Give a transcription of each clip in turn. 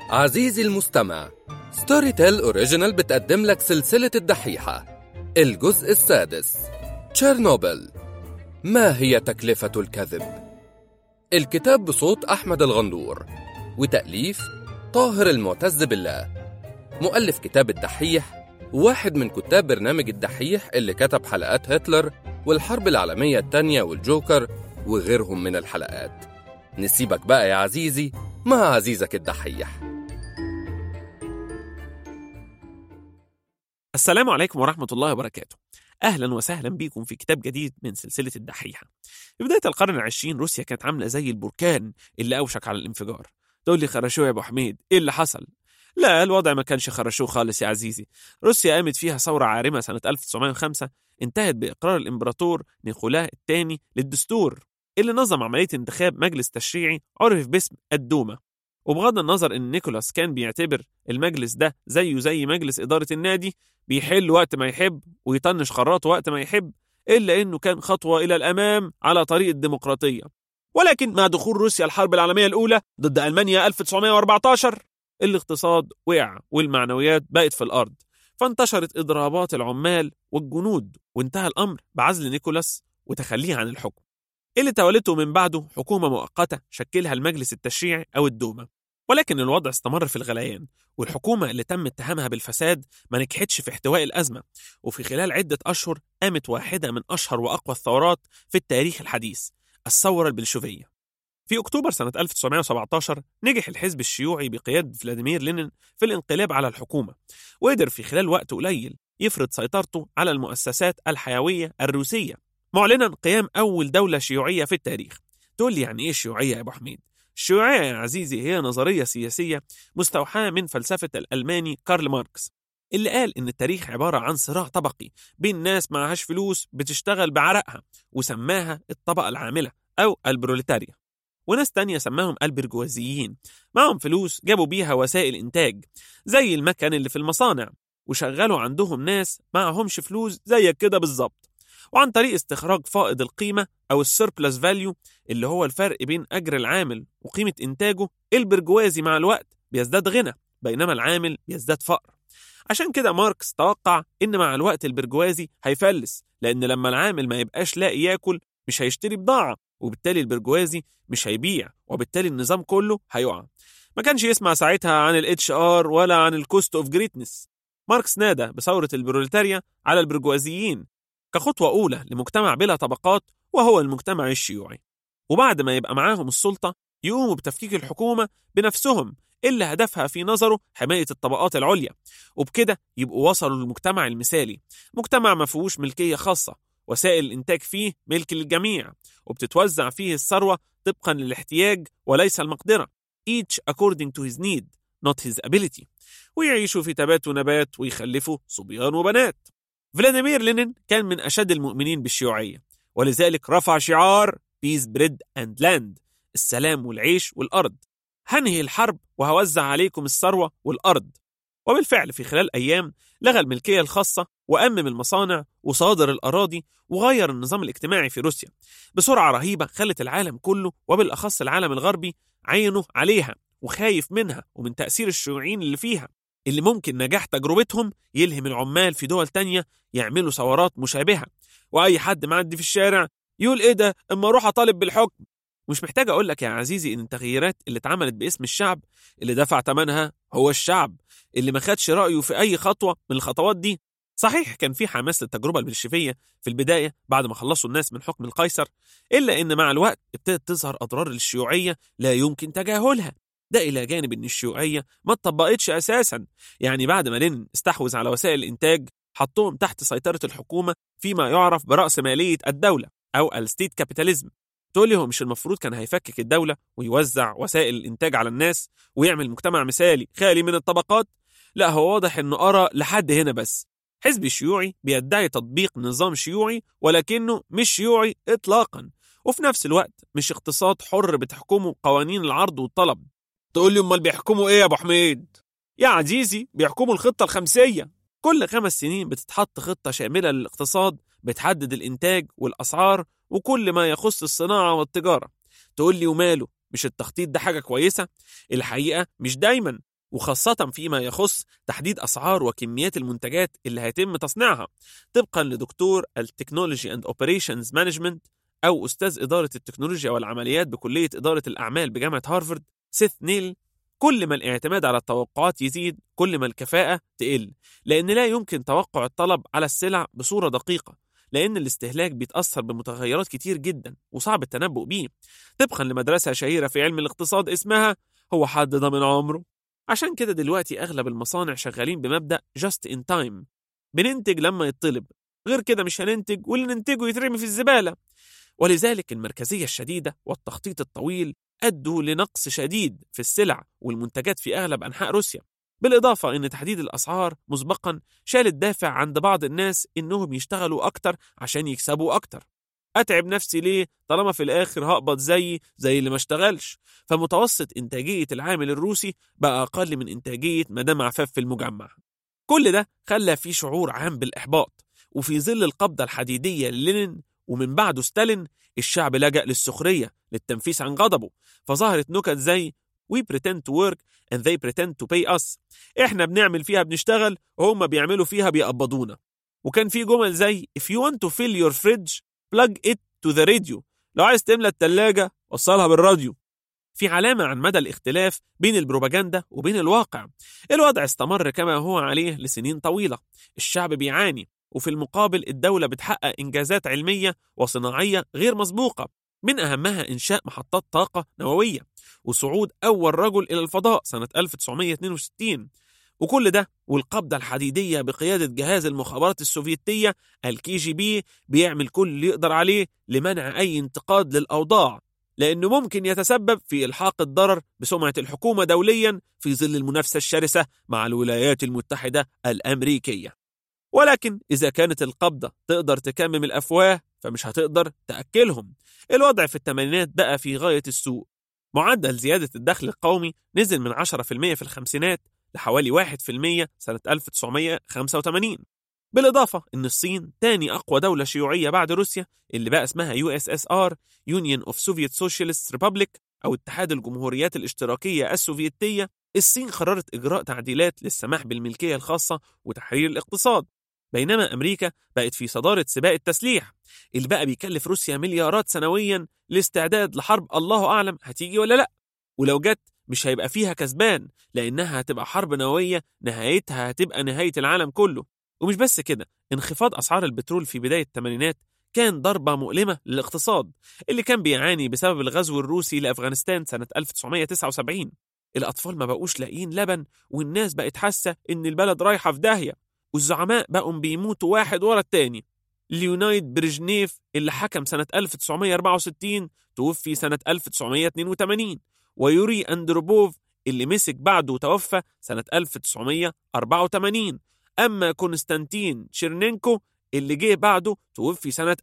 عزيزي المستمع، ستوري تيل أوريجينال بتقدم لك سلسلة الدحيحة، الجزء السادس، تشيرنوبل. ما هي تكلفة الكذب؟ الكتاب بصوت أحمد الغندور، وتأليف طاهر المعتز بالله. مؤلف كتاب الدحيح، واحد من كتاب برنامج الدحيح اللي كتب حلقات هتلر والحرب العالمية التانية والجوكر وغيرهم من الحلقات. نسيبك بقى يا عزيزي مع عزيزك الدحيح. السلام عليكم ورحمة الله وبركاته. أهلا وسهلا بكم في كتاب جديد من سلسلة الدحيحة. في بداية القرن العشرين روسيا كانت عاملة زي البركان اللي أوشك على الانفجار. تقول لي خرشوه يا أبو حميد، إيه اللي حصل؟ لا، الوضع ما كانش خرشوه خالص يا عزيزي. روسيا قامت فيها ثورة عارمة سنة 1905 انتهت بإقرار الإمبراطور نيكولا الثاني للدستور اللي نظم عملية انتخاب مجلس تشريعي عرف باسم الدوما. وبغض النظر إن نيكولاس كان بيعتبر المجلس ده زيه زي مجلس إدارة النادي، بيحل وقت ما يحب ويطنش قراراته وقت ما يحب، إلا إنه كان خطوة إلى الأمام على طريق الديمقراطية. ولكن مع دخول روسيا الحرب العالمية الأولى ضد ألمانيا 1914 الاقتصاد وقع والمعنويات بقت في الأرض، فانتشرت إضرابات العمال والجنود، وانتهى الأمر بعزل نيكولاس وتخليه عن الحكم. اللي تولته من بعده حكومة مؤقتة شكلها المجلس التشريعي أو الدوما. ولكن الوضع استمر في الغليان، والحكومة اللي تم اتهامها بالفساد ما نجحتش في احتواء الأزمة، وفي خلال عدة أشهر قامت واحدة من أشهر وأقوى الثورات في التاريخ الحديث، الثورة البلشوفية. في أكتوبر سنة 1917 نجح الحزب الشيوعي بقيادة فلاديمير لينين في الانقلاب على الحكومة، وقدر في خلال وقت قليل يفرض سيطرته على المؤسسات الحيوية الروسية، معلنا قيام أول دولة شيوعية في التاريخ. تقول لي يعني إيه الشيوعية يا أبو حميد؟ الشيوعية يا عزيزي هي نظرية سياسية مستوحاة من فلسفة الألماني كارل ماركس، اللي قال إن التاريخ عبارة عن صراع طبقي بين ناس معهاش فلوس بتشتغل بعرقها، وسماها الطبقة العاملة أو البروليتاريا، وناس تانية سماهم البرجوازيين، معهم فلوس جابوا بيها وسائل إنتاج زي المكن اللي في المصانع، وشغلوا عندهم ناس معهمش فلوس زيك كده بالظبط. وعن طريق استخراج فائض القيمة أو السيربلس فاليو، اللي هو الفرق بين أجر العامل وقيمة إنتاجه، البرجوازي مع الوقت بيزداد غنى بينما العامل بيزداد فقر. عشان كده ماركس توقع إن مع الوقت البرجوازي هيفلس، لأن لما العامل ما يبقاش لاقي ياكل مش هيشتري بضاعة، وبالتالي البرجوازي مش هيبيع، وبالتالي النظام كله هيقع. ما كانش يسمع ساعتها عن الHR ولا عن الكوست اوف جريتنس. ماركس نادى بثورة البروليتاريا على البرجوازيين كخطوة أولى لمجتمع بلا طبقات، وهو المجتمع الشيوعي. وبعد ما يبقى معاهم السلطة يقوموا بتفكيك الحكومة بنفسهم، اللي هدفها في نظره حماية الطبقات العليا، وبكده يبقوا وصلوا للمجتمع المثالي، مجتمع ما فيهوش ملكية خاصة، وسائل الإنتاج فيه ملك للجميع، وبتتوزع فيه الثروة طبقا للاحتياج وليس المقدرة، each according to his need not his ability، ويعيشوا في تبات ونبات ويخلفوا صبيان وبنات. فلاديمير لينين كان من أشد المؤمنين بالشيوعية، ولذلك رفع شعار Peace Bread and Land، السلام والعيش والأرض، هنهي الحرب وهوزع عليكم الثروة والأرض. وبالفعل في خلال أيام لغى الملكية الخاصة وأمم المصانع وصادر الأراضي، وغير النظام الاجتماعي في روسيا بسرعة رهيبة خلت العالم كله وبالأخص العالم الغربي عينه عليها وخايف منها ومن تأثير الشيوعيين اللي فيها، اللي ممكن نجاح تجربتهم يلهم العمال في دول تانية يعملوا ثورات مشابهة، وأي حد معدي في الشارع يقول إيه ده أما أروح أطالب بالحكم. مش محتاج أقول لك يا عزيزي إن التغييرات اللي اتعملت باسم الشعب اللي دفع ثمنها هو الشعب اللي ما خدش رأيه في أي خطوة من الخطوات دي. صحيح كان في حماس للتجربة البلشفية في البداية بعد ما خلصوا الناس من حكم القيصر، إلا إن مع الوقت ابتدت تظهر أضرار الشيوعية لا يمكن تجاهلها، ده إلى جانب إن الشيوعية ما اتطبقتش أساساً. يعني بعد ما لينين استحوذ على وسائل الإنتاج حطوهم تحت سيطرة الحكومة فيما يعرف برأسمالية الدولة أو الستيت كابيتاليزم. تقول لي هو مش المفروض كان هيفكك الدولة ويوزع وسائل الإنتاج على الناس ويعمل مجتمع مثالي خالي من الطبقات؟ لا، هو واضح إنه أرى لحد هنا بس. حزب الشيوعي بيدعي تطبيق نظام شيوعي ولكنه مش شيوعي إطلاقاً، وفي نفس الوقت مش اقتصاد حر بتحكمه قوانين العرض والطلب. تقول لي أمال بيحكموا إيه يا أبو حميد؟ يا عزيزي بيحكموا الخطة الخمسية. كل 5 سنين بتتحط خطة شاملة للاقتصاد بتحدد الإنتاج والأسعار وكل ما يخص الصناعة والتجارة. تقول لي وماله، مش التخطيط ده حاجة كويسة؟ الحقيقة مش دايما، وخاصة فيما يخص تحديد أسعار وكميات المنتجات اللي هيتم تصنيعها، طبقا لدكتور التكنولوجي اند اوبريشنز مانجمنت أو أستاذ إدارة التكنولوجيا والعمليات بكلية إدارة الأعمال بجامعة هارفارد سيث نيل. كل ما الاعتماد على التوقعات يزيد كل ما الكفاءة تقل، لأن لا يمكن توقع الطلب على السلع بصورة دقيقة، لأن الاستهلاك بيتأثر بمتغيرات كتير جدا وصعب التنبؤ بيه، طبقا لمدرسة شهيرة في علم الاقتصاد اسمها هو حد ضامن عمره. عشان كده دلوقتي أغلب المصانع شغالين بمبدأ just in time، بننتج لما يطلب، غير كده مش هننتج واللي ننتجه يترمي في الزبالة. ولذلك المركزية الشديدة والتخطيط الطويل أدوا لنقص شديد في السلع والمنتجات في أغلب أنحاء روسيا، بالإضافة أن تحديد الأسعار مسبقا شال الدافع عند بعض الناس إنهم يشتغلوا أكتر عشان يكسبوا أكتر. أتعب نفسي ليه طالما في الآخر هقبض زي اللي ما اشتغلش؟ فمتوسط إنتاجية العامل الروسي بقى أقل من إنتاجية مدام عفاف في المجمع. كل ده خلى في شعور عام بالإحباط، وفي ظل القبضة الحديدية للينين ومن بعده ستالين الشعب لجأ للسخرية للتنفيس عن غضبه، فظهرت نكت زي We pretend to work and they pretend to pay us. إحنا بنعمل فيها بنشتغل وهم بيعملوا فيها بيقبضونا. وكان في جمل زي If you want to fill your fridge plug it to the radio. لو عايز تملى التلاجة وصلها بالراديو. في علامة عن مدى الاختلاف بين البروباجندا وبين الواقع. الوضع استمر كما هو عليه لسنين طويلة، الشعب بيعاني، وفي المقابل الدولة بتحقق إنجازات علمية وصناعية غير مسبوقة، من أهمها إنشاء محطات طاقة نووية وصعود أول رجل إلى الفضاء سنة 1962. وكل ده والقبضة الحديدية بقيادة جهاز المخابرات السوفيتية الKGB بيعمل كل اللي يقدر عليه لمنع أي انتقاد للأوضاع، لأنه ممكن يتسبب في إلحاق الضرر بسمعة الحكومة دوليا في ظل المنافسة الشرسة مع الولايات المتحدة الأمريكية. ولكن إذا كانت القبضة تقدر تكمم الأفواه فمش هتقدر تأكلهم. الوضع في الثمانينات بقى في غاية السوء. معدل زيادة الدخل القومي نزل من 10% في الخمسينات لحوالي 1% سنة 1985. بالإضافة إن الصين تاني أقوى دولة شيوعية بعد روسيا اللي بقى اسمها USSR Union of Soviet Socialist Republic أو اتحاد الجمهوريات الاشتراكية السوفيتية. الصين قررت إجراء تعديلات للسماح بالملكية الخاصة وتحرير الاقتصاد، بينما أمريكا بقت في صدارة سباق التسليح اللي بقى بيكلف روسيا مليارات سنويا لاستعداد لحرب الله أعلم هتيجي ولا لأ، ولو جت مش هيبقى فيها كسبان لأنها هتبقى حرب نووية نهايتها هتبقى نهاية العالم كله. ومش بس كده، انخفاض أسعار البترول في بداية الثمانينات كان ضربة مؤلمة للاقتصاد اللي كان بيعاني بسبب الغزو الروسي لأفغانستان سنة 1979. الأطفال ما بقوش لاقين لبن، والناس بقت حاسة إن البلد رايحة في داهية، والزعماء بقوا بيموتوا واحد ورا التاني. ليونايد بريجنيف اللي حكم سنة 1964 توفي سنة 1982، ويوري أندروبوف اللي مسك بعده وتوفى سنة 1984. أما كونستانتين تشيرنينكو اللي جه بعده توفي سنة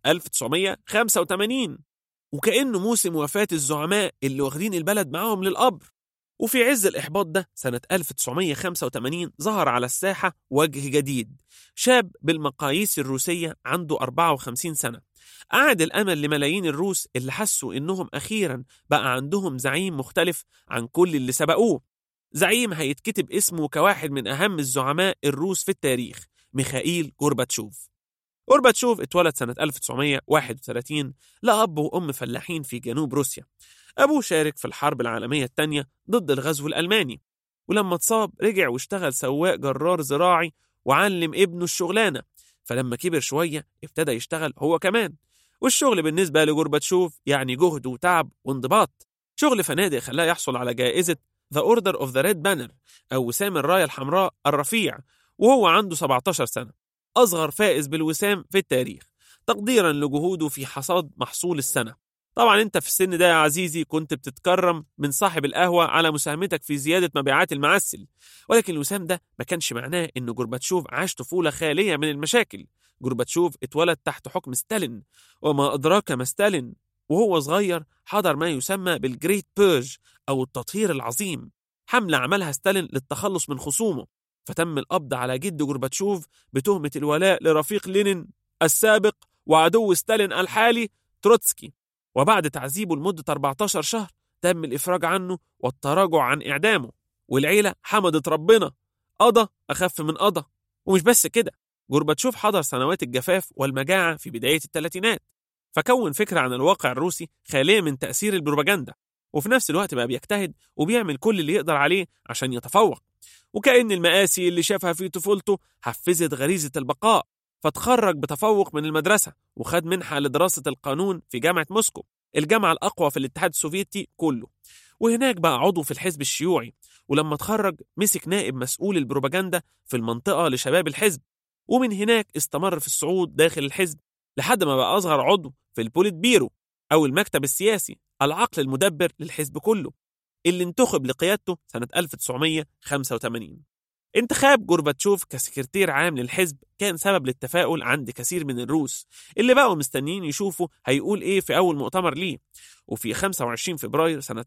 1985. وكأنه موسم وفاة الزعماء اللي واخدين البلد معاهم للقبر. وفي عز الإحباط ده سنة 1985 ظهر على الساحة وجه جديد، شاب بالمقاييس الروسية عنده 54 سنة، أعاد الأمل لملايين الروس اللي حسوا إنهم أخيرا بقى عندهم زعيم مختلف عن كل اللي سبقوه، زعيم هيتكتب اسمه كواحد من أهم الزعماء الروس في التاريخ، ميخائيل غورباتشوف. غورباتشوف اتولد سنة 1931 لأب وأم فلاحين في جنوب روسيا. أبوه شارك في الحرب العالمية الثانية ضد الغزو الألماني، ولما اتصاب رجع واشتغل سواق جرار زراعي وعلم ابنه الشغلانة، فلما كبر شوية ابتدى يشتغل هو كمان. والشغل بالنسبة لغورباتشوف يعني جهد وتعب وانضباط. شغل فنادق خلاه يحصل على جائزة The Order of the Red Banner أو وسام الراية الحمراء الرفيع وهو عنده 17 سنة، أصغر فائز بالوسام في التاريخ، تقديرا لجهوده في حصاد محصول السنة. طبعا انت في السن ده يا عزيزي كنت بتتكرم من صاحب القهوة على مساهمتك في زيادة مبيعات المعسل، ولكن الوسام ده ما كانش معناه ان غورباتشوف عاش طفولة خالية من المشاكل. غورباتشوف اتولد تحت حكم ستالين، وما أدراك ما ستالين، وهو صغير حضر ما يسمى بالجريت بيرج أو التطهير العظيم، حملة عملها ستالين للتخلص من خصومه، فتم القبض على جد غورباتشوف بتهمة الولاء لرفيق لينين السابق وعدو ستالين الحالي تروتسكي. وبعد تعذيبه لمدة 14 شهر تم الإفراج عنه والتراجع عن إعدامه. والعيلة حمدت ربنا، قضى أخف من قضى. ومش بس كده، جورباتشوف حضر سنوات الجفاف والمجاعة في بداية الثلاثينات، فكون فكرة عن الواقع الروسي خالية من تأثير البروباجندا، وفي نفس الوقت بقى بيجتهد وبيعمل كل اللي يقدر عليه عشان يتفوق. وكأن المآسي اللي شافها في طفولته حفزت غريزة البقاء، فتخرج بتفوق من المدرسة وخد منحة لدراسة القانون في جامعة موسكو، الجامعة الأقوى في الاتحاد السوفيتي كله. وهناك بقى عضو في الحزب الشيوعي، ولما اتخرج مسك نائب مسؤول البروباجندا في المنطقة لشباب الحزب، ومن هناك استمر في الصعود داخل الحزب لحد ما بقى أصغر عضو في البوليت بيرو أو المكتب السياسي، العقل المدبر للحزب كله، اللي انتخب لقيادته سنة 1985. انتخاب جورباتشوف كسكرتير عام للحزب كان سبب للتفاؤل عند كثير من الروس اللي بقوا مستنيين يشوفوا هيقول ايه في أول مؤتمر ليه. وفي 25 فبراير سنة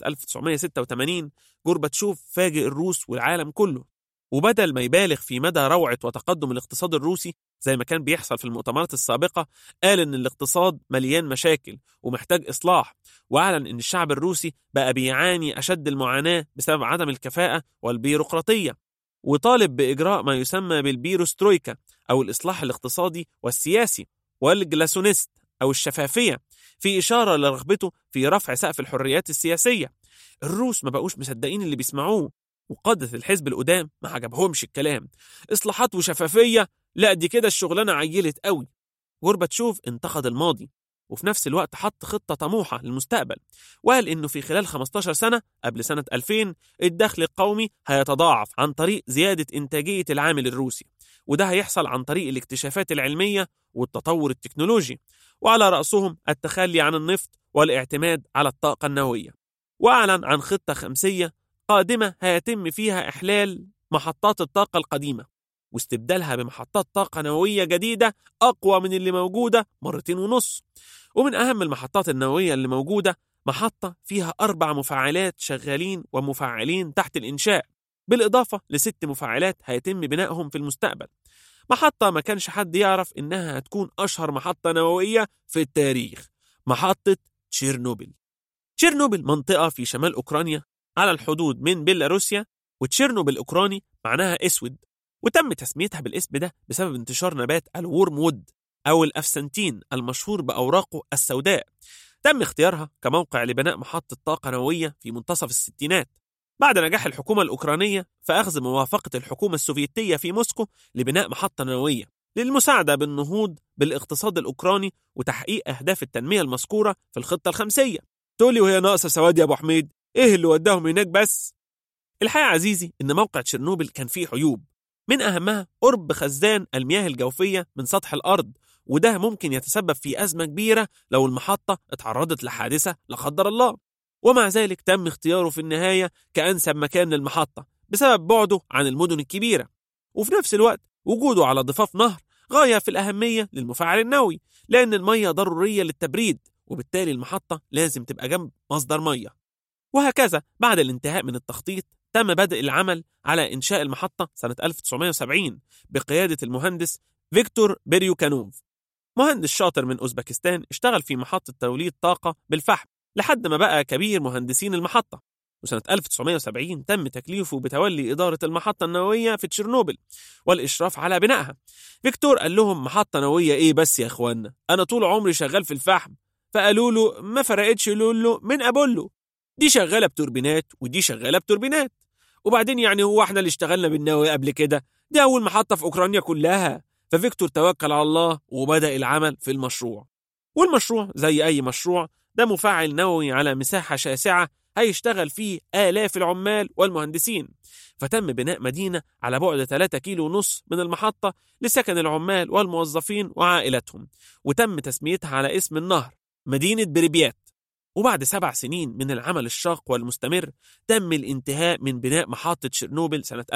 1986 جورباتشوف فاجئ الروس والعالم كله، وبدل ما يبالغ في مدى روعة وتقدم الاقتصاد الروسي زي ما كان بيحصل في المؤتمرات السابقة، قال إن الاقتصاد مليان مشاكل ومحتاج إصلاح، وأعلن إن الشعب الروسي بقى بيعاني أشد المعاناة بسبب عدم الكفاءة والبيروقراطية، وطالب بإجراء ما يسمى بالبيروسترويكا أو الإصلاح الاقتصادي والسياسي، والجلاسونيست أو الشفافية، في إشارة لرغبته في رفع سقف الحريات السياسية. الروس ما بقوش مصدقين اللي بيسمعوه، وقادة الحزب القدام ما عجبهمش الكلام. إصلاحات وشفافية؟ لا، دي كده الشغلانة عيلت قوي. جورباتشوف انتقد الماضي وفي نفس الوقت حط خطة طموحة للمستقبل، وقال إنه في خلال 15 سنة قبل سنة 2000 الدخل القومي هيتضاعف عن طريق زيادة إنتاجية العامل الروسي، وده هيحصل عن طريق الاكتشافات العلمية والتطور التكنولوجي، وعلى رأسهم التخلي عن النفط والاعتماد على الطاقة النووية. وأعلن عن خطة خمسية قادمة هيتم فيها إحلال محطات الطاقة القديمة واستبدالها بمحطات طاقة نووية جديدة أقوى من اللي موجودة 2.5 مرات. ومن أهم المحطات النووية اللي موجودة محطة فيها 4 مفاعلات شغالين ومفاعلين تحت الإنشاء، بالإضافة ل6 مفاعلات هيتم بنائهم في المستقبل. محطة ما كانش حد يعرف إنها هتكون أشهر محطة نووية في التاريخ، محطة تشيرنوبل. تشيرنوبل منطقة في شمال أوكرانيا على الحدود من بيلاروسيا، وتشيرنوبل الأوكراني معناها أسود، وتم تسميتها بالاسم ده بسبب انتشار نبات الورم وود أو الأفسنتين المشهور بأوراقه السوداء. تم اختيارها كموقع لبناء محطة طاقة نووية في منتصف الستينات بعد نجاح الحكومة الأوكرانية في أخذ موافقة الحكومة السوفيتية في موسكو لبناء محطة نووية للمساعدة بالنهوض بالاقتصاد الأوكراني وتحقيق أهداف التنمية المذكورة في الخطة الخمسية. تقولي وهي ناقصة سواد يا أبو حميد؟ إيه اللي وداهم هناك بس؟ الحقيقة عزيزي إن موقع تشيرنوبل كان فيه عيوب، من أهمها قرب خزان المياه الجوفية من سطح الأرض، وده ممكن يتسبب في أزمة كبيرة لو المحطة اتعرضت لحادثة لا قدر الله. ومع ذلك تم اختياره في النهاية كأنسب مكان للمحطة بسبب بعده عن المدن الكبيرة، وفي نفس الوقت وجوده على ضفاف نهر غاية في الأهمية للمفاعل النووي، لأن المية ضرورية للتبريد، وبالتالي المحطة لازم تبقى جنب مصدر مية. وهكذا بعد الانتهاء من التخطيط تم بدء العمل على إنشاء المحطة سنة 1970 بقيادة المهندس فيكتور بيريوكانوف، مهندس شاطر من أوزبكستان اشتغل في محطة توليد طاقة بالفحم لحد ما بقى كبير مهندسين المحطة. وسنة 1970 تم تكليفه بتولي إدارة المحطة النووية في تشيرنوبل والإشراف على بنائها. فيكتور قال لهم محطة نووية إيه بس يا إخوانا، أنا طول عمري شغال في الفحم. فقالوا له ما فرقتش لولو من أبولو، دي شغالة بتوربينات ودي شغالة بتوربينات، وبعدين يعني هو احنا اللي اشتغلنا بالنووي قبل كده؟ دي أول محطة في أوكرانيا كلها. ففيكتور توكل على الله وبدأ العمل في المشروع. والمشروع زي أي مشروع ده مفاعل نووي على مساحة شاسعة هيشتغل فيه آلاف العمال والمهندسين. فتم بناء مدينة على بعد 3.5 كيلو من المحطة لسكن العمال والموظفين وعائلتهم، وتم تسميتها على اسم النهر مدينة بريبيات. وبعد 7 سنين من العمل الشاق والمستمر تم الانتهاء من بناء محطة تشيرنوبل سنة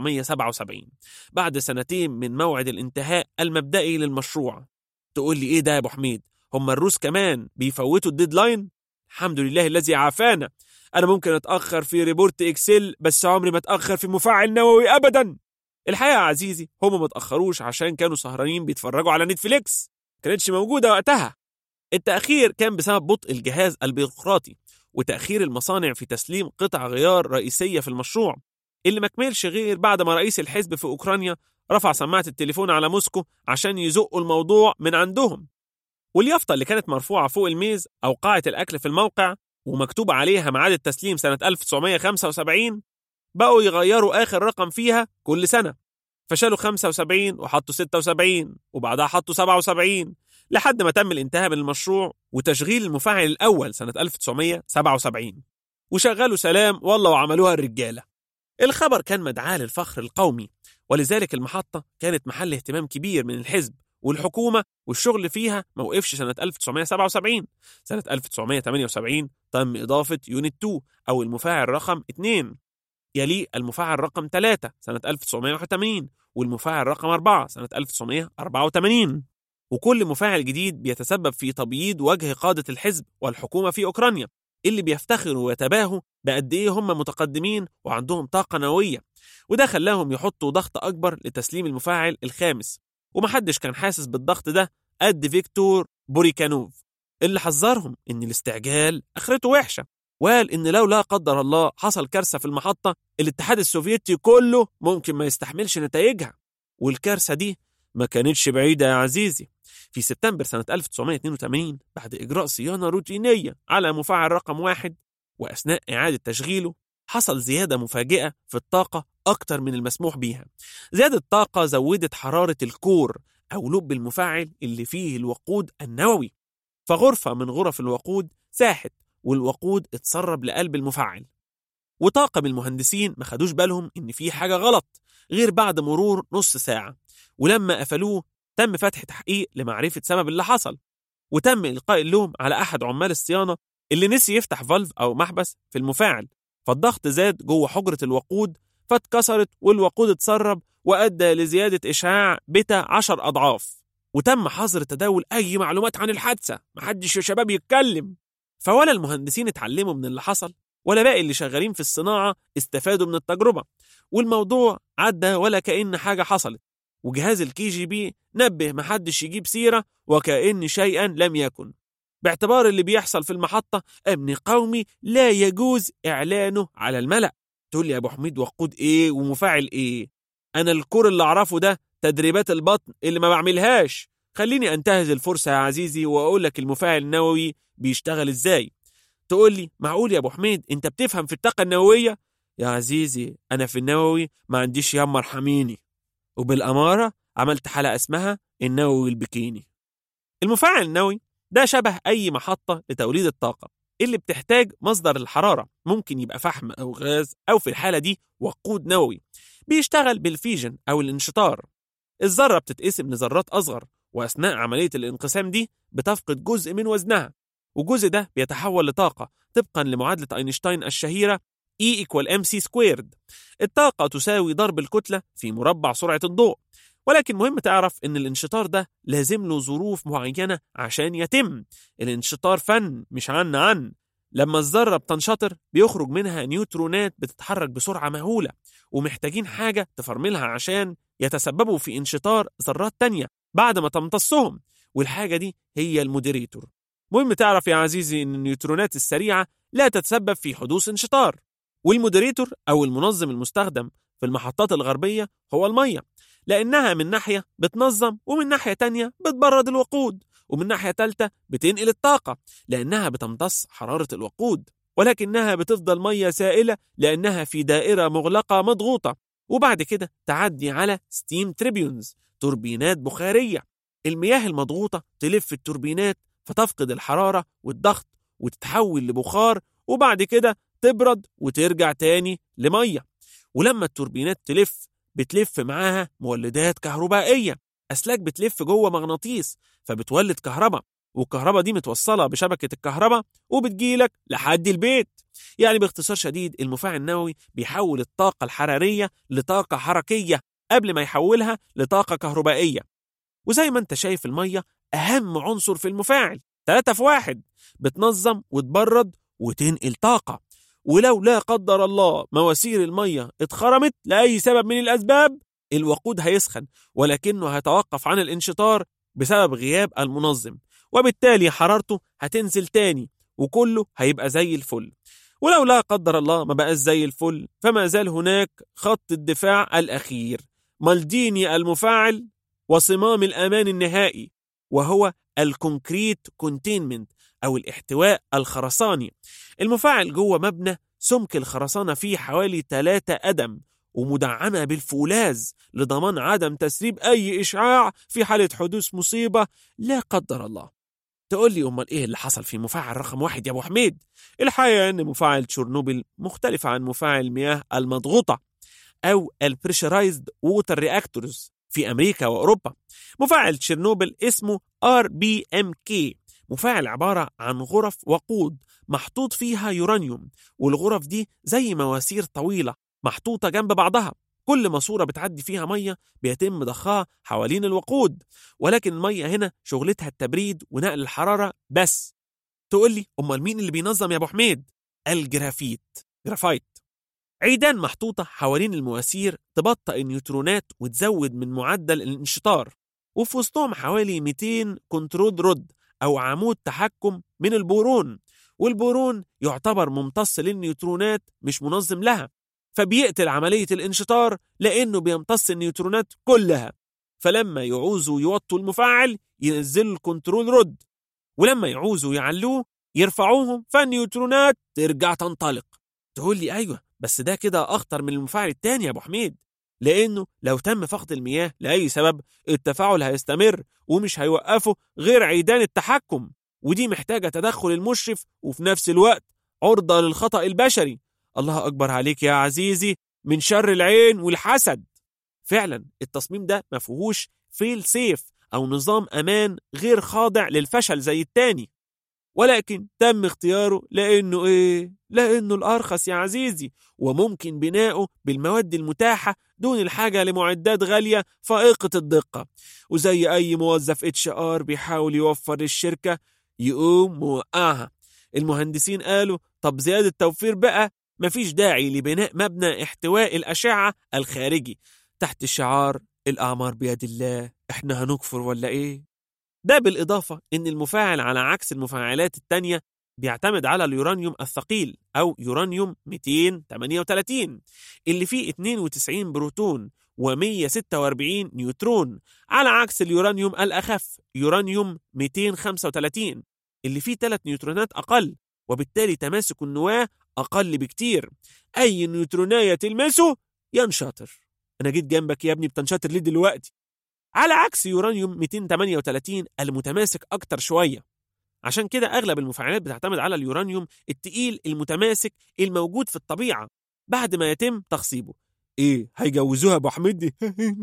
1977 بعد 2 سنين من موعد الانتهاء المبدئي للمشروع. تقول لي إيه ده يا أبو حميد؟ هم الروس كمان بيفوتوا الديدلاين؟ الحمد لله الذي عافانا. أنا ممكن أتأخر في ريبورت إكسل بس عمري ما أتأخر في مفاعل نووي أبدا. الحقيقة يا عزيزي هم ما تأخروش عشان كانوا سهرانين بيتفرجوا على نتفليكس، كانتش موجودة وقتها. التأخير كان بسبب بطء الجهاز البيروقراطي وتأخير المصانع في تسليم قطع غيار رئيسية في المشروع. اللي مكملش غير بعد ما رئيس الحزب في أوكرانيا رفع سماعة التليفون على موسكو عشان يزقوا الموضوع من عندهم. واليافطة اللي كانت مرفوعة فوق الميز أو قاعة الأكل في الموقع ومكتوب عليها ميعاد التسليم سنة 1975 بقوا يغيروا آخر رقم فيها كل سنة، فشالوا 75 وحطوا 76 وبعدها حطوا 77 لحد ما تم الانتهاء من المشروع وتشغيل المفاعل الأول سنة 1977، وشغلوا سلام والله وعملوها الرجالة. الخبر كان مدعاة للفخر القومي، ولذلك المحطة كانت محل اهتمام كبير من الحزب والحكومة، والشغل فيها موقفش سنة 1977. سنة 1978 تم إضافة يونت 2 أو المفاعل رقم 2، يلي المفاعل رقم 3 سنة 1981 والمفاعل رقم 4 سنة 1984. وكل مفاعل جديد بيتسبب في تبييض وجه قادة الحزب والحكومة في أوكرانيا، اللي بيفتخروا ويتباهوا بقد إيه هم متقدمين وعندهم طاقة نووية، وده خلاهم يحطوا ضغط أكبر لتسليم المفاعل الخامس. ومحدش كان حاسس بالضغط ده قد فيكتور بوريكانوف اللي حذرهم إن الاستعجال آخرته وحشة، وقال إن لو لا قدر الله حصل كارثة في المحطة الاتحاد السوفيتي كله ممكن ما يستحملش نتائجها. والكارثة دي ما كانتش بعيدة يا عزيزي. في سبتمبر سنة 1982 بعد إجراء صيانة روتينية على مفاعل رقم 1 وأثناء إعادة تشغيله حصل زيادة مفاجئة في الطاقة أكتر من المسموح بيها. زيادة الطاقة زودت حرارة الكور أو لب المفاعل اللي فيه الوقود النووي، فغرفة من غرف الوقود ساحت والوقود اتسرب لقلب المفاعل. وطاقم المهندسين ما خدوش بالهم إن في حاجة غلط غير بعد مرور نص ساعة، ولما قفلوه تم فتح تحقيق لمعرفة سبب اللي حصل، وتم إلقاء اللوم على أحد عمال الصيانة اللي نسي يفتح فالف أو محبس في المفاعل، فالضغط زاد جوه حجرة الوقود فاتكسرت والوقود اتسرب وأدى لزيادة إشعاع بتا 10 أضعاف. وتم حظر تداول أي معلومات عن الحادثة، محدش يا شباب يتكلم. فولا المهندسين اتعلموا من اللي حصل ولا باقي اللي شغالين في الصناعة استفادوا من التجربة، والموضوع عدى ولا كأن حاجة حصلت. وجهاز الكي جي بي نبه محدش يجيب سيرة وكأن شيئا لم يكن، باعتبار اللي بيحصل في المحطة أمن قومي لا يجوز إعلانه على الملأ. تقول لي يا أبو حميد وقود إيه ومفاعل إيه؟ أنا الكور اللي أعرفه ده تدريبات البطن اللي ما بعملهاش. خليني أنتهز الفرصة يا عزيزي وأقول لك المفاعل النووي بيشتغل إزاي. تقول لي معقول يا أبو حميد أنت بتفهم في الطاقة النووية؟ يا عزيزي أنا في النووي ما عنديش ياما ارحميني، وبالأمارة عملت حلقة اسمها النووي البكيني. المفاعل النووي ده شبه أي محطة لتوليد الطاقة اللي بتحتاج مصدر الحرارة، ممكن يبقى فحم أو غاز أو في الحالة دي وقود نووي. بيشتغل بالفيجن أو الانشطار. الذرة بتتقسم لذرات أصغر، وأثناء عملية الانقسام دي بتفقد جزء من وزنها، والجزء ده بيتحول لطاقة طبقا لمعادلة أينشتاين الشهيرة E = mc². الطاقة تساوي ضرب الكتلة في مربع سرعة الضوء. ولكن مهم تعرف إن الانشطار ده لازم له ظروف معينة عشان يتم. الانشطار فن مش عن لما الذرة بتنشطر بيخرج منها نيوترونات بتتحرك بسرعة مهولة، ومحتاجين حاجة تفرملها عشان يتسببوا في انشطار ذرات تانية بعد ما تمتصهم، والحاجة دي هي المودريتور. مهم تعرف يا عزيزي إن النيوترونات السريعة لا تتسبب في حدوث انشطار، والمودريتور أو المنظم المستخدم في المحطات الغربية هو المية، لأنها من ناحية بتنظم ومن ناحية تانية بتبرد الوقود، ومن ناحية تالتة بتنقل الطاقة لأنها بتمتص حرارة الوقود، ولكنها بتفضل مية سائلة لأنها في دائرة مغلقة مضغوطة، وبعد كده تعدي على ستيم تريبيونز توربينات بخارية. المياه المضغوطة تلف التوربينات فتفقد الحرارة والضغط وتتحول لبخار، وبعد كده تبرد وترجع تاني لمية. ولما التوربينات تلف بتلف معاها مولدات كهربائية، أسلاك بتلف جوه مغناطيس فبتولد كهرباء، والكهرباء دي متوصلة بشبكة الكهرباء وبتجيلك لحد البيت. يعني باختصار شديد المفاعل النووي بيحول الطاقة الحرارية لطاقة حركية قبل ما يحولها لطاقة كهربائية. وزي ما انت شايف المية أهم عنصر في المفاعل، 3 في 1، بتنظم وتبرد وتنقل طاقة. ولو لا قدر الله مواسير المية اتخرمت لأي سبب من الأسباب الوقود هيسخن، ولكنه هيتوقف عن الانشطار بسبب غياب المنظم، وبالتالي حرارته هتنزل تاني وكله هيبقى زي الفل. ولو لا قدر الله ما بقاش زي الفل، فما زال هناك خط الدفاع الأخير، مالديني المفاعل وصمام الأمان النهائي، وهو الكونكريت كونتينمنت أو الاحتواء الخرساني. المفاعل جوه مبنى سمك الخرسانة فيه حوالي 3 قدم، ومدعمة بالفولاذ لضمان عدم تسريب أي إشعاع في حالة حدوث مصيبة لا قدر الله. تقول لي أمال إيه اللي حصل في مفاعل رقم 1 يا أبو حميد؟ الحقيقة أن مفاعل تشيرنوبل مختلف عن مفاعل المياه المضغوطة أو البريشرايزد ووتر رياكتورز في أمريكا وأوروبا. مفاعل تشيرنوبل اسمه RBMK، مفاعل عبارة عن غرف وقود محطوط فيها يورانيوم، والغرف دي زي مواسير طويلة محطوطة جنب بعضها، كل ماسورة بتعدي فيها مية بيتم ضخها حوالين الوقود، ولكن المية هنا شغلتها التبريد ونقل الحرارة بس. تقول لي أمال مين اللي بينظم يا أبو حميد؟ جرافايت، عيدان محطوطة حوالين المواسير تبطئ النيوترونات وتزود من معدل الانشطار، وفي وسطهم حوالي 200 كنترول رود أو عمود تحكم من البورون، والبورون يعتبر ممتص للنيوترونات مش منظم لها، فبيقتل عملية الانشطار لأنه بيمتص النيوترونات كلها. فلما يعوزوا يوطوا المفاعل ينزلوا الكنترول رود، ولما يعوزوا يعلوه يرفعوهم فالنيوترونات ترجع تنطلق. تقول لي أيوة، بس ده كده أخطر من المفاعل التاني يا أبو حميد، لأنه لو تم فقد المياه لأي سبب التفاعل هيستمر ومش هيوقفه غير عيدان التحكم، ودي محتاجة تدخل المشرف وفي نفس الوقت عرضة للخطأ البشري. الله أكبر عليك يا عزيزي من شر العين والحسد. فعلا التصميم ده مفيهوش فيل سيف أو نظام أمان غير خاضع للفشل زي التاني، ولكن تم اختياره لأنه الأرخص يا عزيزي، وممكن بناؤه بالمواد المتاحة دون الحاجة لمعدات غالية فائقة الدقة. وزي أي موظف HR بيحاول يوفر للشركة يقوم موقعها، المهندسين قالوا طب زيادة توفير بقى، مفيش داعي لبناء مبنى احتواء الأشعة الخارجي تحت شعار الأعمار بيد الله، احنا هنكفر ولا ايه؟ ده بالإضافة إن المفاعل على عكس المفاعلات التانية بيعتمد على اليورانيوم الثقيل أو يورانيوم 238 اللي فيه 92 بروتون و146 نيوترون، على عكس اليورانيوم الأخف يورانيوم 235 اللي فيه 3 نيوترونات أقل، وبالتالي تماسك النواة أقل بكتير. أي نيوتروناية تلمسه ينشطر. أنا جيت جنبك يا ابني، بتنشطر ليه دلوقتي؟ على عكس يورانيوم 238 المتماسك أكتر شوية. عشان كده أغلب المفاعلات بتعتمد على اليورانيوم التقيل المتماسك الموجود في الطبيعة بعد ما يتم تخصيبه. إيه هيجوزوها أبو حميد؟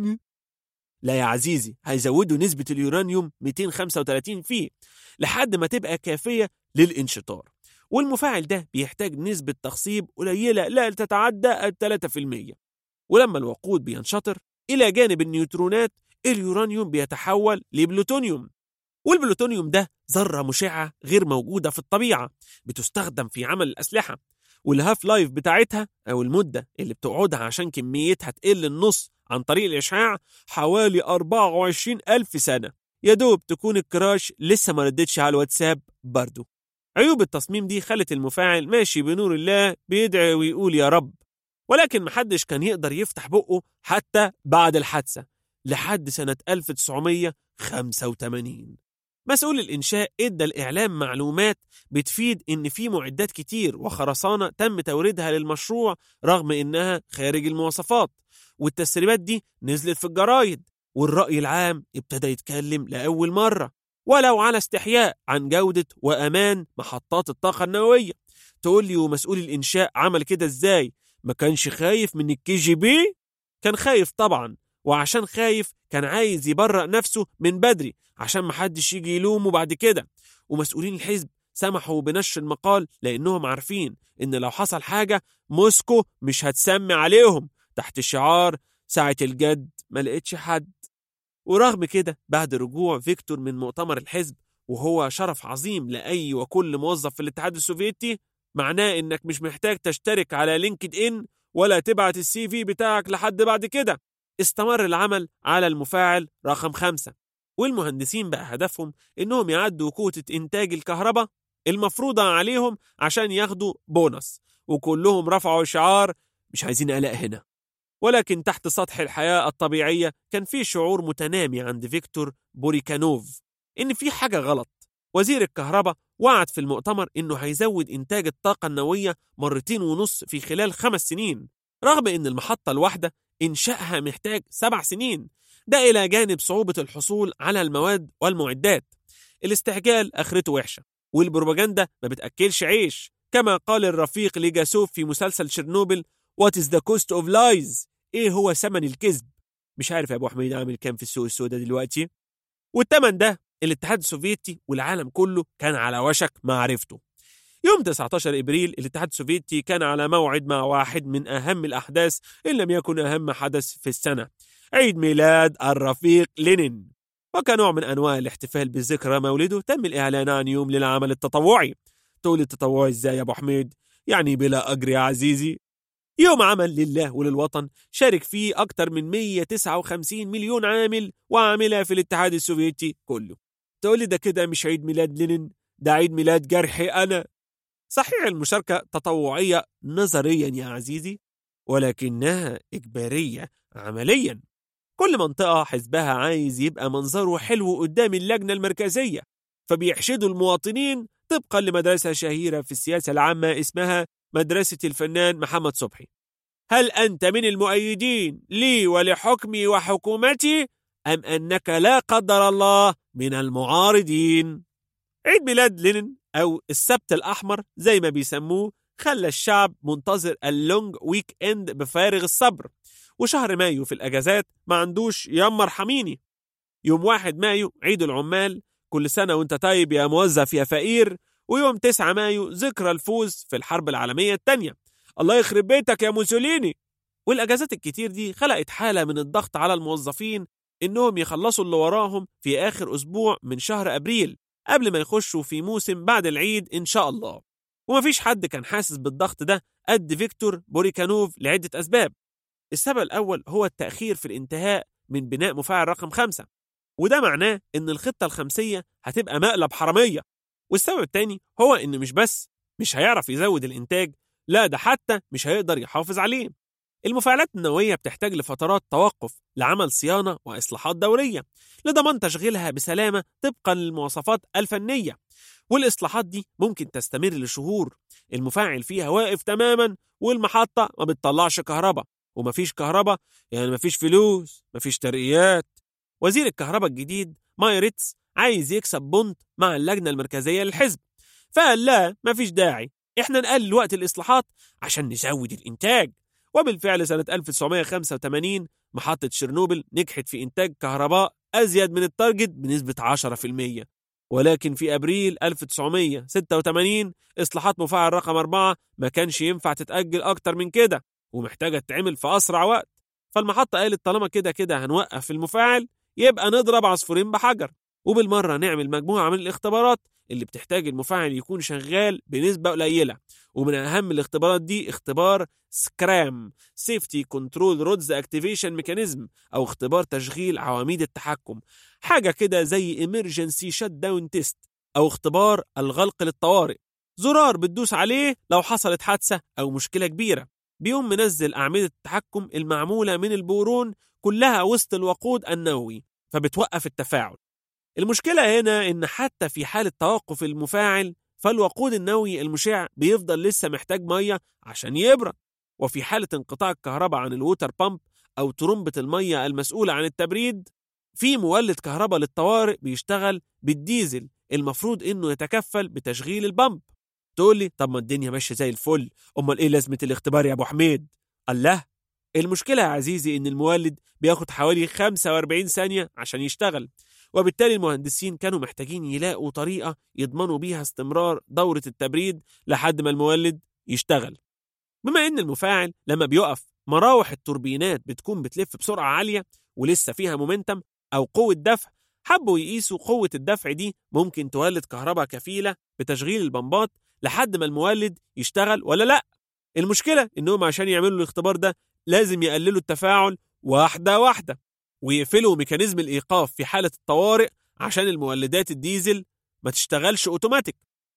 لا يا عزيزي، هيزودوا نسبة اليورانيوم 235 فيه لحد ما تبقى كافية للانشطار، والمفاعل ده بيحتاج نسبة تخصيب قليلة لا تتعدى 3%. ولما الوقود بينشطر إلى جانب النيوترونات اليورانيوم بيتحول لبلوتونيوم، والبلوتونيوم ده ذرة مشعة غير موجودة في الطبيعة بتستخدم في عمل الأسلحة، والهاف لايف بتاعتها أو المدة اللي بتقعدها عشان كميتها تقل النص عن طريق الإشعاع حوالي 24,000 سنة. يا دوب تكون الكراش لسه ما ردتش على الواتساب برضو. عيوب التصميم دي خلت المفاعل ماشي بنور الله بيدعي ويقول يا رب، ولكن محدش كان يقدر يفتح بقه حتى بعد الحادثة لحد سنة 1985. مسؤول الإنشاء إدى الإعلام معلومات بتفيد إن في معدات كتير وخرسانة تم توريدها للمشروع رغم إنها خارج المواصفات، والتسريبات دي نزلت في الجرايد، والرأي العام ابتدى يتكلم لأول مرة ولو على استحياء عن جودة وأمان محطات الطاقة النووية. تقول لي ومسؤول الإنشاء عمل كده إزاي؟ ما كانش خايف من الKGB؟ كان خايف طبعا، وعشان خايف كان عايز يبرأ نفسه من بدري عشان محدش يجي يلومه بعد كده. ومسؤولين الحزب سمحوا بنشر المقال لأنهم عارفين إن لو حصل حاجة موسكو مش هتسمي عليهم تحت شعار ساعة الجد ما لقيتش حد. ورغم كده بعد رجوع فيكتور من مؤتمر الحزب، وهو شرف عظيم لأي وكل موظف في الاتحاد السوفيتي، معناه إنك مش محتاج تشترك على لينكد إن ولا تبعت الCV بتاعك لحد بعد كده. استمر العمل على المفاعل رقم 5، والمهندسين بقى هدفهم إنهم يعدوا كوتة إنتاج الكهرباء المفروضة عليهم عشان ياخدوا بونص، وكلهم رفعوا شعار مش عايزين قلق هنا. ولكن تحت سطح الحياة الطبيعية كان في شعور متنامي عند فيكتور بوريكانوف إن في حاجة غلط. وزير الكهرباء وعد في المؤتمر إنه هيزود إنتاج الطاقة النووية 2.5 في خلال 5 سنين، رغم إن المحطة الواحدة إنشائها محتاج 7 سنين، ده إلى جانب صعوبة الحصول على المواد والمعدات. الاستعجال آخرته وحشة، والبروباجندا ما بتأكلش عيش، كما قال الرفيق ليجاسوف في مسلسل تشيرنوبل What is the cost of lies؟ إيه هو ثمن الكذب؟ مش عارف يا أبو حميد عامل كام في السوق السوداء دلوقتي؟ والثمن ده الاتحاد السوفيتي والعالم كله كان على وشك معرفته. يوم 19 إبريل الاتحاد السوفيتي كان على موعد مع واحد من أهم الأحداث إن لم يكن أهم حدث في السنة، عيد ميلاد الرفيق لينين. وكنوع من أنواع الاحتفال بذكرى مولده تم الإعلان عن يوم للعمل التطوعي. تقول التطوعي إزاي يا أبو حميد؟ يعني بلا أجر يا عزيزي. يوم عمل لله وللوطن شارك فيه أكتر من 159 مليون عامل وعاملة في الاتحاد السوفيتي كله. تقول لي ده كده مش عيد ميلاد لينين، ده عيد ميلاد جرحي أنا. صحيح المشاركة تطوعية نظريا يا عزيزي، ولكنها إجبارية عمليا. كل منطقة حزبها عايز يبقى منظره حلو قدام اللجنة المركزية، فبيحشدوا المواطنين طبقا لمدرسة شهيرة في السياسة العامة اسمها مدرسة الفنان محمد صبحي. هل أنت من المؤيدين لي ولحكمي وحكومتي، أم أنك لا قدر الله من المعارضين؟ عيد ميلاد لينين أو السبت الأحمر زي ما بيسموه خلى الشعب منتظر اللونج ويك إند بفارغ الصبر، وشهر مايو في الأجازات ما عندوش يا مرحميني. يوم 1 مايو عيد العمال، كل سنة وانت طيب يا موظف يا فقير. ويوم 9 مايو ذكرى الفوز في الحرب العالمية الثانية، الله يخرب بيتك يا موسوليني. والأجازات الكتير دي خلقت حالة من الضغط على الموظفين إنهم يخلصوا اللي وراهم في آخر أسبوع من شهر أبريل قبل ما يخشوا في موسم بعد العيد إن شاء الله. ومفيش حد كان حاسس بالضغط ده قد فيكتور بوريكانوف لعدة أسباب. السبب الأول هو التأخير في الانتهاء من بناء مفاعل رقم 5، وده معناه إن الخطة الخمسية هتبقى مقلب حرامية. والسبب الثاني هو إن مش بس مش هيعرف يزود الإنتاج، لا ده حتى مش هيقدر يحافظ عليه. المفاعلات النووية بتحتاج لفترات توقف لعمل صيانة وإصلاحات دورية لضمان تشغيلها بسلامة طبقا للمواصفات الفنية، والإصلاحات دي ممكن تستمر لشهور. المفاعل فيها واقف تماما، والمحطة ما بتطلعش كهرباء، ومفيش كهرباء يعني مفيش فلوس، مفيش ترقيات. وزير الكهرباء الجديد مايرتس عايز يكسب بونت مع اللجنة المركزية للحزب، فقال لا مفيش داعي، احنا نقلل وقت الإصلاحات عشان نزود الإنتاج. وبالفعل سنة 1985 محطة تشيرنوبل نجحت في إنتاج كهرباء أزيد من التارجت بنسبة 10%. ولكن في أبريل 1986 إصلاحات مفاعل رقم 4 ما كانش ينفع تتأجل أكتر من كده، ومحتاجة تتعمل في أسرع وقت. فالمحطة قالت طالما كده هنوقف المفاعل، يبقى نضرب عصفورين بحجر، وبالمرة نعمل مجموعة من الاختبارات اللي بتحتاج المفاعل يكون شغال بنسبة قليلة. ومن أهم الاختبارات دي اختبار سكرام Safety Control Rods Activation Mechanism، أو اختبار تشغيل عواميد التحكم، حاجة كده زي Emergency Shutdown Test، أو اختبار الغلق للطوارئ. زرار بتدوس عليه لو حصلت حادثة أو مشكلة كبيرة، بيوم منزل أعمدة التحكم المعمولة من البورون كلها وسط الوقود النووي، فبتوقف التفاعل. المشكلة هنا إن حتى في حالة توقف المفاعل فالوقود النووي المشع بيفضل لسه محتاج مية عشان يبرد. وفي حالة انقطاع الكهرباء عن الووتر بامب أو ترمبة المية المسؤولة عن التبريد، في مولد كهرباء للطوارئ بيشتغل بالديزل المفروض إنه يتكفل بتشغيل البامب. تقول لي طب ما الدنيا ماشية زي الفل، أمال إيه لازمة الاختبار يا أبو حميد؟ الله، المشكلة يا عزيزي إن المولد بياخد حوالي 45 ثانية عشان يشتغل، وبالتالي المهندسين كانوا محتاجين يلاقوا طريقة يضمنوا بيها استمرار دورة التبريد لحد ما المولد يشتغل. بما إن المفاعل لما بيقف مراوح التوربينات بتكون بتلف بسرعة عالية ولسه فيها مومنتم أو قوة دفع، حبوا يقيسوا قوة الدفع دي ممكن تولد كهرباء كفيلة بتشغيل البمبات لحد ما المولد يشتغل ولا لأ. المشكلة إنهم عشان يعملوا الاختبار ده لازم يقللوا التفاعل واحدة واحدة، ويقفلوا ميكانيزم الإيقاف في حالة الطوارئ عشان المولدات الديزل ما تشتغلش أوتوماتيك.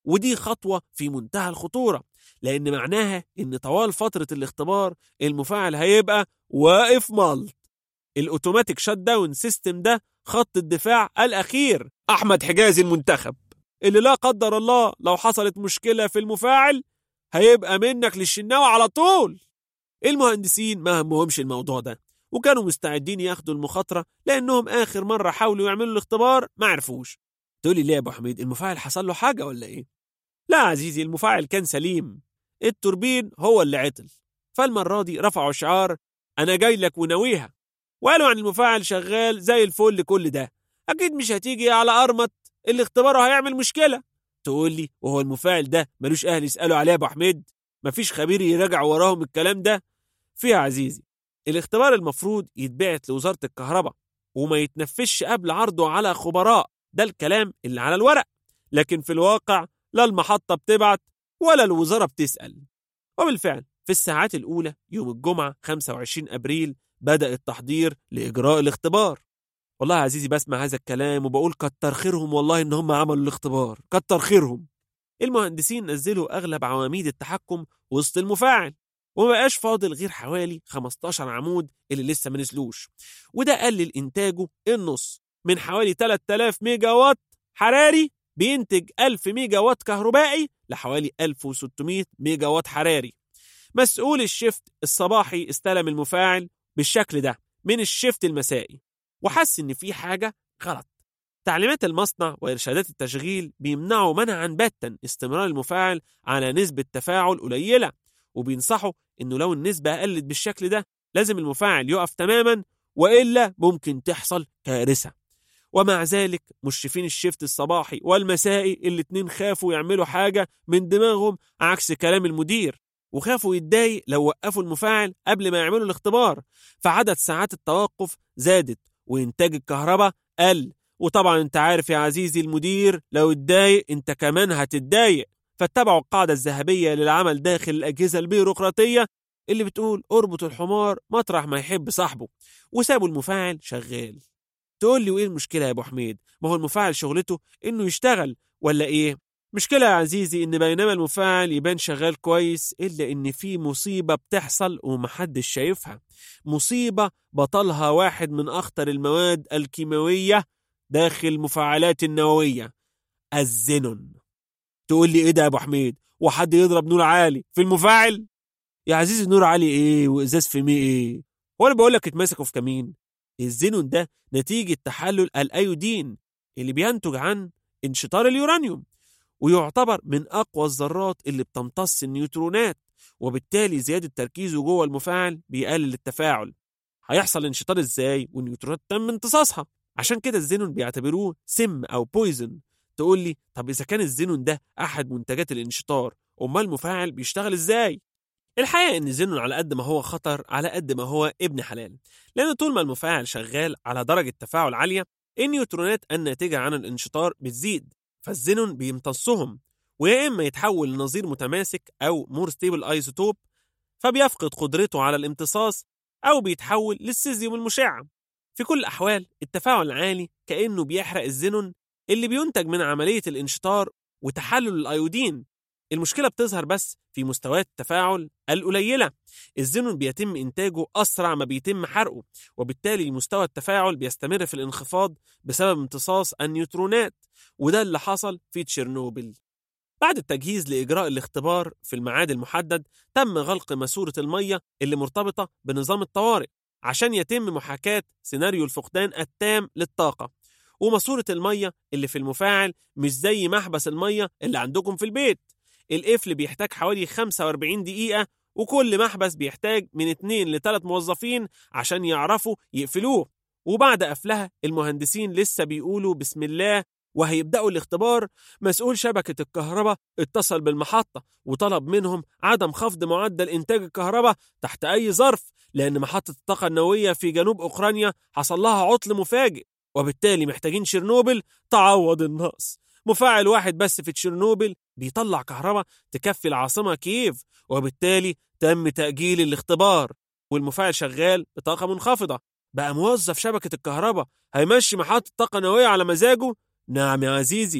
ودي خطوة في منتهى الخطورة، لأن معناها إن طوال فترة الاختبار المفاعل هيبقى واقف ملط. الأوتوماتيك شات داون سيستم ده خط الدفاع الأخير. أحمد حجازي المنتخب اللي لا قدر الله لو حصلت مشكلة في المفاعل هيبقى منك للشناوي على طول. المهندسين ما همهمش الموضوع ده، وكانوا مستعدين ياخدوا المخاطرة لأنهم آخر مرة حاولوا يعملوا الاختبار ما عرفوش. تقولي ليه يا أبو حميد، المفاعل حصل له حاجة ولا إيه؟ لا عزيزي، المفاعل كان سليم، التوربين هو اللي عطل. فالمرة دي رفعوا شعار أنا جاي لك وناويها، وقالوا عن المفاعل شغال زي الفل. كل ده أكيد مش هتيجي على أرمط الاختبار هيعمل مشكلة. تقول لي وهو المفاعل ده ملوش أهل يسألوا عليه يا أبو حميد؟ مفيش خبير يراجع وراهم الكلام ده؟ فيها عزيزي، الاختبار المفروض يتبعت لوزارة الكهرباء وما يتنفذش قبل عرضه على خبراء. ده الكلام اللي على الورق، لكن في الواقع لا المحطة بتبعت ولا الوزارة بتسأل. وبالفعل في الساعات الأولى يوم الجمعة 25 أبريل بدأ التحضير لإجراء الاختبار. والله يا عزيزي بسمع هذا الكلام وبقول كتر خيرهم والله إن هم عملوا الاختبار، كتر خيرهم. المهندسين نزلوا أغلب عواميد التحكم وسط المفاعل، وما بقاش فاضل غير حوالي 15 عمود اللي لسه ما نزلوش، وده قلل إنتاجه النص، من حوالي 3000 ميجا وات حراري بينتج 1000 ميجا وات كهربائي لحوالي 1600 ميجا وات حراري. مسؤول الشفت الصباحي استلم المفاعل بالشكل ده من الشفت المسائي وحس إن في حاجة غلط. تعليمات المصنع وإرشادات التشغيل بيمنعوا منعا باتا استمرار المفاعل على نسبة تفاعل قليلة، وبينصحوا إنه لو النسبة قلت بالشكل ده لازم المفاعل يقف تماما، وإلا ممكن تحصل كارثة. ومع ذلك مشرفين الشفت الصباحي والمسائي الاتنين خافوا يعملوا حاجة من دماغهم عكس كلام المدير، وخافوا يتضايق لو وقفوا المفاعل قبل ما يعملوا الاختبار، فعدد ساعات التوقف زادت وإنتاج الكهرباء قل. وطبعا انت عارف يا عزيزي المدير لو اتضايق انت كمان هتتضايق، فاتبعوا القاعدة الذهبية للعمل داخل الأجهزة البيروقراطية اللي بتقول اربط الحمار مطرح ما يحب صاحبه، وسابوا المفاعل شغال. تقول لي وايه المشكلة يا ابو حميد؟ ما هو المفاعل شغلته انه يشتغل ولا ايه؟ مشكلة يا عزيزي ان بينما المفاعل يبان شغال كويس الا ان في مصيبة بتحصل ومحدش شايفها، مصيبة بطلها واحد من اخطر المواد الكيماوية داخل المفاعلات النووية، الزينون. تقول لي ايه ده يا ابو حميد؟ وحد يضرب نور عالي في المفاعل؟ يا عزيزي نور عالي ايه وازاز في مي ايه؟ وانا بقول لك اتمسكوا في كمين. الزينون ده نتيجة تحلل الأيودين اللي بينتج عن انشطار اليورانيوم، ويعتبر من أقوى الذرات اللي بتمتص النيوترونات، وبالتالي زيادة تركيزه جوه المفاعل بيقلل التفاعل. هيحصل انشطار ازاي والنيوترونات تم امتصاصها؟ عشان كده الزينون بيعتبروه سم أو بويزن. تقول لي طب إذا كان الزينون ده أحد منتجات الانشطار، أمال المفاعل بيشتغل ازاي؟ الحقيقة إن الزينون على قد ما هو خطر على قد ما هو ابن حلال، لأن طول ما المفاعل شغال على درجة تفاعل عالية النيوترونات الناتجة عن الانشطار بتزيد، فالزينون بيمتصهم ويا إما يتحول لنظير متماسك أو مور ستيبل ايزوتوب فبيفقد قدرته على الامتصاص، أو بيتحول للسيزيوم المشع. في كل الأحوال التفاعل العالي كأنه بيحرق الزينون اللي بينتج من عملية الانشطار وتحلل الأيودين. المشكلة بتظهر بس في مستويات التفاعل القليلة. الزينون بيتم إنتاجه أسرع ما بيتم حرقه، وبالتالي مستوى التفاعل بيستمر في الانخفاض بسبب امتصاص النيوترونات، وده اللي حصل في تشيرنوبل. بعد التجهيز لإجراء الاختبار في الميعاد المحدد تم غلق ماسورة المية اللي مرتبطة بنظام الطوارئ عشان يتم محاكاة سيناريو الفقدان التام للطاقة. وماسورة المية اللي في المفاعل مش زي محبس المية اللي عندكم في البيت، القفل بيحتاج حوالي 45 دقيقة، وكل محبس بيحتاج من 2 ل 3 موظفين عشان يعرفوا يقفلوه. وبعد قفلها المهندسين لسه بيقولوا بسم الله وهيبدأوا الاختبار. مسؤول شبكة الكهرباء اتصل بالمحطة وطلب منهم عدم خفض معدل إنتاج الكهرباء تحت أي ظرف، لأن محطة الطاقة النووية في جنوب أوكرانيا حصل لها عطل مفاجئ، وبالتالي محتاجين تشيرنوبل تعوض النقص. مفاعل واحد بس في تشيرنوبل بيطلع كهرباء تكفي العاصمة كييف، وبالتالي تم تأجيل الاختبار، والمفاعل شغال بطاقة منخفضة. بقى موظف شبكة الكهرباء هيمشي محطة طاقة نووية على مزاجه؟ نعم يا عزيزي،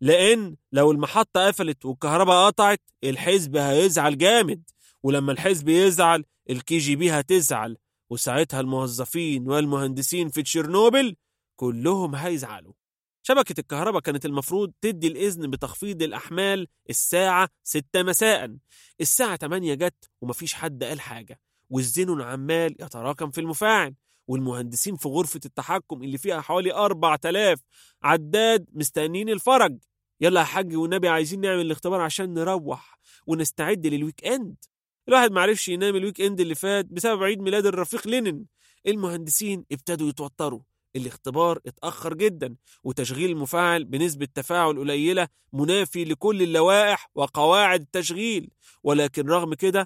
لأن لو المحطة قفلت والكهرباء قطعت الحزب هيزعل جامد، ولما الحزب يزعل الKGB هتزعل، وساعتها الموظفين والمهندسين في تشيرنوبل كلهم هيزعلوا. شبكة الكهرباء كانت المفروض تدي الإذن بتخفيض الأحمال الساعة 6 مساء. الساعة 8 جت ومفيش حد قال حاجة، والزنون عمال يتراكم في المفاعل، والمهندسين في غرفة التحكم اللي فيها حوالي 4000 عداد مستنين الفرج. يلا يا حاج والنبي عايزين نعمل الاختبار عشان نروح ونستعد للويك اند. الواحد معرفش ينام الويك اند اللي فات بسبب عيد ميلاد الرفيق لينين. المهندسين ابتدوا يتوتروا، الاختبار اتأخر جدا، وتشغيل المفاعل بنسبة تفاعل قليلة منافي لكل اللوائح وقواعد التشغيل. ولكن رغم كده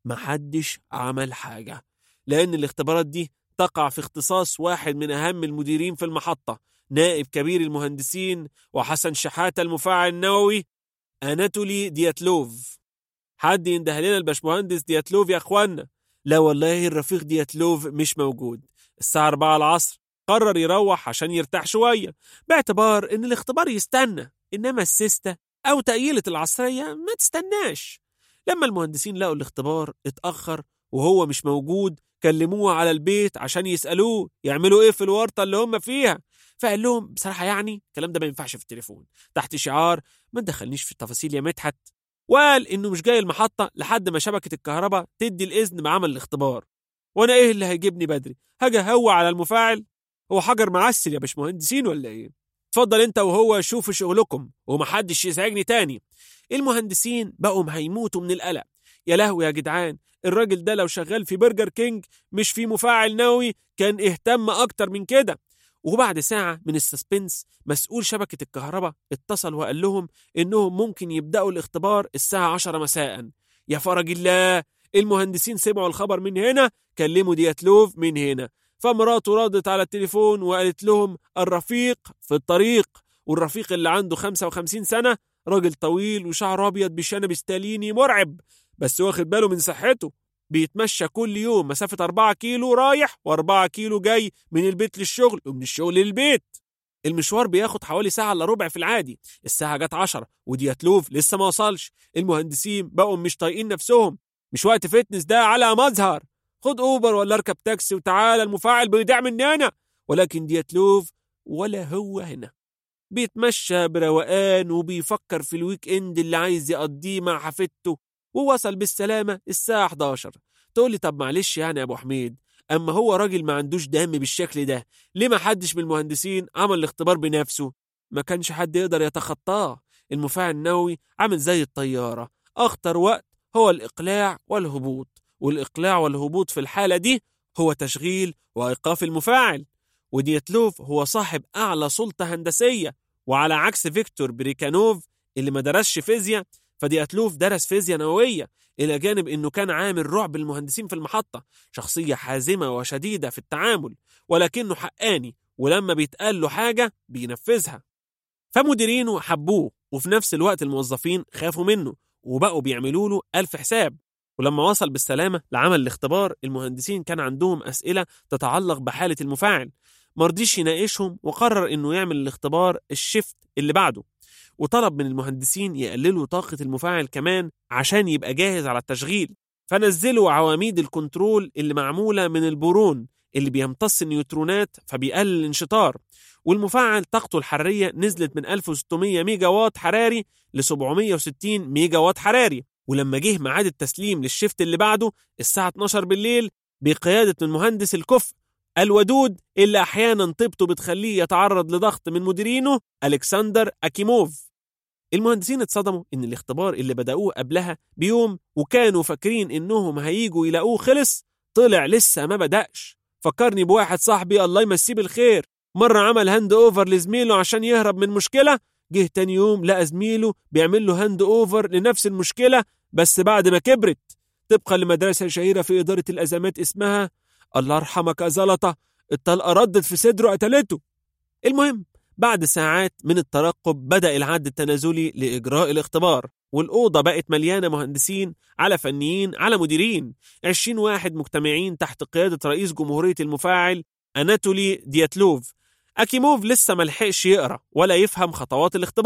محدش عمل حاجة، لأن الاختبارات دي تقع في اختصاص واحد من أهم المديرين في المحطة، نائب كبير المهندسين وحسن شحاتة المفاعل النووي، أناتولي دياتلوف. حد ينده لنا الباشمهندس دياتلوف يا أخوانا؟ لا والله الرفيق دياتلوف مش موجود. الساعة 4 العصر قرر يروح عشان يرتاح شوية، باعتبار إن الاختبار يستنى، إنما السيستة أو تأييلة العصرية ما تستناش. لما المهندسين لقوا الاختبار اتأخر وهو مش موجود كلموه على البيت عشان يسألوه يعملوا إيه في الورطة اللي هم فيها. فقال لهم بصراحة يعني الكلام ده ما ينفعش في التليفون، تحت شعار ما تدخلنيش في التفاصيل يا مدحت. وقال إنه مش جاي المحطة لحد ما شبكة الكهرباء تدي الإذن بعمل الاختبار. وأنا إيه اللي هيجيبني بدري؟ هاجي هوا على المفاعل؟ هو حجر معسل يا باشمهندسين ولا إيه؟ اتفضل أنت وهو شوفوا شغلكم ومحدش يزعجني تاني. المهندسين بقوا هيموتوا من القلق. يا لهوي يا جدعان، الراجل ده لو شغال في برجر كينج مش في مفاعل نووي كان اهتم أكتر من كده. وبعد ساعة من السسبنس مسؤول شبكة الكهرباء اتصل وقال لهم إنهم ممكن يبدأوا الاختبار الساعة 10 مساء. يا فرج الله، المهندسين سمعوا الخبر من هنا، كلموا دياتلوف من هنا. فمراته ردت على التليفون وقالت لهم الرفيق في الطريق. والرفيق اللي عنده 55 سنة، راجل طويل وشعر أبيض بشنب ستاليني مرعب، بس واخد باله من صحته. بيتمشى كل يوم مسافة 4 كيلو رايح و4 كيلو جاي من البيت للشغل ومن الشغل للبيت. المشوار بياخد حوالي ساعة إلا ربع في العادي. الساعة جت 10 ودياتلوف لسه ما وصلش. المهندسين بقوا مش طايقين نفسهم. مش وقت فتنس ده على مظهر، خد أوبر ولا اركب تاكسي وتعالى المفاعل بيضيع مني أنا. ولكن دياتلوف ولا هو هنا، بيتمشى بروقان وبيفكر في الويك اند اللي عايز يقضيه مع حفيدته. ووصل بالسلامة الساعة 11. تقول لي طب معلش يعني يا أبو حميد، أما هو راجل ما عندوش دم بالشكل ده، ليه ما حدش من المهندسين عمل الاختبار بنفسه؟ ما كانش حد يقدر يتخطاه. المفاعل النووي عامل زي الطيارة، أخطر وقت هو الإقلاع والهبوط، والإقلاع والهبوط في الحالة دي هو تشغيل وإيقاف المفاعل. ودياتلوف هو صاحب أعلى سلطة هندسية، وعلى عكس فيكتور بريكانوف اللي ما درسش فيزياء، فدياتلوف درس فيزياء نووية، إلى جانب إنه كان عامل رعب المهندسين في المحطة، شخصية حازمة وشديدة في التعامل، ولكنه حقاني، ولما بيتقال له حاجة بينفذها. فمديرينه حبوه، وفي نفس الوقت الموظفين خافوا منه وبقوا بيعملوا له 1000 حساب. ولما وصل بالسلامة لعمل الاختبار، المهندسين كان عندهم أسئلة تتعلق بحالة المفاعل، مرضيش يناقشهم وقرر إنه يعمل الاختبار الشفت اللي بعده، وطلب من المهندسين يقللوا طاقة المفاعل كمان عشان يبقى جاهز على التشغيل. فنزلوا عواميد الكنترول اللي معمولة من البورون اللي بيمتص النيوترونات فبيقلل الانشطار، والمفاعل طاقته الحرارية نزلت من 1600 ميجا وات حراري ل 760 ميجا وات حراري. ولما جه ميعاد التسليم للشفت اللي بعده الساعة 12 بالليل بقيادة المهندس الكفء الودود اللي أحيانا طيبته بتخليه يتعرض لضغط من مديرينه ألكسندر أكيموف، المهندسين اتصدموا إن الاختبار اللي بدأوه قبلها بيوم وكانوا فاكرين إنهم هيجوا يلاقوه خلص، طلع لسه ما بدأش. فكرني بواحد صاحبي الله يمسيه بالخير، مرة عمل هاند أوفر لزميله عشان يهرب من مشكلة، جه تاني يوم لقى زميله بيعمل له هاند أوفر لنفس المشكلة بس بعد ما كبرت، طبقا لمدرسة شهيرة في إدارة الأزمات اسمها الله يرحمك يا زلطة، الطلقة ردت في صدره قتلته. المهم بعد ساعات من الترقب بدأ العد التنازلي لإجراء الاختبار، والأوضة بقت مليانة مهندسين على فنيين على مديرين، 20 واحد مجتمعين تحت قيادة رئيس جمهورية المفاعل أناتولي دياتلوف. أكيموف لسه ملحقش يقرأ ولا يفهم خطوات الاختبار،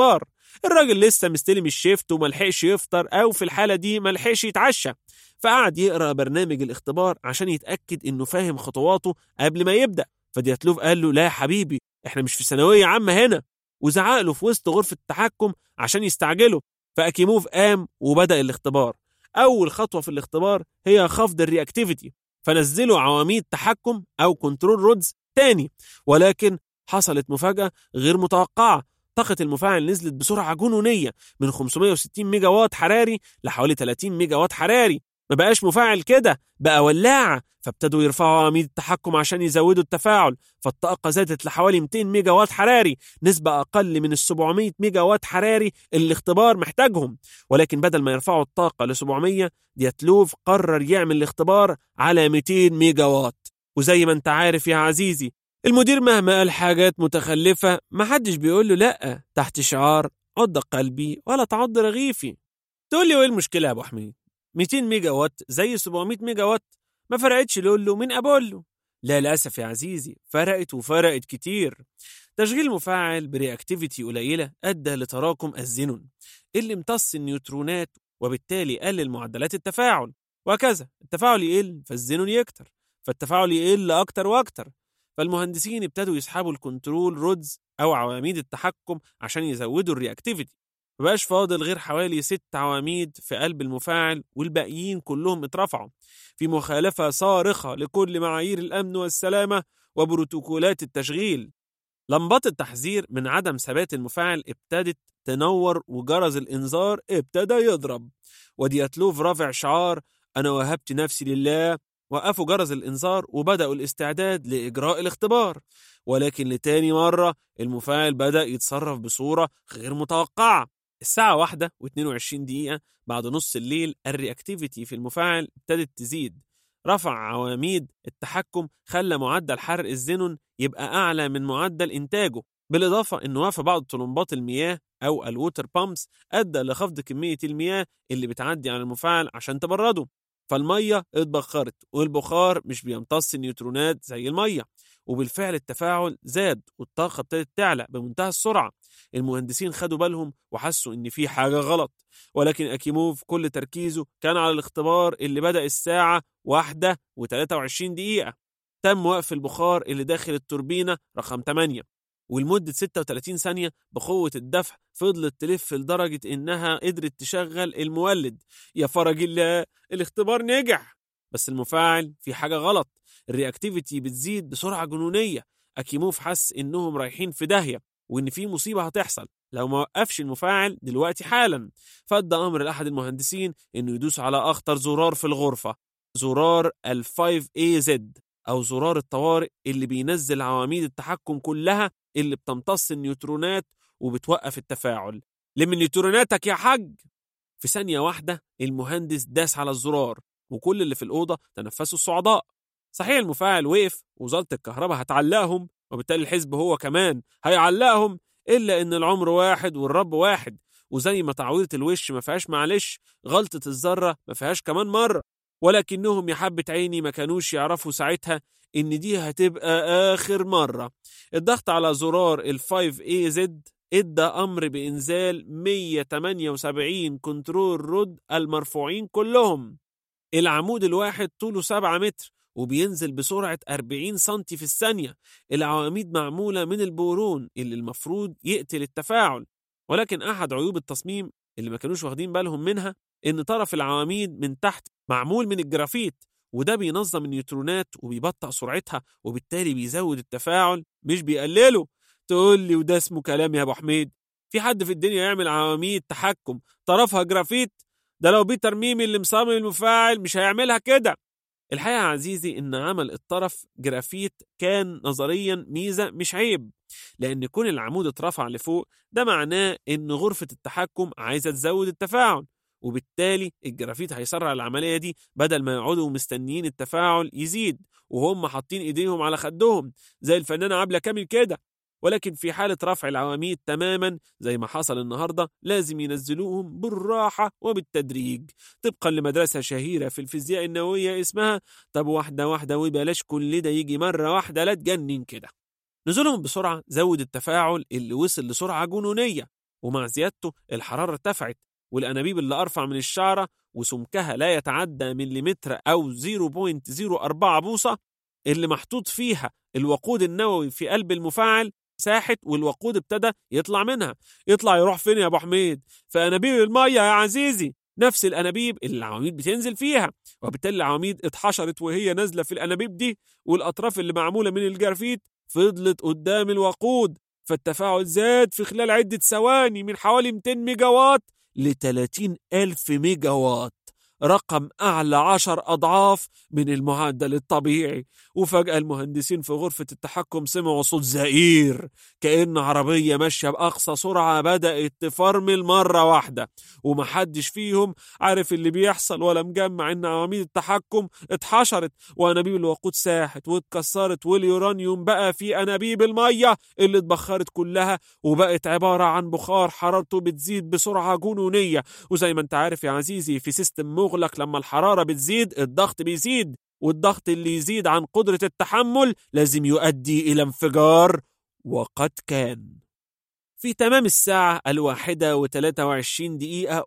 الراجل لسه مستلم الشيفت وملحقش يفطر، أو في الحالة دي ملحقش يتعشى، فقعد يقرأ برنامج الاختبار عشان يتأكد إنه فاهم خطواته قبل ما يبدأ. فدياتلوف قال له: لا يا حبيبي، إحنا مش في ثانوية عامة هنا، وزعق له في وسط غرفة التحكم عشان يستعجله. فأكيموف قام وبدأ الاختبار. أول خطوة في الاختبار هي خفض الرياكتيفيتي، فنزلوا عواميد تحكم أو كنترول رودز تاني، ولكن حصلت مفاجأة غير متوقعة. طاقة المفاعل نزلت بسرعة جنونية من 560 ميجا وات حراري لحوالي 30 ميجا وات حراري. ما بقاش مفاعل كده، بقى ولاعة. فابتدوا يرفعوا عواميد التحكم عشان يزودوا التفاعل، فالطاقة زادت لحوالي 200 ميجا وات حراري، نسبة أقل من ال 700 ميجا وات حراري اللي الاختبار محتاجهم. ولكن بدل ما يرفعوا الطاقة ل 700، دياتلوف قرر يعمل الاختبار على 200 ميجا وات. وزي ما انت عارف يا عزيزي، المدير مهما قال حاجات متخلفة محدش بيقول له لأ، تحت شعار عض قلبي ولا تعض رغيفي. تقول لي ايه المشكلة يا أبو حميد؟ 200 ميجا وات زي 700 ميجا وات، ما فرقتش لولو من أبولو. لا للأسف يا عزيزي، فرقت وفرقت كتير. تشغيل مفاعل برياكتيفيتي قليلة أدى لتراكم الزينون اللي امتص النيوترونات، وبالتالي قلل معدلات التفاعل، وهكذا التفاعل يقل فالزينون يكتر، فالتفاعل يقل أكتر وأكتر. فالمهندسين ابتدوا يسحبوا الكنترول رودز أو عواميد التحكم عشان يزودوا الرياكتيفيتي. مبقاش فاضل غير حوالي 6 عواميد في قلب المفاعل، والباقيين كلهم اترفعوا في مخالفة صارخة لكل معايير الأمن والسلامة وبروتوكولات التشغيل. لمبات التحذير من عدم ثبات المفاعل ابتدت تنور، وجرس الإنذار ابتدى يضرب. ودياتلوف رافع شعار: أنا وهبت نفسي لله. وقفوا جرس الإنذار وبدأوا الاستعداد لإجراء الاختبار. ولكن لتاني مرة المفاعل بدأ يتصرف بصورة غير متوقعة. الساعة 1:22 بعد نص الليل، الرياكتيفيتي في المفاعل ابتدت تزيد. رفع عواميد التحكم خلى معدل حرق الزينون يبقى أعلى من معدل إنتاجه، بالإضافة إنه وقف بعض طلمبات المياه أو الووتر بامبس أدى لخفض كمية المياه اللي بتعدي على المفاعل عشان تبرده. فالمية اتبخرت، والبخار مش بيمتص النيوترونات زي المية، وبالفعل التفاعل زاد والطاقة ابتدت تعلى بمنتهى السرعة. المهندسين خدوا بالهم وحسوا إن في حاجة غلط، ولكن أكيموف كل تركيزه كان على الاختبار اللي بدأ الساعة 1:23. تم وقف البخار اللي داخل التوربينة رقم 8، ولمدة 36 ثانية بقوة الدفع فضلت تلف لدرجة إنها قدرت تشغل المولد. يا فرج الله، الاختبار نجح. بس المفاعل في حاجة غلط، الرياكتيفيتي بتزيد بسرعة جنونية. أكيموف حس إنهم رايحين في داهية، وإن في مصيبة هتحصل لو ما وقفش المفاعل دلوقتي حالا. فأدى أمر لأحد المهندسين إنه يدوس على أخطر زرار في الغرفة، زرار ال 5AZ أو زرار الطوارئ اللي بينزل عواميد التحكم كلها اللي بتمتص النيوترونات وبتوقف التفاعل. لم نيوتروناتك يا حاج. في ثانية واحدة المهندس داس على الزرار، وكل اللي في الأوضة تنفسوا الصعداء. صحيح المفاعل وقف، ووزارة الكهرباء هتعلقهم، وبالتالي الحزب هو كمان هيعلقهم، إلا إن العمر واحد والرب واحد. وزي ما تعويرة الوش ما فيهاش معلش، غلطة الذرة ما فيهاش كمان مرة. ولكنهم يا حبة عيني ما كانوش يعرفوا ساعتها إن دي هتبقى آخر مرة. الضغط على زرار ال 5AZ ادى أمر بإنزال 178 كنترول رود المرفوعين كلهم. العمود الواحد طوله 7 متر وبينزل بسرعة 40 سنتي في الثانية. العواميد معمولة من البورون اللي المفروض يقتل التفاعل، ولكن أحد عيوب التصميم اللي ما كانوش واخدين بالهم منها إن طرف العواميد من تحت معمول من الجرافيت، وده بينظم النيوترونات وبيبطئ سرعتها، وبالتالي بيزود التفاعل مش بيقلله. تقول لي وده اسمه كلام يا أبو حميد؟ في حد في الدنيا يعمل عواميد تحكم طرفها جرافيت؟ ده لو بيتر ميمي اللي مصمم المفاعل مش هيعملها كده. الحقيقة يا عزيزي إن عمل الطرف جرافيت كان نظريا ميزة مش عيب، لأن كون العمود اترفع لفوق ده معناه إن غرفة التحكم عايزة تزود التفاعل، وبالتالي الجرافيت هيسرع العملية دي بدل ما يقعدوا مستنيين التفاعل يزيد وهم حاطين إيديهم على خدهم زي الفنانة عبلة كامل كده. ولكن في حالة رفع العواميد تماما زي ما حصل النهاردة لازم ينزلوهم بالراحة وبالتدريج، طبقا لمدرسة شهيرة في الفيزياء النووية اسمها طب واحدة واحدة وبلاش كل ده يجي مرة واحدة، لا تجنن كده. نزولهم بسرعة زود التفاعل اللي وصل لسرعة جنونية، ومع زيادته الحرارة ارتفعت، والأنابيب اللي أرفع من الشعرة وسمكها لا يتعدى مليمتر أو 0.04 بوصة اللي محطوط فيها الوقود النووي في قلب المفاعل ساحت، والوقود ابتدى يطلع منها. يطلع يروح فين يا أبو حميد؟ في أنابيب المية يا عزيزي، نفس الأنابيب اللي العواميد بتنزل فيها. وبالتالي العواميد اتحشرت وهي نازلة في الأنابيب دي، والأطراف اللي معمولة من الجرافيت فضلت قدام الوقود، فالتفاعل زاد في خلال عدة ثواني من حوالي 200 ميجا وات ل 30,000 ميجا وات، رقم أعلى 10 أضعاف من المعدل الطبيعي. وفجأة المهندسين في غرفة التحكم سمعوا صوت زئير، كأن عربية ماشية بأقصى سرعة بدأت تفرمل مرة واحدة، ومحدش فيهم عارف اللي بيحصل ولا مجمع إن عواميد التحكم اتحشرت، وأنابيب الوقود ساحت واتكسرت، واليورانيوم بقى في أنابيب المية اللي اتبخرت كلها وبقت عبارة عن بخار حرارته بتزيد بسرعة جنونية. وزي ما انت عارف يا عزيزي، في سيستم مغلق لما الحرارة بتزيد الضغط بيزيد، والضغط اللي يزيد عن قدرة التحمل لازم يؤدي إلى انفجار. وقد كان. في تمام الساعة 1:23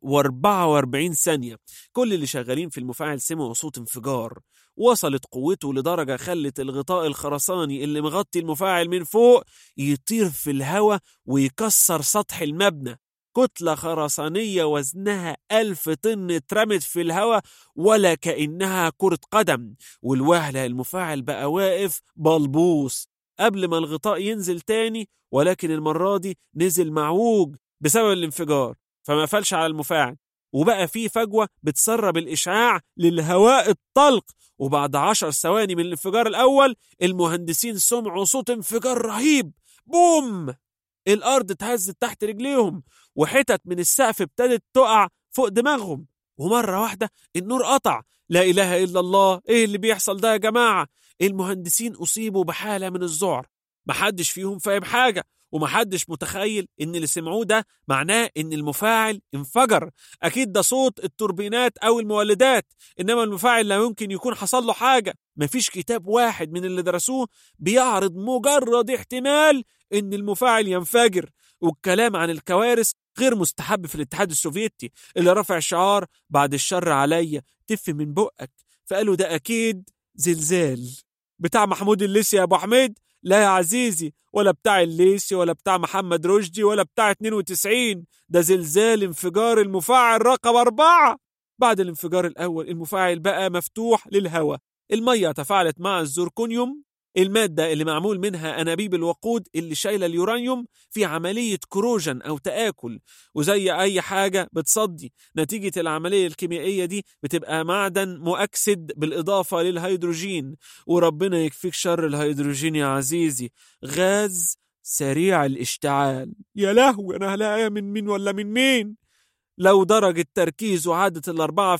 و44 ثانية كل اللي شغالين في المفاعل سمعوا صوت انفجار. وصلت قوته لدرجة خلت الغطاء الخرساني اللي مغطي المفاعل من فوق يطير في الهواء ويكسر سطح المبنى. كتلة خرسانية وزنها 1000 طن اترمت في الهواء ولا كأنها كرة قدم، والوهلة المفاعل بقى واقف بلبوص قبل ما الغطاء ينزل تاني، ولكن المرة دي نزل معوج بسبب الانفجار فما فلش على المفاعل، وبقى فيه فجوة بتسرب الإشعاع للهواء الطلق. وبعد 10 ثواني من الانفجار الأول المهندسين سمعوا صوت انفجار رهيب، بوم! الأرض اتهزت تحت رجليهم، وحتت من السقف ابتدت تقع فوق دماغهم، ومرة واحدة النور قطع. لا إله إلا الله، إيه اللي بيحصل ده يا جماعة؟ المهندسين أصيبوا بحالة من الذعر، محدش فيهم فاهم حاجة، ومحدش متخيل إن اللي سمعوه ده معناه إن المفاعل انفجر. أكيد ده صوت التوربينات أو المولدات، إنما المفاعل لا يمكن يكون حصل له حاجة. مفيش كتاب واحد من اللي درسوه بيعرض مجرد احتمال إن المفاعل ينفجر. والكلام عن الكوارث غير مستحب في الاتحاد السوفيتي اللي رفع شعار بعد الشر عليا تف من بقك، فقالوا ده أكيد زلزال بتاع محمود الليثي يا أبو حميد. لا يا عزيزي، ولا بتاع الليثي ولا بتاع محمد رشدي ولا بتاع 92، ده زلزال انفجار المفاعل رقم 4. بعد الانفجار الأول المفاعل بقى مفتوح للهواء، المية تفاعلت مع الزركونيوم المادة اللي معمول منها أنابيب الوقود اللي شايلة اليورانيوم في عملية كروجن أو تآكل، وزي أي حاجة بتصدي نتيجة العملية الكيميائية دي بتبقى معدن مؤكسد بالإضافة للهيدروجين. وربنا يكفيك شر الهيدروجين يا عزيزي، غاز سريع الاشتعال. يا لهوي، أنا هلاقيها من مين ولا من مين؟ لو درجة تركيزه عادت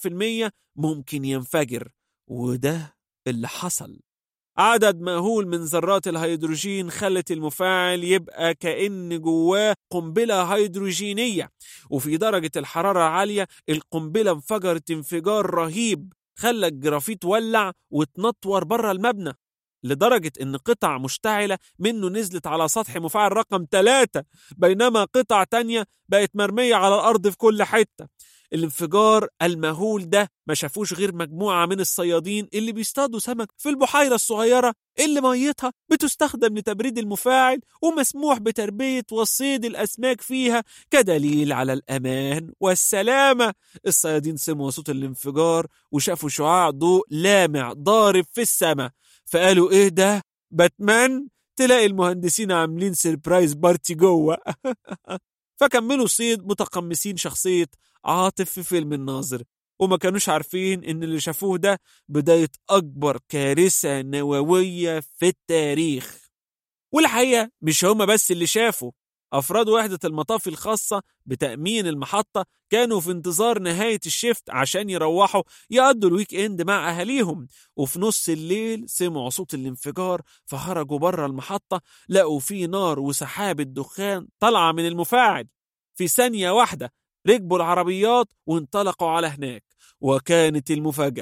4% ممكن ينفجر، وده اللي حصل. عدد مهول من ذرات الهيدروجين خلت المفاعل يبقى كأن جواه قنبلة هيدروجينية، وفي درجة الحرارة العالية القنبلة انفجرت انفجار رهيب خلى الجرافيت ولع وتنطور بره المبنى، لدرجة إن قطع مشتعلة منه نزلت على سطح مفاعل رقم 3، بينما قطع تانية بقت مرمية على الأرض في كل حتة. الانفجار المهول ده ما شافوش غير مجموعة من الصيادين اللي بيصطادوا سمك في البحيرة الصغيرة اللي ميتها بتستخدم لتبريد المفاعل ومسموح بتربية وصيد الأسماك فيها كدليل على الأمان والسلامة. الصيادين سمعوا صوت الانفجار وشافوا شعاع ضوء لامع ضارب في السماء، فقالوا إيه ده؟ باتمان؟ تلاقي المهندسين عاملين سيربرايز بارتي جوه. فكملوا صيد متقمصين شخصية عاطف في فيلم الناظر، وما كانوش عارفين إن اللي شافوه ده بداية أكبر كارثة نووية في التاريخ. والحقيقة مش هما بس اللي شافوا، أفراد وحدة المطافي الخاصة بتأمين المحطة كانوا في انتظار نهاية الشيفت عشان يروحوا يقضوا الويك اند مع أهاليهم، وفي نص الليل سمعوا صوت الانفجار فخرجوا بره المحطة لقوا فيه نار وسحاب الدخان طالعة من المفاعل. في ثانية واحدة ركبوا العربيات وانطلقوا على هناك، وكانت المفاجأة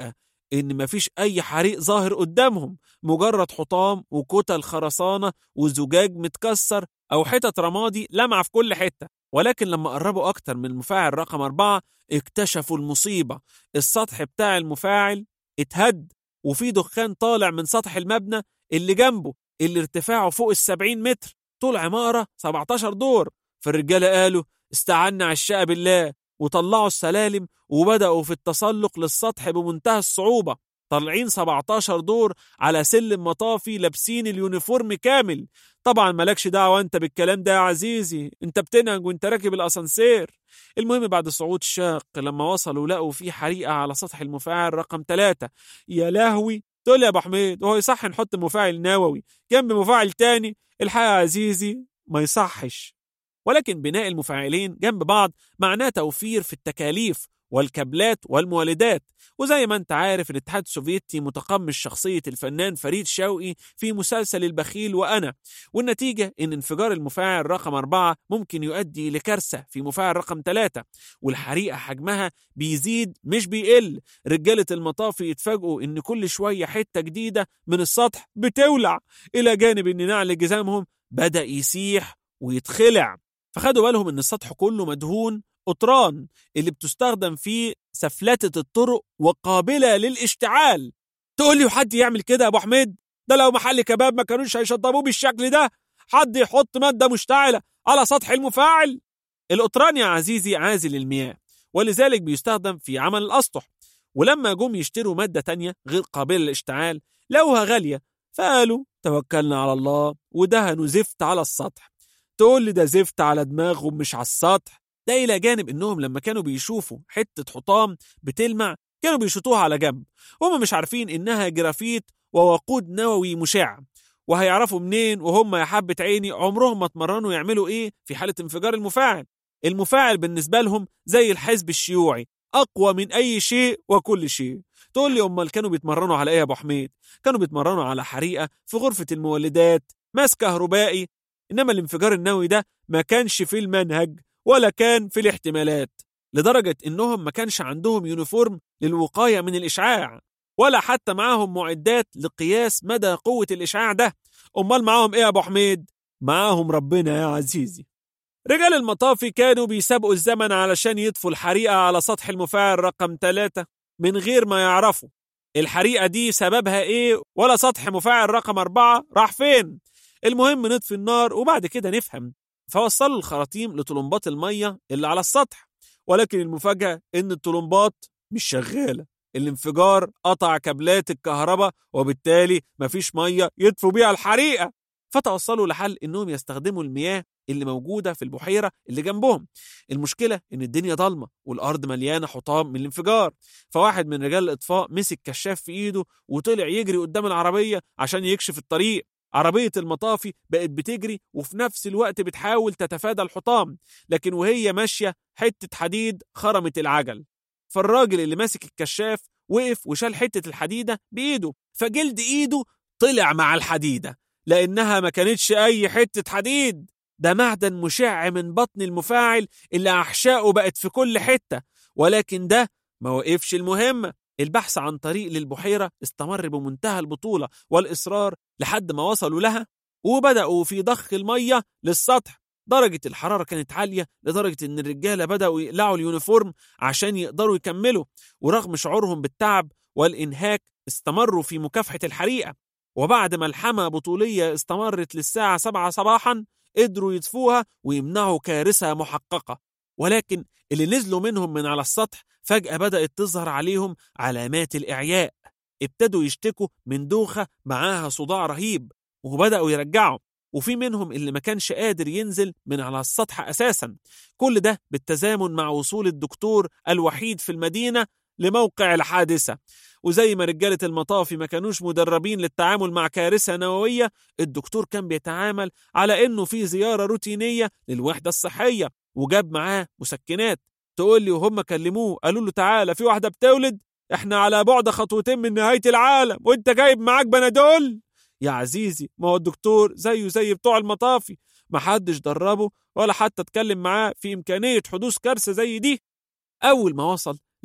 إن مفيش أي حريق ظاهر قدامهم، مجرد حطام وكتل خرسانة وزجاج متكسر أو حتت رمادي لمعة في كل حتة. ولكن لما قربوا أكتر من المفاعل رقم 4 اكتشفوا المصيبة. السطح بتاع المفاعل اتهد، وفي دخان طالع من سطح المبنى اللي جنبه، اللي ارتفاعه فوق 70 متر، طول عمارة 17 دور. فالرجالة قالوا استعنا عشاء بالله، وطلعوا السلالم وبدأوا في التسلق للسطح بمنتهى الصعوبة. طالعين 17 دور على سلم مطافي، لابسين اليونيفورم كامل. طبعا مالكش دعوة انت بالكلام ده يا عزيزي، انت بتنهج وانت راكب الاسانسير. المهم بعد صعود شاق لما وصلوا لقوا في حريقة على سطح المفاعل رقم 3. يا لهوي، تقول لي يا ابو حميد وهو يصح نحط مفاعل نووي جنب مفاعل تاني؟ الحقيقة يا عزيزي ما يصحش. ولكن بناء المفاعلين جنب بعض معناه توفير في التكاليف والكابلات والمولدات. وزي ما انت عارف الاتحاد السوفيتي متقمص شخصية الفنان فريد شوقي في مسلسل البخيل وأنا، والنتيجة ان انفجار المفاعل رقم 4 ممكن يؤدي لكارثة في مفاعل رقم 3، والحريقة حجمها بيزيد مش بيقل. رجالة المطافي يتفاجئوا ان كل شوية حتة جديدة من السطح بتولع، إلى جانب ان نعل جزامهم بدأ يسيح ويتخلع. فخدوا بالهم ان السطح كله مدهون قطران اللي بتستخدم في سفلتة الطرق وقابلة للاشتعال. تقول لي وحد يعمل كده يا ابو حميد؟ ده لو محل كباب ما كانوش هيشطبوه بالشكل ده. حد يحط مادة مشتعلة على سطح المفاعل؟ القطران يا عزيزي عازل المياه، ولذلك بيستخدم في عمل الأسطح. ولما جم يشتروا مادة تانية غير قابلة للاشتعال لقوها غالية، فقالوا توكلنا على الله ودهنوا زفت على السطح. تقول لي ده زفت على دماغهم مش على السطح؟ ده إلى جانب إنهم لما كانوا بيشوفوا حتة حطام بتلمع كانوا بيشوطوها على جنب، وهم مش عارفين إنها جرافيت ووقود نووي مشع. وهيعرفوا منين وهم يا حبة عيني عمرهم ما اتمرنوا يعملوا إيه في حالة انفجار المفاعل؟ المفاعل بالنسبة لهم زي الحزب الشيوعي، أقوى من أي شيء وكل شيء. تقول لي أمال كانوا بيتمرنوا على إيه يا أبو حميد؟ كانوا بيتمرنوا على حريقة في غرفة المولدات، ماس كهربائي. إنما الانفجار النووي ده ما كانش في المنهج ولا كان في الاحتمالات، لدرجة إنهم ما كانش عندهم يونيفورم للوقاية من الإشعاع، ولا حتى معاهم معدات لقياس مدى قوة الإشعاع ده. أمال معاهم إيه يا أبو حميد؟ معاهم ربنا يا عزيزي. رجال المطافي كانوا بيسابقوا الزمن علشان يطفوا الحريقة على سطح المفاعل رقم 3 من غير ما يعرفوا الحريقة دي سببها إيه، ولا سطح مفاعل رقم 4 راح فين. المهم نطفي النار وبعد كده نفهم. فوصلوا الخراطيم لطلمبات المية اللي على السطح، ولكن المفاجأة إن الطلمبات مش شغالة. الانفجار قطع كابلات الكهرباء، وبالتالي مفيش مية يطفوا بيها الحريقة. فتوصلوا لحل إنهم يستخدموا المياه اللي موجودة في البحيرة اللي جنبهم. المشكلة إن الدنيا ضلمة والأرض مليانة حطام من الانفجار. فواحد من رجال الإطفاء مسك كشاف في إيده وطلع يجري قدام العربية عشان يكشف الطريق. عربية المطافي بقت بتجري وفي نفس الوقت بتحاول تتفادى الحطام، لكن وهي ماشية حتة حديد خرمت العجل. فالراجل اللي ماسك الكشاف وقف وشال حتة الحديدة بإيده، فجلد إيده طلع مع الحديدة، لأنها ما كانتش أي حتة حديد، ده معدن مشع من بطن المفاعل اللي أحشائه بقت في كل حتة. ولكن ده ما وقفش المهمة. البحث عن طريق للبحيرة استمر بمنتهى البطولة والإصرار لحد ما وصلوا لها، وبدأوا في ضخ المية للسطح. درجة الحرارة كانت عالية لدرجة إن الرجالة بدأوا يقلعوا اليونيفورم عشان يقدروا يكملوا، ورغم شعورهم بالتعب والإنهاك استمروا في مكافحة الحريقة. وبعد ملحمة بطولية استمرت للساعة 7 صباحا قدروا يطفوها ويمنعوا كارثة محققة. ولكن اللي نزلوا منهم من على السطح فجأة بدأت تظهر عليهم علامات الإعياء. ابتدوا يشتكوا من دوخة معاها صداع رهيب، وبدأوا يرجعوا. وفي منهم اللي ما كانش قادر ينزل من على السطح أساسا. كل ده بالتزامن مع وصول الدكتور الوحيد في المدينة لموقع الحادثة. وزي ما رجالة المطافي ما كانوش مدربين للتعامل مع كارثة نووية، الدكتور كان بيتعامل على إنه في زيارة روتينية للوحدة الصحية، وجاب معاه مسكنات. تقول لي وهم كلموه قالوا له تعالى في واحدة بتولد، احنا على بعد خطوتين من نهاية العالم وانت جايب معاك بنادول؟ يا عزيزي ما هو الدكتور زيه زي بتوع المطافي، ما حدش دربه ولا حتى اتكلم معاه في إمكانية حدوث كارثة زي دي. أول ما وصل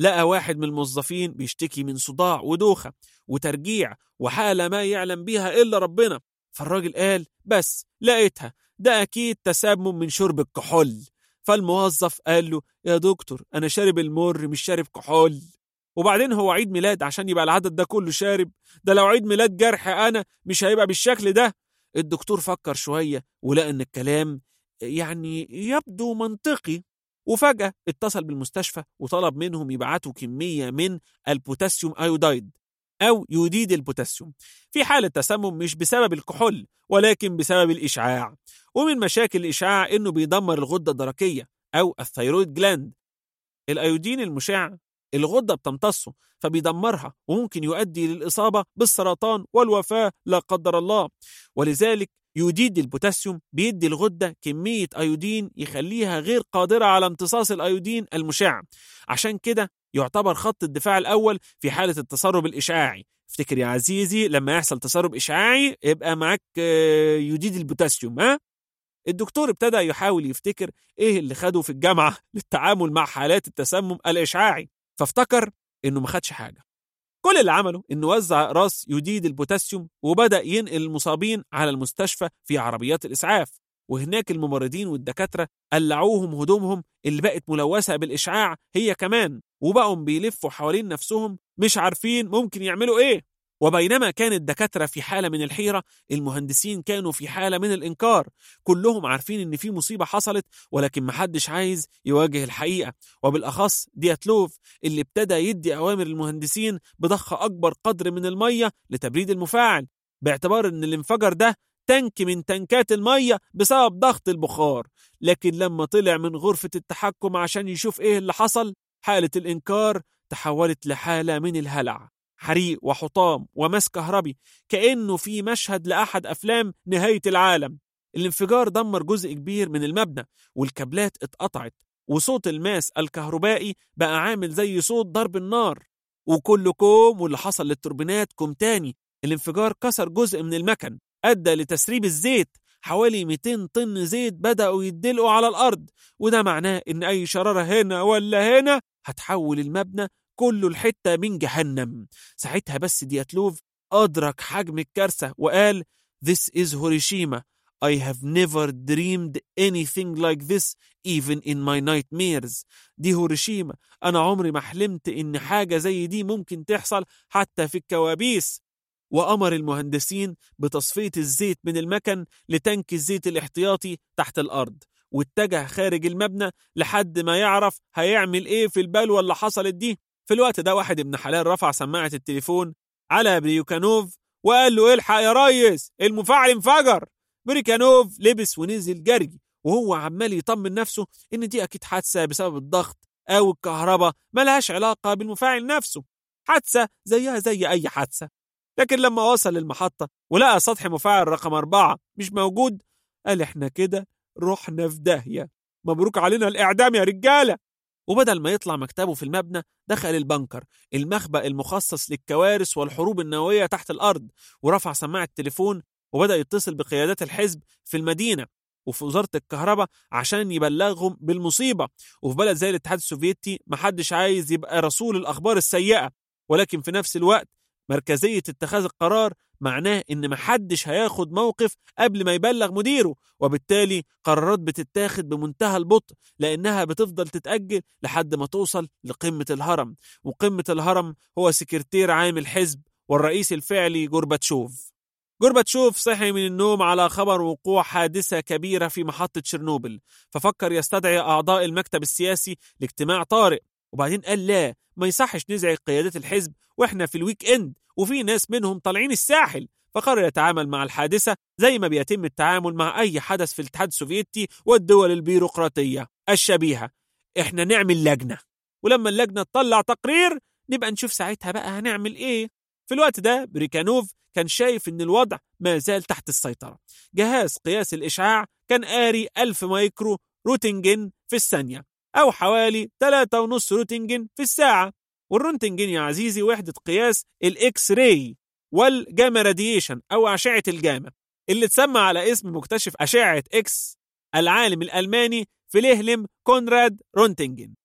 لقى واحد من الموظفين بيشتكي من صداع ودوخة وترجيع وحالة ما يعلم بيها إلا ربنا. فالراجل قال بس لقيتها، ده أكيد تسمم من شرب الكحول. فالموظف قال له يا دكتور أنا شارب المر مش شارب كحول. وبعدين هو عيد ميلاد عشان يبقى العدد ده كله شارب؟ ده لو عيد ميلاد جرح أنا مش هيبقى بالشكل ده. الدكتور فكر شوية ولقى إن الكلام يعني يبدو منطقي، وفجأة اتصل بالمستشفى وطلب منهم يبعتوا كمية من البوتاسيوم أيودايد أو يوديد البوتاسيوم في حالة تسمم مش بسبب الكحول ولكن بسبب الإشعاع. ومن مشاكل الإشعاع إنه بيدمر الغدة الدرقية أو الثيرويد جلاند. الأيودين المشع الغدة بتمتصه فبيدمرها وممكن يؤدي للإصابة بالسرطان والوفاة لا قدر الله. ولذلك يوديد البوتاسيوم بيدي الغدة كمية أيودين يخليها غير قادرة على امتصاص الأيودين المشع. عشان كده يعتبر خط الدفاع الأول في حالة التسرب الإشعاعي. افتكر يا عزيزي لما يحصل تسرب إشعاعي يبقى معاك يوديد البوتاسيوم. الدكتور ابتدى يحاول يفتكر ايه اللي خده في الجامعة للتعامل مع حالات التسمم الإشعاعي، فافتكر انه ما خدش حاجة. كل اللي عمله انه وزع اقراص يوديد البوتاسيوم وبدأ ينقل المصابين على المستشفى في عربيات الإسعاف. وهناك الممرضين والدكاترة قلعوهم هدومهم اللي بقت ملوثة بالإشعاع هي كمان، وبقوا بيلفوا حوالين نفسهم مش عارفين ممكن يعملوا ايه. وبينما كان الدكاترة في حالة من الحيرة، المهندسين كانوا في حالة من الإنكار. كلهم عارفين إن في مصيبة حصلت ولكن محدش عايز يواجه الحقيقة، وبالأخص دياتلوف اللي ابتدى يدي أوامر المهندسين بضخ أكبر قدر من المية لتبريد المفاعل، باعتبار إن اللي انفجر ده تانك من تنكات المية بسبب ضغط البخار. لكن لما طلع من غرفة التحكم عشان يشوف إيه اللي حصل، حالة الإنكار تحولت لحالة من الهلع، حريق وحطام ومس كهربي كأنه في مشهد لأحد أفلام نهاية العالم. الانفجار دمر جزء كبير من المبنى والكابلات اتقطعت، وصوت الماس الكهربائي بقى عامل زي صوت ضرب النار. وكل كوم واللي حصل للتوربينات كوم تاني. الانفجار كسر جزء من المكن أدى لتسريب الزيت، حوالي 200 طن زيت بدأوا يدلقوا على الأرض، وده معناه إن أي شرارة هنا ولا هنا هتحول المبنى كله الحتة من جهنم. ساعتها بس دياتلوف أدرك حجم الكارثة وقال This is Hiroshima. I have never dreamed anything like this even in my nightmares. دي هيروشيما، أنا عمري ما حلمت إن حاجة زي دي ممكن تحصل حتى في الكوابيس. وأمر المهندسين بتصفية الزيت من المكن لتنك الزيت الاحتياطي تحت الأرض، واتجه خارج المبنى لحد ما يعرف هيعمل إيه في البلوى اللي حصلت دي. في الوقت ده واحد ابن حلال رفع سماعة التليفون على بريوكانوف وقال له الحق يا ريس المفاعل انفجر. بريكانوف لبس ونزل جري وهو عمال يطمن نفسه ان دي اكيد حادثة بسبب الضغط او الكهرباء، ملهاش علاقة بالمفاعل نفسه، حادثة زيها زي اي حادثة. لكن لما وصل للمحطة ولقى سطح مفاعل رقم 4 مش موجود، قال احنا كده رحنا في داهية، مبروك علينا الإعدام يا رجالة. وبدل ما يطلع مكتبه في المبنى دخل البنكر، المخبأ المخصص للكوارث والحروب النووية تحت الأرض، ورفع سماعة التليفون وبدأ يتصل بقيادات الحزب في المدينة وفي وزارة الكهرباء عشان يبلغهم بالمصيبة. وفي بلد زي الاتحاد السوفيتي محدش عايز يبقى رسول الأخبار السيئة، ولكن في نفس الوقت مركزية اتخاذ القرار معناه إن محدش هياخد موقف قبل ما يبلغ مديره، وبالتالي قرارات بتتاخد بمنتهى البطء لأنها بتفضل تتأجل لحد ما توصل لقمة الهرم. وقمة الهرم هو سكرتير عام الحزب والرئيس الفعلي جورباتشوف. جورباتشوف صحي من النوم على خبر وقوع حادثة كبيرة في محطة تشيرنوبل، ففكر يستدعي أعضاء المكتب السياسي لاجتماع طارئ. وبعدين قال لا، ما يصحش نزعج قيادات الحزب واحنا في الويك اند وفي ناس منهم طالعين الساحل. فقرر يتعامل مع الحادثة زي ما بيتم التعامل مع أي حدث في الاتحاد السوفيتي والدول البيروقراطية الشبيهة، احنا نعمل لجنة، ولما اللجنة تطلع تقرير نبقى نشوف ساعتها بقى هنعمل ايه. في الوقت ده بريكانوف كان شايف ان الوضع ما زال تحت السيطرة. جهاز قياس الإشعاع كان قاري 1000 مايكرو روتنجن في الثانية أو حوالي 3.5 روتنجن في الساعة. والروتنجن يا عزيزي وحدة قياس الإكس راي والجاما راديشن أو أشعة الجاما، اللي تسمى على اسم مكتشف أشعة إكس العالم الألماني فيليهلم كونراد رونتنجن.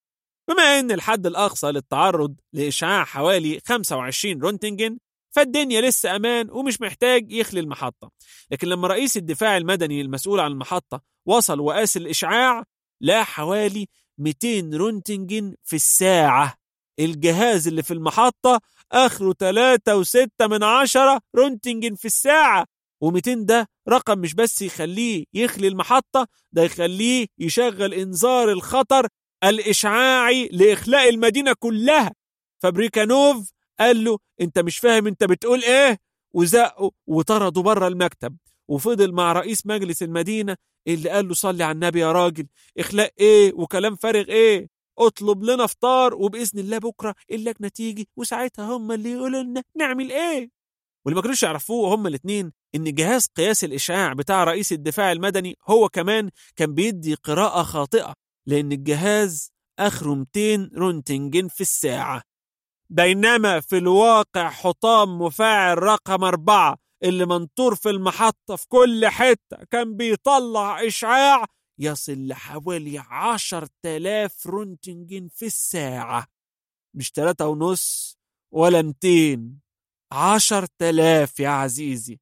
بما إن الحد الأقصى للتعرض لإشعاع حوالي 25 رونتنجن، فالدنيا لسه أمان ومش محتاج يخلي المحطة. لكن لما رئيس الدفاع المدني المسؤول عن المحطة وصل وقاس الإشعاع، لا حوالي 200 رونتنجن في الساعة. الجهاز اللي في المحطة آخره 3.6 رونتنجن في الساعة، و200 ده رقم مش بس يخليه يخلي المحطة، ده يخليه يشغل إنذار الخطر الإشعاعي لإخلاء المدينة كلها. فبريكانوف قال له أنت مش فاهم أنت بتقول إيه، وزقه وطرده بره المكتب، وفضل مع رئيس مجلس المدينة اللي قال له صلي على النبي يا راجل، إخلاء إيه وكلام فارغ إيه، اطلب لنا فطار وبإذن الله بكرة اللجنة تيجي وساعتها هم اللي يقولوا لنا نعمل إيه. واللي ما كانوش يعرفوه هم الاثنين إن جهاز قياس الإشعاع بتاع رئيس الدفاع المدني هو كمان كان بيدي قراءة خاطئة، لأن الجهاز آخره 200 رونتنجن في الساعة. بينما في الواقع حطام مفاعل رقم 4 اللي منطور في المحطة في كل حتة كان بيطلع إشعاع يصل لحوالي 10,000 رونتنجن في الساعة، مش 3.5 ولا 200، 10,000 يا عزيزي.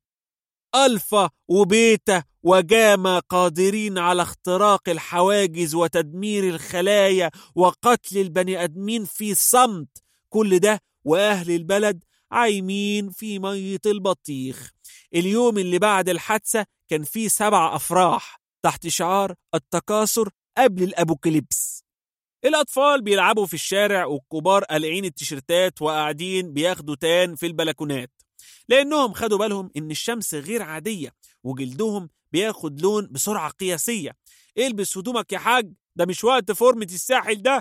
ألفا وبيتا وجاما قادرين على اختراق الحواجز وتدمير الخلايا وقتل البني آدمين في صمت، كل ده وأهل البلد عايمين في مية البطيخ. اليوم اللي بعد الحادثة كان فيه 7 أفراح تحت شعار التكاثر قبل الأبوكاليبس. الأطفال بيلعبوا في الشارع والكبار قالعين التيشيرتات وقاعدين بياخدوا تان في البلكونات، لأنهم خدوا بالهم إن الشمس غير عادية وجلدهم بياخد لون بسرعة قياسية. البس هدومك يا حاج، ده مش وقت فورمة الساحل ده.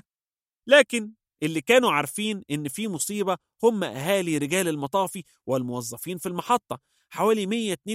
لكن اللي كانوا عارفين إن في مصيبة هم أهالي رجال المطافي والموظفين في المحطة. حوالي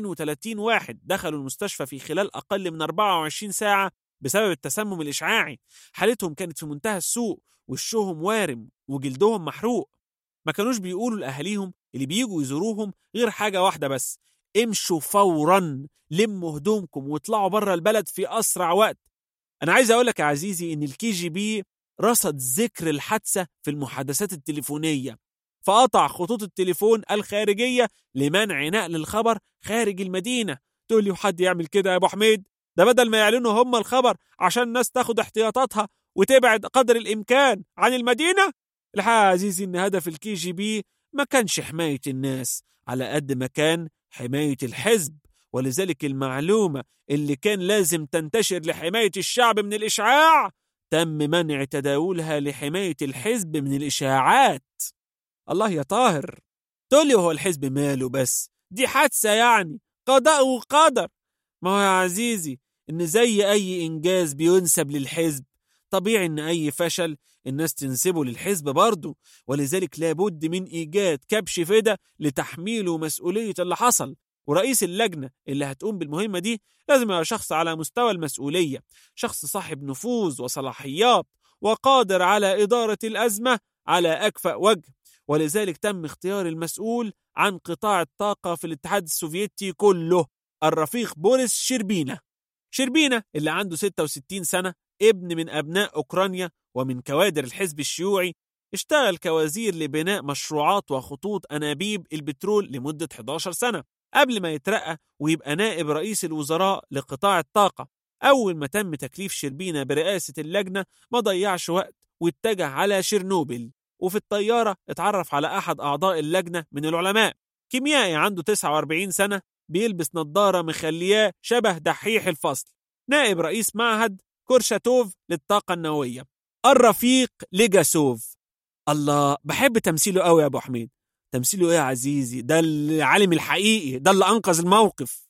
132 واحد دخلوا المستشفى في خلال أقل من 24 ساعة بسبب التسمم الإشعاعي. حالتهم كانت في منتهى السوء، وشهم وارم وجلدهم محروق. ما كانوش بيقولوا لأهاليهم اللي بييجوا يزوروهم غير حاجة واحدة بس: امشوا فوراً، لموا هدومكم واطلعوا بره البلد في أسرع وقت. أنا عايز أقولك يا عزيزي إن الKGB رصد ذكر الحادثة في المحادثات التليفونية، فقطع خطوط التليفون الخارجية لمنع نقل الخبر خارج المدينة. تقول لي وحد يعمل كده يا أبو حميد؟ ده بدل ما يعلنوا هم الخبر عشان الناس تاخد احتياطاتها وتبعد قدر الإمكان عن المدينة. الحقيقة يا عزيزي إن هدف الKGB ما كانش حماية الناس على قد ما كان حماية الحزب، ولذلك المعلومة اللي كان لازم تنتشر لحماية الشعب من الإشعاع تم منع تداولها لحماية الحزب من الإشاعات. الله يا طاهر، تقول لي هو الحزب ماله بس؟ دي حادثة يعني، قضاء وقدر. ما هو يا عزيزي إن زي أي إنجاز بينسب للحزب، طبيعي إن أي فشل الناس تنسبه للحزب برضه، ولذلك لابد من إيجاد كبش فدا لتحميله مسؤولية اللي حصل. ورئيس اللجنة اللي هتقوم بالمهمة دي لازم يبقى شخص على مستوى المسؤولية، شخص صاحب نفوذ وصلاحيات وقادر على إدارة الأزمة على أكفأ وجه. ولذلك تم اختيار المسؤول عن قطاع الطاقة في الاتحاد السوفيتي كله، الرفيق بوريس شيربينا. شيربينا اللي عنده 66 سنة، ابن من أبناء أوكرانيا ومن كوادر الحزب الشيوعي، اشتغل كوزير لبناء مشروعات وخطوط أنابيب البترول لمدة 11 سنة قبل ما يترقى ويبقى نائب رئيس الوزراء لقطاع الطاقة. أول ما تم تكليف شيربينا برئاسة اللجنة ما ضيعش وقت واتجه على شيرنوبل، وفي الطيارة اتعرف على أحد أعضاء اللجنة من العلماء، كيميائي عنده 49 سنة، بيلبس نظارة مخلياه شبه دحيح الفصل، نائب رئيس معهد كورشاتوف للطاقة النووية، الرفيق ليجاسوف. الله، بحب تمثيله قوي يا أبو حميد. تمثيله إيه يا عزيزي؟ ده العالم الحقيقي، ده اللي أنقذ الموقف.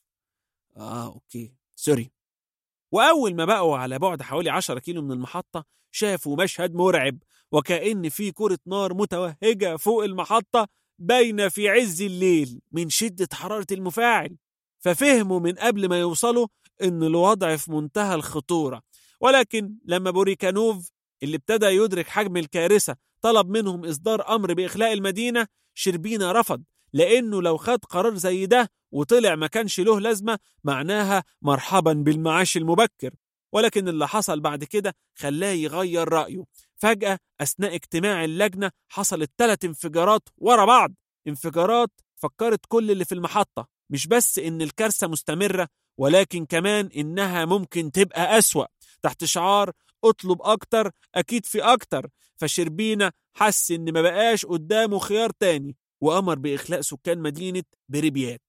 أوكي سوري. وأول ما بقوا على بعد حوالي 10 كيلو من المحطة شافوا مشهد مرعب، وكأن في كرة نار متوهجة فوق المحطة باينة في عز الليل من شدة حرارة المفاعل. ففهموا من قبل ما يوصلوا إن الوضع في منتهى الخطورة. ولكن لما بوريكانوف اللي ابتدى يدرك حجم الكارثة طلب منهم إصدار أمر بإخلاء المدينة، شيربينا رفض، لأنه لو خد قرار زي ده وطلع ما كانش له لازمة معناها مرحبا بالمعاش المبكر. ولكن اللي حصل بعد كده خلاه يغير رأيه، فجأة أثناء اجتماع اللجنة حصلت 3 انفجارات ورا بعض، انفجارات فكرت كل اللي في المحطة مش بس إن الكارثة مستمرة، ولكن كمان إنها ممكن تبقى أسوأ، تحت شعار اطلب أكتر أكيد في أكتر. فشربينة حس إن ما بقاش قدامه خيار تاني، وأمر بإخلاء سكان مدينة بريبيات.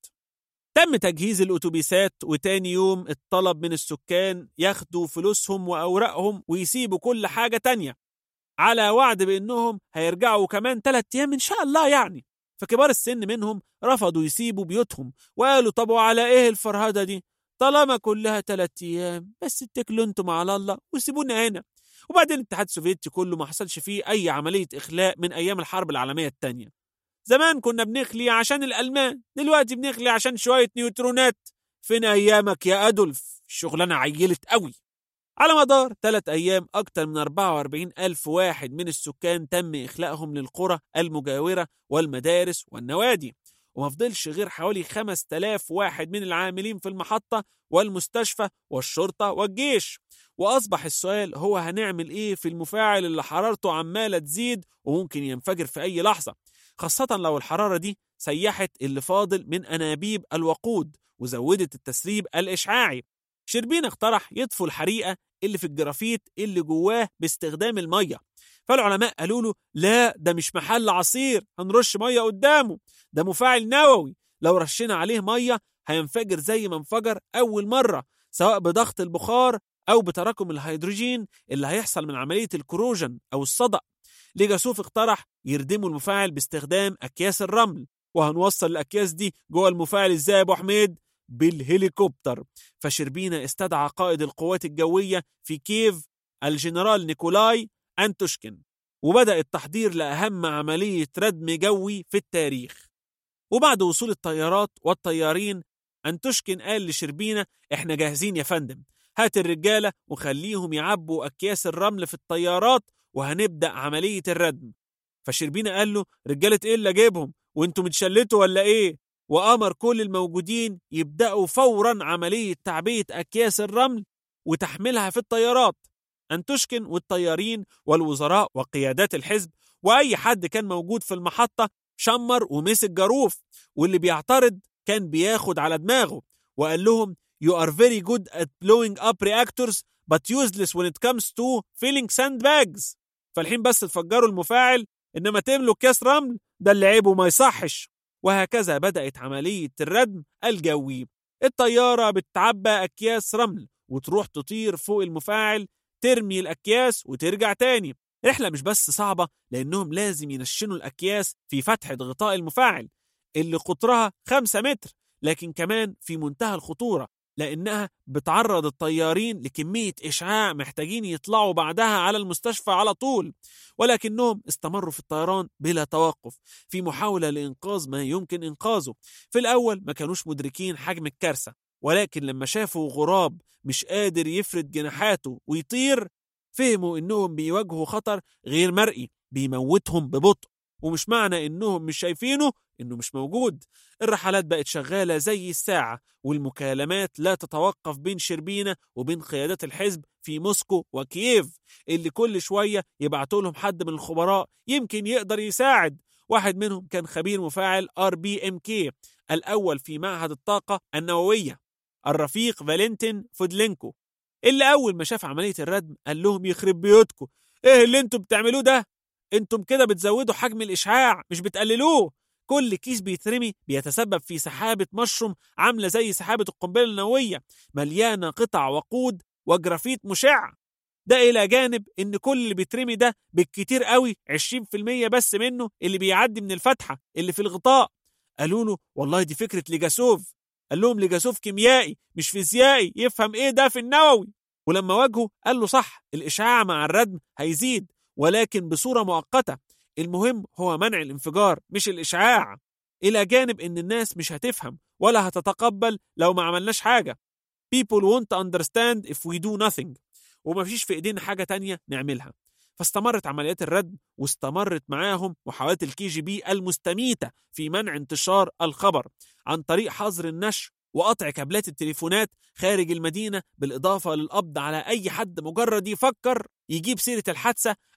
تم تجهيز الأتوبيسات، وتاني يوم اتطلب من السكان ياخدوا فلوسهم وأوراقهم ويسيبوا كل حاجة تانية، على وعد بأنهم هيرجعوا كمان 3 أيام إن شاء الله يعني. فكبار السن منهم رفضوا يسيبوا بيوتهم، وقالوا طب وعلى إيه الفرهدة دي؟ طالما كلها 3 أيام بس اتكلوا انتم على الله وسيبونا هنا. وبعدين الاتحاد السوفيتي كله ما حصلش فيه أي عملية إخلاء من أيام الحرب العالمية الثانية. زمان كنا بنخلي عشان الألمان، دلوقتي بنخلي عشان شوية نيوترونات. فين أيامك يا أدولف؟ الشغلانة عيلت قوي. على مدار 3 أيام أكتر من 44 ألف واحد من السكان تم إخلاءهم للقرى المجاورة والمدارس والنوادي، وما فضلش غير حوالي 5000 واحد من العاملين في المحطة والمستشفى والشرطة والجيش. وأصبح السؤال هو هنعمل إيه في المفاعل اللي حرارته عمالة تزيد وممكن ينفجر في أي لحظة، خاصة لو الحرارة دي سيحت اللي فاضل من أنابيب الوقود وزودت التسريب الإشعاعي. شربين اقترح يطفوا الحريقة اللي في الجرافيت اللي جواه باستخدام المية. فالعلماء قالوا له لا، ده مش محل عصير هنرش مية قدامه، ده مفاعل نووي، لو رشينا عليه مية هينفجر زي ما انفجر أول مرة، سواء بضغط البخار أو بتراكم الهيدروجين اللي هيحصل من عملية الكروجن أو الصدأ. ليجاسوف اقترح يردموا المفاعل باستخدام أكياس الرمل. وهنوصل الأكياس دي جوه المفاعل ازاي يا أبو حميد؟ بالهليكوبتر. فشربينة استدعى قائد القوات الجوية في كييف الجنرال نيكولاي أنتوشكين، وبدأ التحضير لأهم عملية ردم جوي في التاريخ. وبعد وصول الطيارات والطيارين، أنتوشكين قال لشربينة احنا جاهزين يا فندم، هات الرجالة وخليهم يعبوا أكياس الرمل في الطيارات وهنبدأ عملية الردم. فشربينة قال له رجالة ايه اللي جايبهم وانتم متشلتوا ولا ايه؟ وأمر كل الموجودين يبدأوا فورا عملية تعبئة أكياس الرمل وتحملها في الطيارات. أنتوشكين والطيارين والوزراء وقيادات الحزب وأي حد كان موجود في المحطة شمر ومسك جاروف، واللي بيعترض كان بياخد على دماغه، وقال لهم You are very good at blowing up reactors but useless when it comes to filling sandbags. فالحين بس تفجروا المفاعل، إنما تملوا كاس رمل ده اللي عيبه ما يصحش. وهكذا بدأت عملية الردم الجوي. الطيارة بتعبى أكياس رمل وتروح تطير فوق المفاعل، ترمي الأكياس وترجع تاني. رحلة مش بس صعبة لأنهم لازم ينشنوا الأكياس في فتحة غطاء المفاعل اللي قطرها 5 متر، لكن كمان في منتهى الخطورة لأنها بتعرض الطيارين لكمية إشعاع محتاجين يطلعوا بعدها على المستشفى على طول. ولكنهم استمروا في الطيران بلا توقف في محاولة لإنقاذ ما يمكن إنقاذه. في الأول ما كانوش مدركين حجم الكارثة، ولكن لما شافوا غراب مش قادر يفرد جناحاته ويطير، فهموا إنهم بيواجهوا خطر غير مرئي بيموتهم ببطء، ومش معنى إنهم مش شايفينه إنه مش موجود. الرحلات بقت شغالة زي الساعة، والمكالمات لا تتوقف بين شربينة وبين قيادات الحزب في موسكو وكييف، اللي كل شوية يبعتوا لهم حد من الخبراء يمكن يقدر يساعد. واحد منهم كان خبير مفاعل RBMK الأول في معهد الطاقة النووية، الرفيق فالنتين فودلينكو، اللي أول ما شاف عملية الردم قال لهم يخرب بيوتكم، إيه اللي انتم بتعملوه ده؟ انتم كده بتزودوا حجم الإشعاع مش بتقللوه. كل كيس بيترمي بيتسبب في سحابة مشروم عاملة زي سحابة القنبلة النووية، مليانة قطع وقود وجرافيت مشع. ده إلى جانب إن كل اللي بيترمي ده بالكتير قوي 20% بس منه اللي بيعدي من الفتحة اللي في الغطاء. قالوا له والله دي فكرة ليجاسوف. قال لهم ليجاسوف كيميائي مش فيزيائي، يفهم إيه ده في النووي. ولما واجهه قال له صح، الإشعاع مع الردم هيزيد ولكن بصورة مؤقتة، المهم هو منع الانفجار مش الإشعاع. إلى جانب إن الناس مش هتفهم ولا هتتقبل لو ما عملناش حاجة. People won't understand if we do nothing. وما فيش في إيدينا حاجة تانية نعملها. فاستمرت عمليات الردم، واستمرت معاهم محاولات الKGB المستميتة في منع انتشار الخبر عن طريق حظر النشر وقطع كابلات التليفونات خارج المدينة، بالإضافة للقبض على أي حد مجرد يفكر يجيب سيرة الحادثة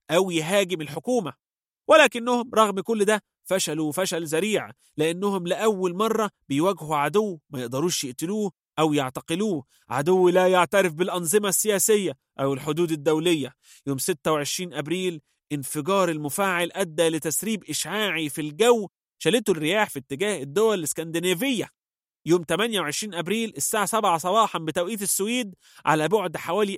أو يهاجم الحكومة. ولكنهم رغم كل ده فشلوا فشل ذريع، لأنهم لأول مرة بيواجهوا عدو ما يقدروش يقتلوه أو يعتقلوه، عدو لا يعترف بالأنظمة السياسية أو الحدود الدولية. يوم 26 أبريل انفجار المفاعل أدى لتسريب إشعاعي في الجو شالته الرياح في اتجاه الدول الاسكندنافية. يوم 28 أبريل الساعة 7 صباحا بتوقيت السويد، على بعد حوالي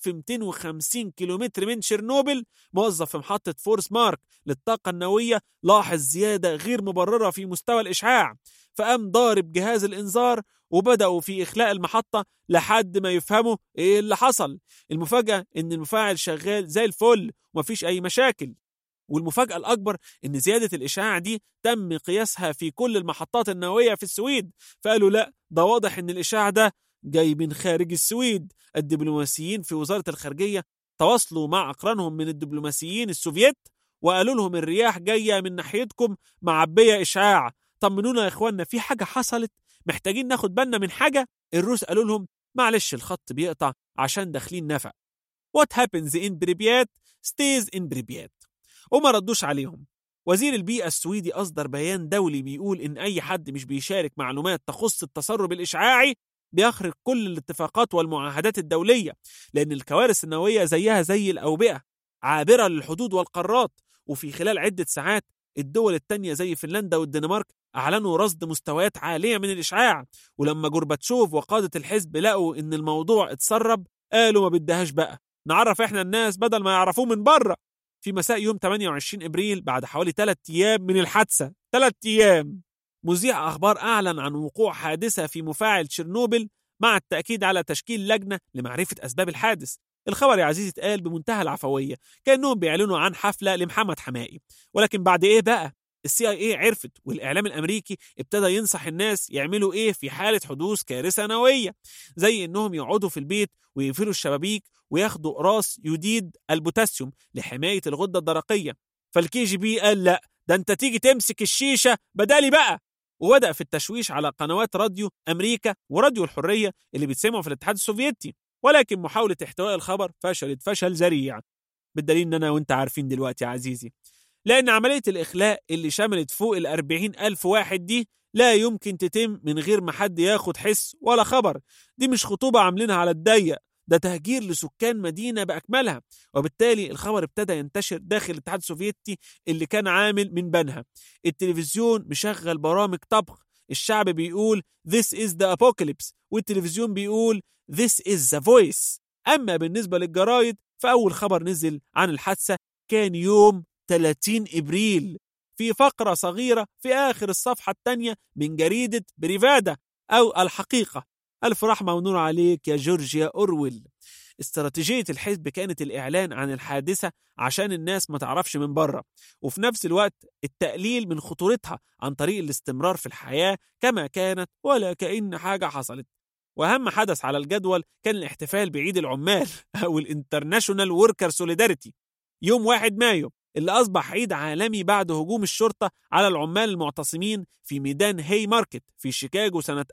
1250 كيلومتر من شيرنوبل، موظف في محطة فورس مارك للطاقة النووية لاحظ زيادة غير مبررة في مستوى الإشعاع، فقام ضارب جهاز الإنذار وبدأوا في إخلاء المحطة لحد ما يفهموا إيه اللي حصل. المفاجأة إن المفاعل شغال زي الفل ومفيش أي مشاكل، والمفاجأة الأكبر إن زيادة الإشعاع دي تم قياسها في كل المحطات النووية في السويد، فقالوا لا، ده واضح إن الإشعاع ده جاي من خارج السويد. الدبلوماسيين في وزارة الخارجية تواصلوا مع أقرانهم من الدبلوماسيين السوفيت وقالوا لهم الرياح جاية من ناحيتكم معبية إشعاع، طمنونا يا إخواننا، في حاجة حصلت؟ محتاجين ناخد بالنا من حاجة؟ الروس قالوا لهم معلش الخط بيقطع عشان داخلين نفق. What happens in Pripyat stays in Pripyat. وما ردوش عليهم. وزير البيئة السويدي أصدر بيان دولي بيقول إن أي حد مش بيشارك معلومات تخص التسرب الإشعاعي بيخرج كل الاتفاقات والمعاهدات الدولية، لأن الكوارث النووية زيها زي الأوبئة، عابرة للحدود والقارات. وفي خلال عدة ساعات الدول التانية زي فنلندا والدنمارك أعلنوا رصد مستويات عالية من الإشعاع. ولما جورباتشوف وقادة الحزب لقوا إن الموضوع اتسرب، قالوا ما بدهاش بقى، نعرف إحنا الناس بدل ما يعرفوه من بره. في مساء يوم 28 إبريل بعد حوالي 3 أيام من الحادثة، 3 أيام، مذيع أخبار أعلن عن وقوع حادثة في مفاعل تشيرنوبل مع التأكيد على تشكيل لجنة لمعرفة أسباب الحادث. الخبر يا عزيزي اتقال بمنتهى العفوية، كأنهم بيعلنوا عن حفلة لمحمد حمائي. ولكن بعد إيه بقى؟ CIA عرفت، والإعلام الأمريكي ابتدى ينصح الناس يعملوا إيه في حالة حدوث كارثة نووية، زي إنهم يقعدوا في البيت ويقفلوا الشبابيك وياخدوا قراص يوديد البوتاسيوم لحماية الغدة الدرقية. فالKGB قال لا، ده أنت تيجي تمسك الشيشة بدالي بقى، وبدأ في التشويش على قنوات راديو أمريكا وراديو الحرية اللي بيتسمعوا في الاتحاد السوفيتي. ولكن محاولة احتواء الخبر فشلت فشل ذريع، بالدليل إن أنا وأنت عارفين دلوقتي يا عزيزي، لأن عملية الإخلاء اللي شملت فوق 40,000 واحد دي لا يمكن تتم من غير ما حد ياخد حس ولا خبر. دي مش خطوبة عاملينها على الضيق، ده تهجير لسكان مدينة بأكملها. وبالتالي الخبر ابتدى ينتشر داخل الاتحاد السوفيتي اللي كان عامل من بنها. التلفزيون مشغل برامج طبخ، الشعب بيقول This is the apocalypse، والتلفزيون بيقول This is the voice. أما بالنسبة للجرايد فأول خبر نزل عن الحادثة كان يوم 30 إبريل في فقرة صغيرة في آخر الصفحة الثانية من جريدة بريفادا أو الحقيقة. ألف رحمة ونور عليك يا جورجيا أورويل. استراتيجية الحزب كانت الإعلان عن الحادثة عشان الناس ما تعرفش من بره، وفي نفس الوقت التقليل من خطورتها عن طريق الاستمرار في الحياة كما كانت ولا كأن حاجة حصلت. وأهم حدث على الجدول كان الاحتفال بعيد العمال أو الانترناشونال وركر سوليداريتي يوم 1 مايو، اللي أصبح عيد عالمي بعد هجوم الشرطة على العمال المعتصمين في ميدان هاي ماركت في شيكاغو سنة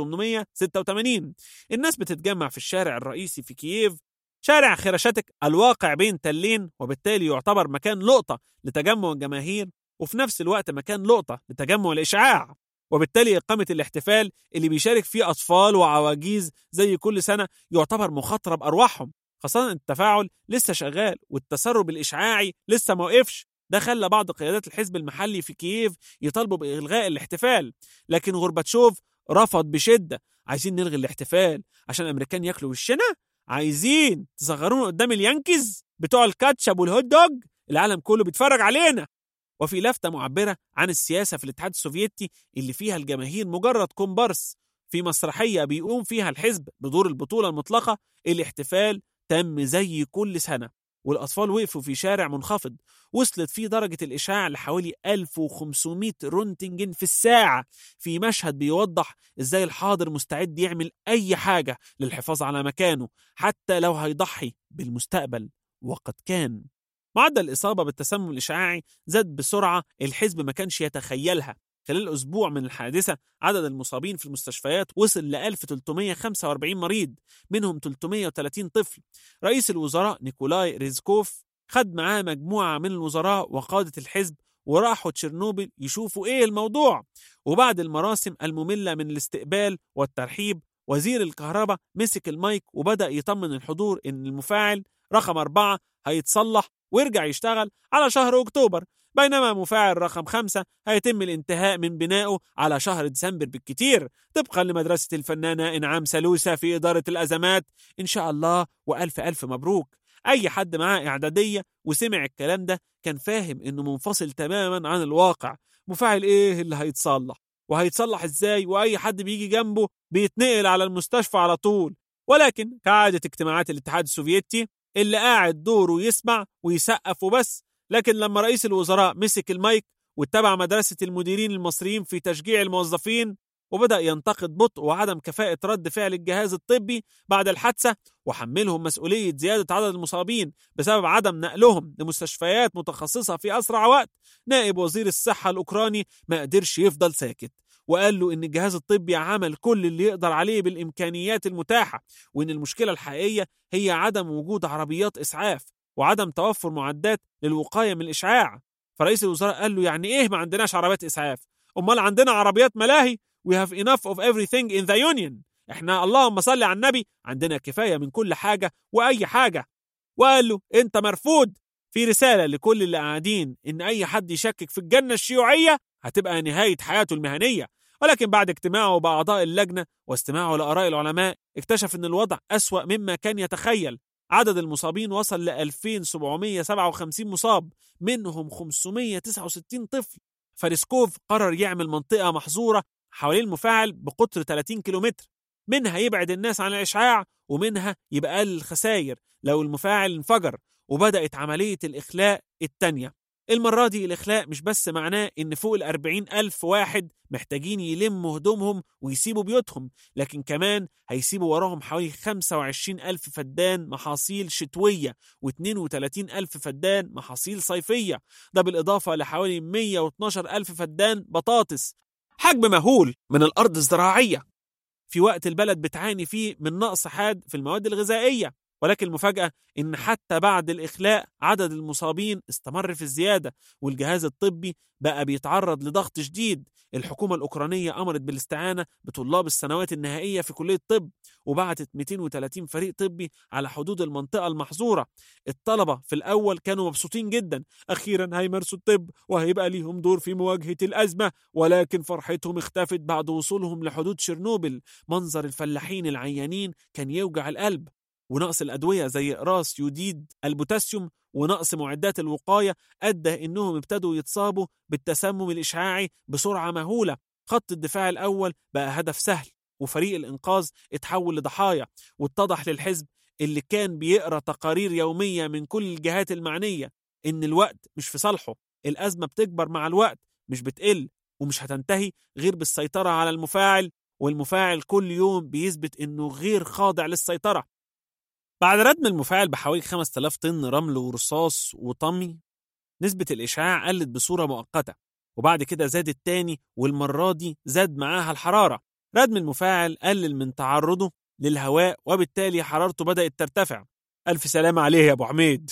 1886. الناس بتتجمع في الشارع الرئيسي في كييف، شارع خيرشاتك الواقع بين تلين، وبالتالي يعتبر مكان لقطة لتجمع الجماهير وفي نفس الوقت مكان لقطة لتجمع الإشعاع. وبالتالي إقامة الاحتفال اللي بيشارك فيه أطفال وعواجيز زي كل سنة يعتبر مخاطرة بأرواحهم، خاصة التفاعل لسه شغال والتسرب الإشعاعي لسه موقفش. ده خلى بعض قيادات الحزب المحلي في كييف يطالبوا بإلغاء الاحتفال، لكن غورباتشوف رفض بشدة. عايزين نلغي الاحتفال عشان الأمريكان ياكلوا وشنا؟ عايزين تصغرونا قدام اليانكيز بتوع الكاتشب والهوت دوج؟ العالم كله بيتفرج علينا. وفي لفتة معبرة عن السياسة في الاتحاد السوفيتي اللي فيها الجماهير مجرد كومبارس في مسرحية بيقوم فيها الحزب بدور البطولة المطلقة، الاحتفال تم زي كل سنة، والأطفال وقفوا في شارع منخفض وصلت فيه درجة الإشعاع لحوالي 1500 رونتنجن في الساعة، في مشهد بيوضح إزاي الحاضر مستعد يعمل أي حاجة للحفاظ على مكانه حتى لو هيضحي بالمستقبل. وقد كان معدل الإصابة بالتسمم الإشعاعي زاد بسرعة الحزب ما كانش يتخيلها. خلال أسبوع من الحادثة عدد المصابين في المستشفيات وصل ل 1345 مريض، منهم 330 طفل. رئيس الوزراء نيكولاي ريزكوف خد معاه مجموعة من الوزراء وقادة الحزب وراحوا تشيرنوبل يشوفوا إيه الموضوع. وبعد المراسم المملة من الاستقبال والترحيب، وزير الكهرباء مسك المايك وبدأ يطمن الحضور إن المفاعل رقم 4 هيتصلح ويرجع يشتغل على شهر أكتوبر، بينما مفاعل رقم 5 هيتم الانتهاء من بنائه على شهر ديسمبر بالكتير، طبقا لمدرسة الفنانة إنعام سلوسة في إدارة الأزمات. إن شاء الله وألف ألف مبروك. أي حد معاه إعدادية وسمع الكلام ده كان فاهم إنه منفصل تماما عن الواقع. مفاعل إيه اللي هيتصلح؟ وهيتصلح إزاي؟ وأي حد بيجي جنبه بيتنقل على المستشفى على طول. ولكن كعادة اجتماعات الاتحاد السوفيتي، اللي قاعد دوره يسمع ويسقف وبس. لكن لما رئيس الوزراء مسك المايك واتبع مدرسة المديرين المصريين في تشجيع الموظفين، وبدأ ينتقد بطء وعدم كفاءة رد فعل الجهاز الطبي بعد الحادثة، وحملهم مسؤولية زيادة عدد المصابين بسبب عدم نقلهم لمستشفيات متخصصة في أسرع وقت، نائب وزير الصحة الأوكراني ما قدرش يفضل ساكت، وقال له إن الجهاز الطبي عمل كل اللي يقدر عليه بالإمكانيات المتاحة، وإن المشكلة الحقيقية هي عدم وجود عربيات إسعاف وعدم توفر معدات للوقاية من الإشعاع. فرئيس الوزراء قال له يعني إيه ما عندناش عربيات إسعاف؟ أمال عندنا عربيات ملاهي. We have enough of everything in the union. إحنا اللهم صل على النبي عندنا كفاية من كل حاجة وأي حاجة. وقال له أنت مرفوض. في رسالة لكل اللي قاعدين إن أي حد يشكك في الجنة الشيوعية هتبقى نهاية حياته المهنية. ولكن بعد اجتماعه بأعضاء اللجنة واستماعه لآراء العلماء، اكتشف أن الوضع أسوأ مما كان يتخيل. عدد المصابين وصل ل 2757 مصاب، منهم 569 طفل. فارسكوف قرر يعمل منطقة محظورة حوالين المفاعل بقطر 30 كيلومتر، منها يبعد الناس عن الإشعاع ومنها يبقى قل الخسائر لو المفاعل انفجر. وبدأت عملية الإخلاء التانية. المرة دي الإخلاء مش بس معناه إن فوق 40,000 واحد محتاجين يلموا هدومهم ويسيبوا بيوتهم، لكن كمان هيسيبوا وراهم حوالي 25,000 فدان محاصيل شتوية و32,000 فدان محاصيل صيفية. ده بالإضافة لحوالي 112,000 فدان بطاطس، حجم مهول من الأرض الزراعية في وقت البلد بتعاني فيه من نقص حاد في المواد الغذائية. ولكن المفاجأة إن حتى بعد الإخلاء عدد المصابين استمر في الزيادة، والجهاز الطبي بقى بيتعرض لضغط شديد. الحكومة الأوكرانية أمرت بالاستعانة بطلاب السنوات النهائية في كلية الطب، وبعتت 230 فريق طبي على حدود المنطقة المحظورة. الطلبة في الأول كانوا مبسوطين جدا، أخيرا هيمارسوا الطب وهيبقى ليهم دور في مواجهة الأزمة. ولكن فرحتهم اختفت بعد وصولهم لحدود تشيرنوبل. منظر الفلاحين العيانين كان يوجع القلب، ونقص الأدوية زي إقراص يوديد البوتاسيوم ونقص معدات الوقاية أدى إنهم ابتدوا يتصابوا بالتسمم الإشعاعي بسرعة مهولة. خط الدفاع الأول بقى هدف سهل، وفريق الإنقاذ اتحول لضحايا. واتضح للحزب اللي كان بيقرأ تقارير يومية من كل الجهات المعنية إن الوقت مش في صالحه. الأزمة بتكبر مع الوقت مش بتقل، ومش هتنتهي غير بالسيطرة على المفاعل، والمفاعل كل يوم بيثبت إنه غير خاضع للسيطرة. بعد ردم المفاعل بحوالي 5000 طن رمل ورصاص وطمي، نسبة الإشعاع قلت بصورة مؤقتة، وبعد كده زادت تاني، والمرة دي زاد معاها الحرارة. ردم المفاعل قلل من تعرضه للهواء، وبالتالي حرارته بدأت ترتفع. ألف سلامة عليه يا أبو حميد.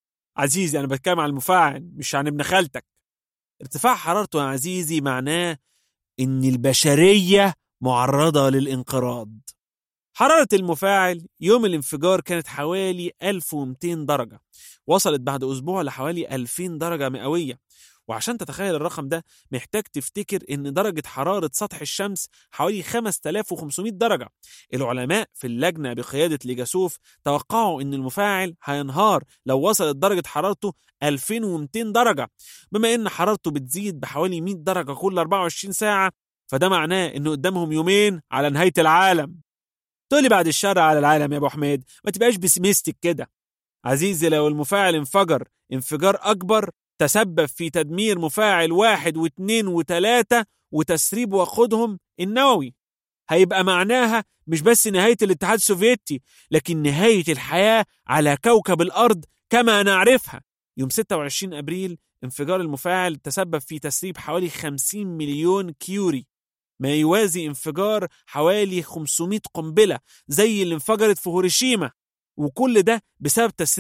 عزيزي أنا بتكلم عن المفاعل مش عن ابن خالتك. ارتفاع حرارته يا عزيزي معناه إن البشرية معرضة للانقراض. حرارة المفاعل يوم الانفجار كانت حوالي 1200 درجة، وصلت بعد أسبوع لحوالي 2000 درجة مئوية. وعشان تتخيل الرقم ده محتاج تفتكر إن درجة حرارة سطح الشمس حوالي 5500 درجة. العلماء في اللجنة بقيادة ليجاسوف توقعوا إن المفاعل هينهار لو وصلت درجة حرارته 2200 درجة. بما إن حرارته بتزيد بحوالي 100 درجة كل 24 ساعة، فده معناه إنه قدامهم يومين على نهاية العالم. تقولي بعد الشر على العالم يا أبو حميد، ما تبقاش بسميستك كده. عزيزي لو المفاعل انفجر انفجار أكبر تسبب في تدمير مفاعل 1 و2 و3 وتسريب وقودهم النووي، هيبقى معناها مش بس نهاية الاتحاد السوفيتي، لكن نهاية الحياة على كوكب الأرض كما نعرفها. يوم 26 أبريل انفجار المفاعل تسبب في تسريب حوالي 50 مليون كيوري، ما يوازي انفجار حوالي 500 قنبلة زي اللي انفجرت في هيروشيما، وكل ده بسبب تسريب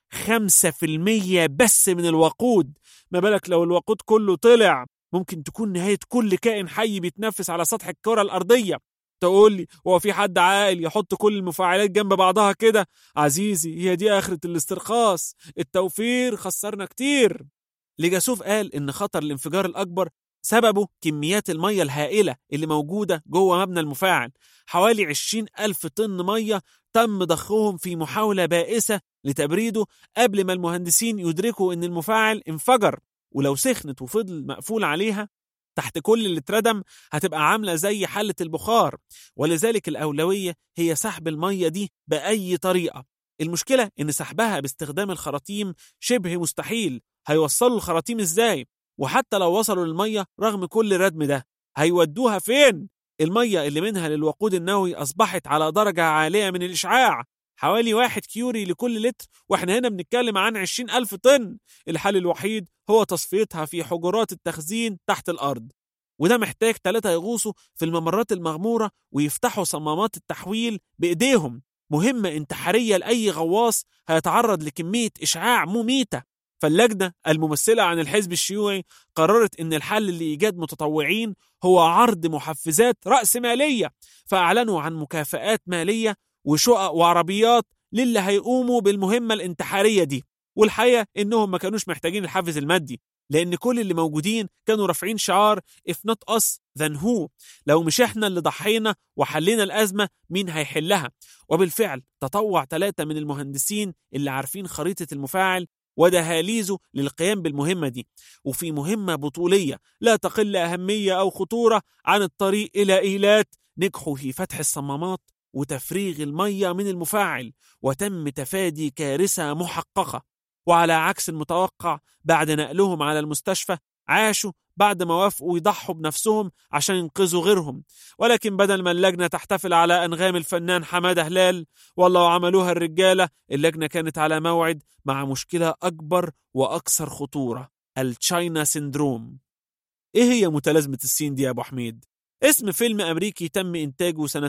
5% بس من الوقود. ما بالك لو الوقود كله طلع؟ ممكن تكون نهاية كل كائن حي بيتنفس على سطح الكرة الأرضية. تقول لي هو في حد عاقل يحط كل المفاعلات جنب بعضها كده؟ عزيزي، هي دي آخرة الاسترخاص. التوفير خسرنا كتير. ليجاسوف قال إن خطر الانفجار الأكبر سببه كميات المية الهائلة اللي موجودة جوه مبنى المفاعل. حوالي 20,000 طن مية تم ضخهم في محاولة بائسة لتبريده قبل ما المهندسين يدركوا إن المفاعل انفجر. ولو سخنت وفضل مقفول عليها تحت كل اللي اتردم هتبقى عاملة زي حلة البخار. ولذلك الأولوية هي سحب المية دي بأي طريقة. المشكلة إن سحبها باستخدام الخراطيم شبه مستحيل. هيوصلوا الخراطيم إزاي؟ وحتى لو وصلوا للمية رغم كل الردم ده هيودوها فين؟ المية اللي منها للوقود النووي أصبحت على درجة عالية من الإشعاع، حوالي 1 كيوري لكل لتر، وإحنا هنا بنتكلم عن 20,000 طن. الحل الوحيد هو تصفيتها في حجرات التخزين تحت الأرض، وده محتاج 3 يغوصوا في الممرات المغمورة ويفتحوا صمامات التحويل بإيديهم. مهمة انتحارية لأي غواص هيتعرض لكمية إشعاع مميتة. فاللجنة الممثلة عن الحزب الشيوعي قررت إن الحل لإيجاد متطوعين هو عرض محفزات رأسمالية، فأعلنوا عن مكافآت مالية وشقق وعربيات للي هيقوموا بالمهمة الانتحارية دي. والحقيقة إنهم ما كانوش محتاجين الحافز المادي، لأن كل اللي موجودين كانوا رافعين شعار If not us then who؟ لو مش إحنا اللي ضحينا وحلينا الأزمة مين هيحلها؟ وبالفعل تطوع 3 من المهندسين اللي عارفين خريطة المفاعل ودهاليزه للقيام بالمهمة دي، وفي مهمة بطولية لا تقل أهمية أو خطورة عن الطريق إلى إيلات نجحوا في فتح الصمامات وتفريغ المية من المفاعل، وتم تفادي كارثة محققة. وعلى عكس المتوقع بعد نقلهم على المستشفى عاشوا بعد ما وافقوا يضحوا بنفسهم عشان ينقذوا غيرهم. ولكن بدل ما اللجنة تحتفل على أنغام الفنان حمادة هلال والله عملوها الرجالة، اللجنة كانت على موعد مع مشكلة أكبر وأكثر خطورة، التشاينا سيندروم. إيه هي متلازمة الصين دي يا أبو حميد؟ اسم فيلم أمريكي تم إنتاجه سنة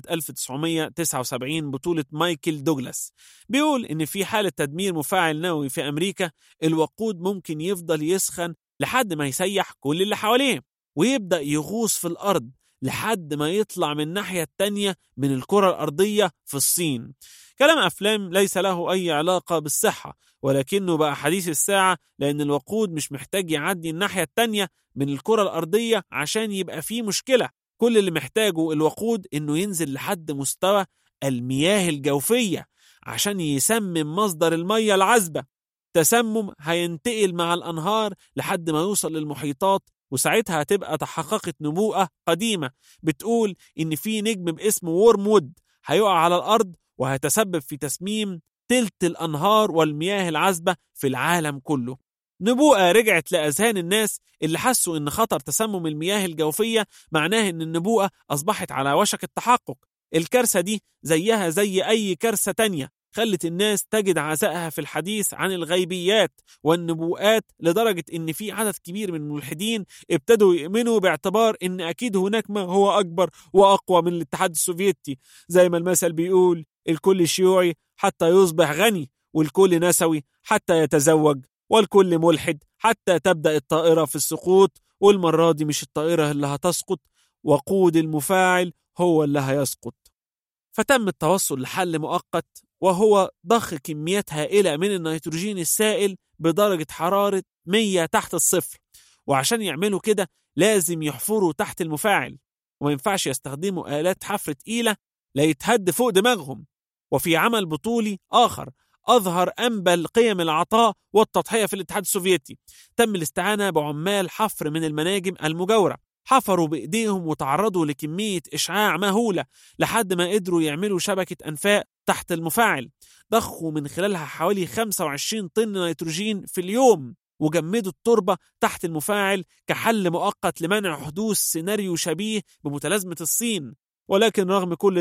1979 بطولة مايكل دوغلاس. بيقول إن في حالة تدمير مفاعل نووي في أمريكا الوقود ممكن يفضل يسخن لحد ما يسيح كل اللي حواليه، ويبدأ يغوص في الأرض لحد ما يطلع من الناحية التانية من الكرة الأرضية في الصين. كلام أفلام ليس له أي علاقة بالصحة، ولكنه بقى حديث الساعة، لأن الوقود مش محتاج يعدي الناحية التانية من الكرة الأرضية عشان يبقى فيه مشكلة. كل اللي محتاجه الوقود إنه ينزل لحد مستوى المياه الجوفية عشان يسمم مصدر المياه العذبة. تسمم هينتقل مع الأنهار لحد ما يوصل للمحيطات، وساعتها هتبقى تحققت نبوءة قديمة بتقول إن في نجم باسم وورمود هيقع على الأرض وهيتسبب في تسميم تلت الأنهار والمياه العذبة في العالم كله. نبوءة رجعت لأذهان الناس اللي حسوا إن خطر تسمم المياه الجوفية معناه إن النبوءة أصبحت على وشك التحقق. الكارثة دي زيها زي أي كارثة تانية، خلت الناس تجد عزائها في الحديث عن الغيبيات والنبوءات، لدرجة إن في عدد كبير من الملحدين ابتدوا يؤمنوا باعتبار إن أكيد هناك ما هو أكبر وأقوى من الاتحاد السوفيتي. زي ما المثل بيقول: الكل شيوعي حتى يصبح غني، والكل نسوي حتى يتزوج، والكل ملحد حتى تبدأ الطائرة في السقوط. والمرة دي مش الطائرة اللي هتسقط، وقود المفاعل هو اللي هيسقط. فتم التوصل لحل مؤقت، وهو ضخ كميات هائلة من النيتروجين السائل بدرجة حرارة 100 تحت الصفر. وعشان يعملوا كده لازم يحفروا تحت المفاعل، وما ينفعش يستخدموا آلات حفر تقيلة لا يتهد فوق دماغهم. وفي عمل بطولي آخر أظهر أنبل قيم العطاء والتضحية في الاتحاد السوفيتي، تم الاستعانة بعمال حفر من المناجم المجاورة. حفروا بإيديهم وتعرضوا لكمية إشعاع مهولة لحد ما قدروا يعملوا شبكة أنفاق تحت المفاعل، ضخوا من خلالها حوالي 25 طن نيتروجين في اليوم، وجمدوا التربة تحت المفاعل كحل مؤقت لمنع حدوث سيناريو شبيه بمتلازمة الصين. ولكن رغم كل ده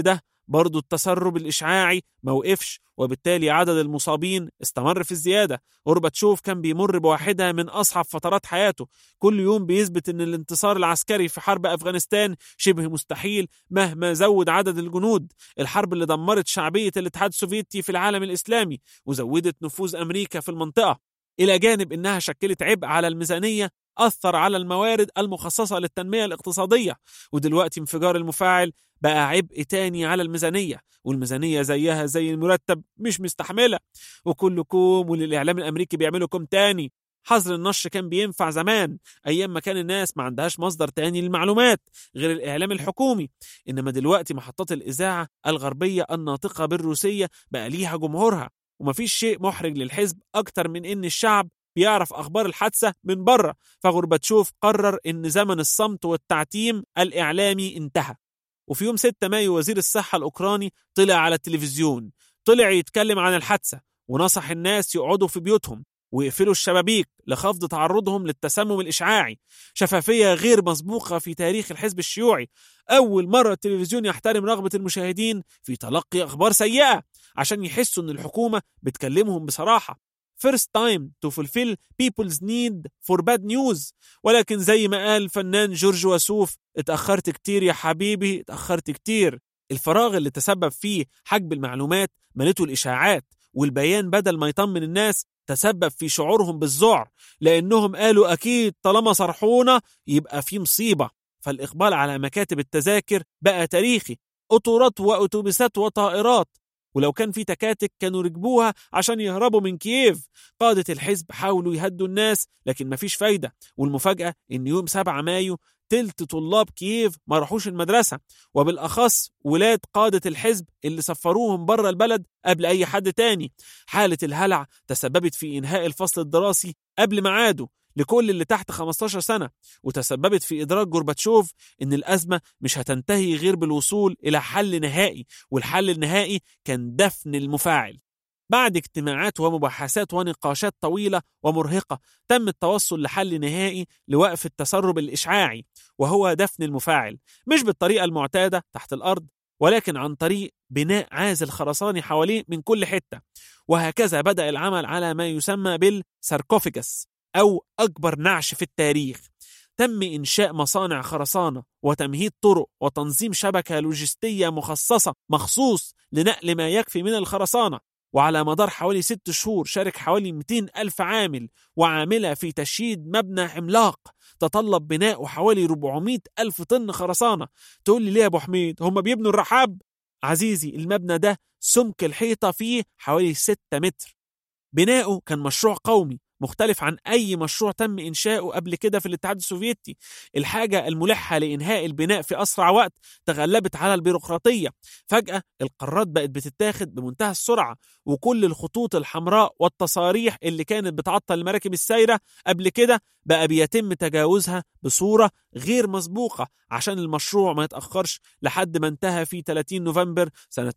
برضو التسرب الإشعاعي موقفش، وبالتالي عدد المصابين استمر في الزيادة. غورباتشوف كان بيمر بواحدة من أصعب فترات حياته، كل يوم بيثبت أن الانتصار العسكري في حرب أفغانستان شبه مستحيل مهما زود عدد الجنود. الحرب اللي دمرت شعبية الاتحاد السوفيتي في العالم الإسلامي وزودت نفوذ أمريكا في المنطقة، إلى جانب أنها شكلت عبء على الميزانية أثر على الموارد المخصصة للتنمية الاقتصادية. ودلوقتي انفجار المفاعل بقى عبء تاني على الميزانية، والميزانية زيها زي المرتب مش مستحملة. وكلكم وللإعلام الأمريكي بيعملوا تاني. حظر النشر كان بينفع زمان أيام ما كان الناس ما عندهاش مصدر تاني للمعلومات غير الإعلام الحكومي، إنما دلوقتي محطات الإذاعة الغربية الناطقة بالروسية بقى ليها جمهورها، ومفيش شيء محرج للحزب أكتر من إن الشعب بيعرف أخبار الحادثة من بره. فغورباتشوف قرر إن زمن الصمت والتعتيم الإعلامي انتهى. وفي يوم 6 مايو وزير الصحة الأوكراني طلع على التلفزيون، طلع يتكلم عن الحادثة ونصح الناس يقعدوا في بيوتهم ويقفلوا الشبابيك لخفض تعرضهم للتسمم الإشعاعي. شفافية غير مسبوقة في تاريخ الحزب الشيوعي، أول مرة التلفزيون يحترم رغبة المشاهدين في تلقي أخبار سيئة عشان يحسوا أن الحكومة بتكلمهم بصراحة. First time to fulfill people's need for bad news. ولكن زي ما قال الفنان جورج وسوف، اتأخرت كتير يا حبيبي، اتأخرت كتير. الفراغ اللي تسبب فيه حجب المعلومات ملته الإشاعات، والبيان بدل ما يطمن الناس تسبب في شعورهم بالذعر، لأنهم قالوا أكيد طالما صرحونا يبقى في مصيبة. فالإقبال على مكاتب التذاكر بقى تاريخي، قطورات وأتوبيسات وطائرات، ولو كان في تكاتك كانوا ركبوها عشان يهربوا من كييف. قادة الحزب حاولوا يهدوا الناس لكن مفيش فايدة، والمفاجأة إن يوم 7 مايو تلت طلاب كييف ما راحوش المدرسة، وبالأخص ولاد قادة الحزب اللي سفروهم بره البلد قبل أي حد تاني. حالة الهلع تسببت في إنهاء الفصل الدراسي قبل ميعاده لكل اللي تحت 15 سنة، وتسببت في إدراك غورباتشوف إن الأزمة مش هتنتهي غير بالوصول إلى حل نهائي، والحل النهائي كان دفن المفاعل. بعد اجتماعات ومباحثات ونقاشات طويلة ومرهقة تم التوصل لحل نهائي لوقف التسرب الإشعاعي، وهو دفن المفاعل، مش بالطريقة المعتادة تحت الأرض، ولكن عن طريق بناء عازل خرساني حواليه من كل حتة. وهكذا بدأ العمل على ما يسمى بالساركوفيجس أو أكبر نعش في التاريخ. تم إنشاء مصانع خرسانة وتمهيد طرق وتنظيم شبكة لوجستية مخصصة مخصوص لنقل ما يكفي من الخرسانة. وعلى مدار حوالي 6 شهور شارك حوالي 200,000 عامل وعاملة في تشييد مبنى عملاق تطلب بناء حوالي 400,000 طن خرسانة. تقول لي ليه يا أبو حميد هم بيبنوا الرحاب؟ عزيزي، المبنى ده سمك الحيطة فيه حوالي 6 متر. بناؤه كان مشروع قومي مختلف عن أي مشروع تم إنشاؤه قبل كده في الاتحاد السوفيتي. الحاجة الملحة لإنهاء البناء في أسرع وقت تغلبت على البيروقراطية. فجأة القرارات بقت بتتاخد بمنتهى السرعة، وكل الخطوط الحمراء والتصاريح اللي كانت بتعطل المراكب السايرة قبل كده بقى بيتم تجاوزها بصورة غير مسبوقة عشان المشروع ما يتأخرش لحد ما انتهى في 30 نوفمبر سنة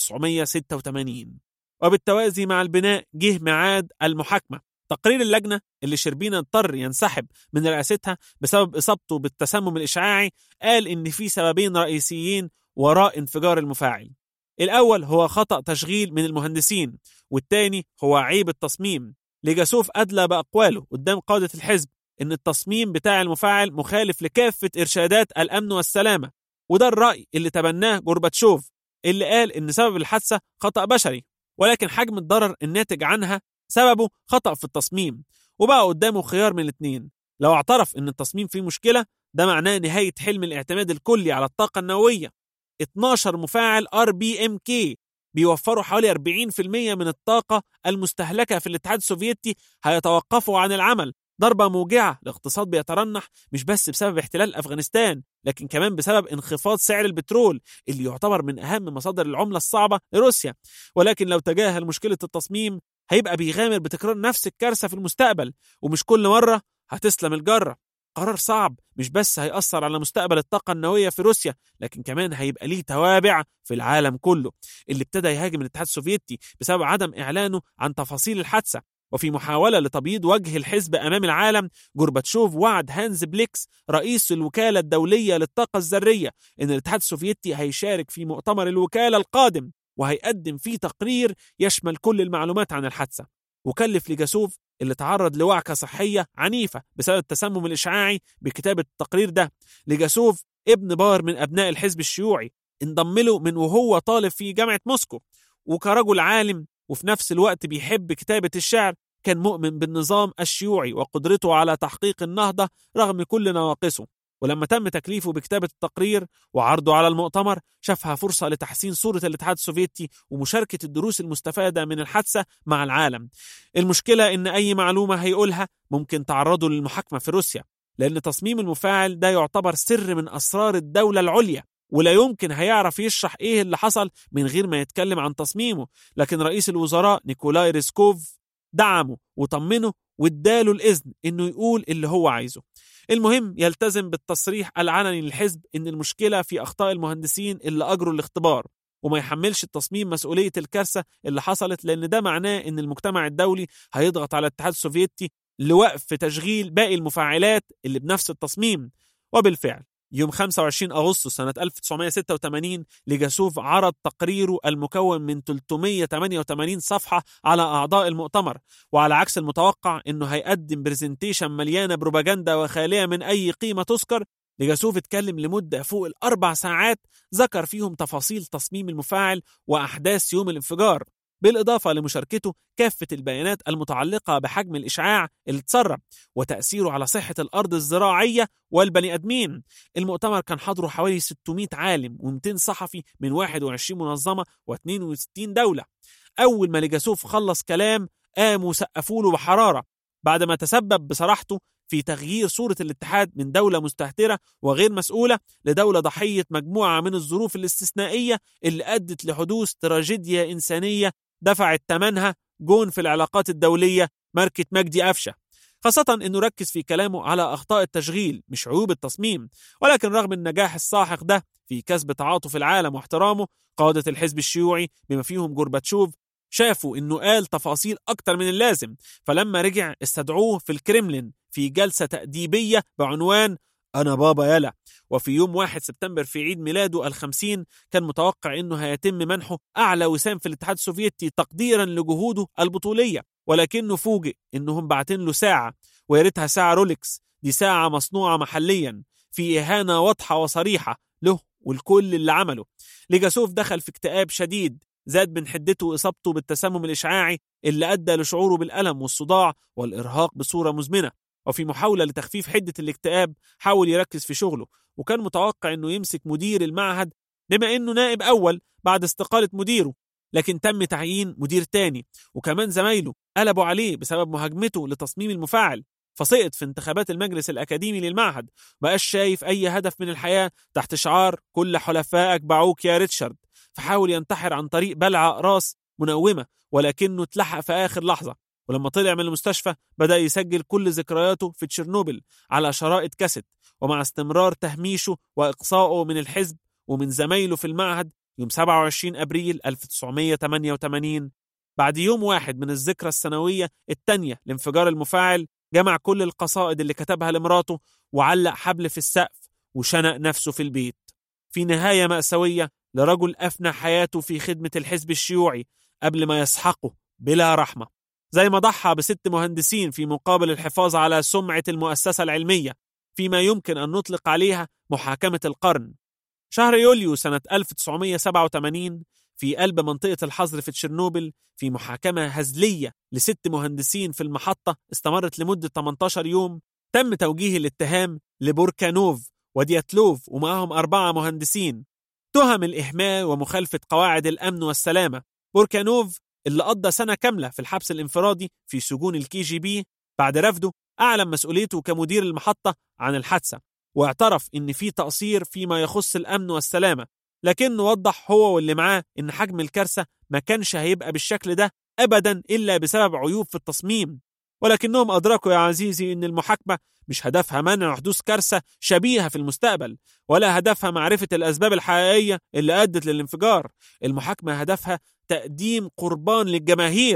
1986. وبالتوازي مع البناء جه ميعاد المحاكمة. تقرير اللجنة اللي شربينا اضطر ينسحب من رئاستها بسبب إصابته بالتسمم الإشعاعي قال إن في سببين رئيسيين وراء انفجار المفاعل. الأول هو خطأ تشغيل من المهندسين، والتاني هو عيب التصميم. ليجاسوف أدلى بأقواله قدام قادة الحزب إن التصميم بتاع المفاعل مخالف لكافة إرشادات الأمن والسلامة، وده الرأي اللي تبناه غورباتشوف اللي قال إن سبب الحادثة خطأ بشري، ولكن حجم الضرر الناتج عنها سببه خطأ في التصميم. وبقى قدامه خيار من الاثنين: لو اعترف ان التصميم فيه مشكلة ده معناه نهاية حلم الاعتماد الكلي على الطاقة النووية. 12 مفاعل RBMK بيوفروا حوالي 40% من الطاقة المستهلكة في الاتحاد السوفيتي هيتوقفوا عن العمل. ضربة موجعة لاقتصاد بيترنح مش بس بسبب احتلال أفغانستان، لكن كمان بسبب انخفاض سعر البترول اللي يعتبر من أهم مصادر العملة الصعبة لروسيا. ولكن لو تجاهل مشكلة التصميم هيبقى بيغامر بتكرار نفس الكارثة في المستقبل، ومش كل مرة هتسلم الجرة. قرار صعب مش بس هيأثر على مستقبل الطاقة النووية في روسيا، لكن كمان هيبقى ليه توابع في العالم كله اللي ابتدى يهاجم الاتحاد السوفيتي بسبب عدم إعلانه عن تفاصيل الحادثة. وفي محاولة لتبييض وجه الحزب أمام العالم، جورباتشوف وعد هانز بليكس رئيس الوكالة الدولية للطاقة الذرية إن الاتحاد السوفيتي هيشارك في مؤتمر الوكالة القادم وهيقدم فيه تقرير يشمل كل المعلومات عن الحادثة. وكلف ليجاسوف اللي تعرض لوعكة صحية عنيفة بسبب التسمم الإشعاعي بكتابة التقرير ده. ليجاسوف ابن بار من أبناء الحزب الشيوعي، انضم له من وهو طالب في جامعة موسكو، وكرجل عالم وفي نفس الوقت بيحب كتابة الشعر كان مؤمن بالنظام الشيوعي وقدرته على تحقيق النهضة رغم كل نواقصه. ولما تم تكليفه بكتابة التقرير وعرضه على المؤتمر، شافها فرصة لتحسين صورة الاتحاد السوفيتي ومشاركة الدروس المستفادة من الحادثة مع العالم. المشكلة إن أي معلومة هيقولها ممكن تعرضه للمحاكمة في روسيا، لأن تصميم المفاعل ده يعتبر سر من أسرار الدولة العليا، ولا يمكن هيعرف يشرح إيه اللي حصل من غير ما يتكلم عن تصميمه. لكن رئيس الوزراء نيكولاي ريسكوف دعمه وطمنه واداله الإذن إنه يقول اللي هو عايزه. المهم يلتزم بالتصريح العلني للحزب إن المشكلة في أخطاء المهندسين اللي أجروا الاختبار، وما يحملش التصميم مسؤولية الكارثة اللي حصلت، لأن ده معناه إن المجتمع الدولي هيضغط على الاتحاد السوفيتي لوقف تشغيل باقي المفاعلات اللي بنفس التصميم. وبالفعل يوم 25 أغسطس سنة 1986 ليجاسوف عرض تقريره المكون من 388 صفحة على أعضاء المؤتمر، وعلى عكس المتوقع إنه هيقدم برزنتيشن مليانة بروباجندا وخالية من أي قيمة تذكر، ليجاسوف اتكلم لمدة فوق 4 ساعات ذكر فيهم تفاصيل تصميم المفاعل وأحداث يوم الانفجار، بالإضافة لمشاركته كافة البيانات المتعلقة بحجم الإشعاع اللي اتسرب وتأثيره على صحة الأرض الزراعية والبني آدمين. المؤتمر كان حضره حوالي 600 عالم و200 صحفي من 21 منظمة و62 دولة. أول ما ليجاسوف خلص كلام قاموا سقفوا له بحرارة، بعد ما تسبب بصراحته في تغيير صورة الاتحاد من دولة مستهترة وغير مسؤولة لدولة ضحية مجموعة من الظروف الاستثنائية اللي أدت لحدوث تراجيديا إنسانية دفعت ثمنها جون في العلاقات الدولية ماركة مجدي أفشة، خاصة أنه ركز في كلامه على أخطاء التشغيل مش عيوب التصميم. ولكن رغم النجاح الساحق ده في كسب تعاطف العالم واحترامه، قادة الحزب الشيوعي بما فيهم جورباتشوف شافوا أنه قال تفاصيل أكتر من اللازم، فلما رجع استدعوه في الكريملين في جلسة تأديبية بعنوان أنا بابا يلا. وفي يوم 1 سبتمبر في عيد ميلاده 50 كان متوقع أنه هيتم منحه أعلى وسام في الاتحاد السوفيتي تقديرا لجهوده البطولية، ولكنه فوجئ أنهم باعتين له ساعة، وياريتها ساعة رولكس، دي ساعة مصنوعة محليا، في إهانة واضحة وصريحة له والكل اللي عمله. ليجاسوف دخل في اكتئاب شديد زاد من حدته إصابته بالتسمم الإشعاعي اللي أدى لشعوره بالألم والصداع والإرهاق بصورة مزمنة. وفي محاولة لتخفيف حدة الاكتئاب حاول يركز في شغله، وكان متوقع أنه يمسك مدير المعهد بما أنه نائب أول بعد استقالة مديره، لكن تم تعيين مدير تاني، وكمان زمايله قلبوا عليه بسبب مهاجمته لتصميم المفاعل، فسقط في انتخابات المجلس الأكاديمي للمعهد، مبقاش شايف أي هدف من الحياة تحت شعار كل حلفائك باعوك يا ريتشارد، فحاول ينتحر عن طريق بلع أقراص منومة، ولكنه اتلحق في آخر لحظة. ولما طلع من المستشفى بدأ يسجل كل ذكرياته في تشيرنوبل على شرائط كاسيت، ومع استمرار تهميشه وإقصائه من الحزب ومن زمايله في المعهد يوم 27 أبريل 1988 بعد يوم واحد من الذكرى السنوية الثانية لانفجار المفاعل، جمع كل القصائد اللي كتبها لمراته وعلق حبل في السقف وشنق نفسه في البيت، في نهاية مأساوية لرجل أفنى حياته في خدمة الحزب الشيوعي قبل ما يسحقه بلا رحمة، زي ما ضحى ب6 مهندسين في مقابل الحفاظ على سمعة المؤسسة العلمية فيما يمكن أن نطلق عليها محاكمة القرن. شهر يوليو سنة 1987 في قلب منطقة الحظر في تشيرنوبل، في محاكمة هزلية ل6 مهندسين في المحطة استمرت لمدة 18 يوم، تم توجيه الاتهام لبوركانوف ودياتلوف ومعهم 4 مهندسين تهم الإهمال ومخالفة قواعد الأمن والسلامة. بوركانوف اللي قضى سنة كاملة في الحبس الانفرادي في سجون الKGB بعد رفضه أعلن مسؤوليته كمدير المحطة عن الحادثة، واعترف إن في تقصير فيما يخص الأمن والسلامة، لكنه وضح هو واللي معاه إن حجم الكارثة ما كانش هيبقى بالشكل ده أبدا إلا بسبب عيوب في التصميم. ولكنهم أدركوا يا عزيزي إن المحاكمة مش هدفها منع حدوث كارثة شبيهة في المستقبل، ولا هدفها معرفة الأسباب الحقيقية اللي أدت للانفجار. المحاكمة هدفها تقديم قربان للجماهير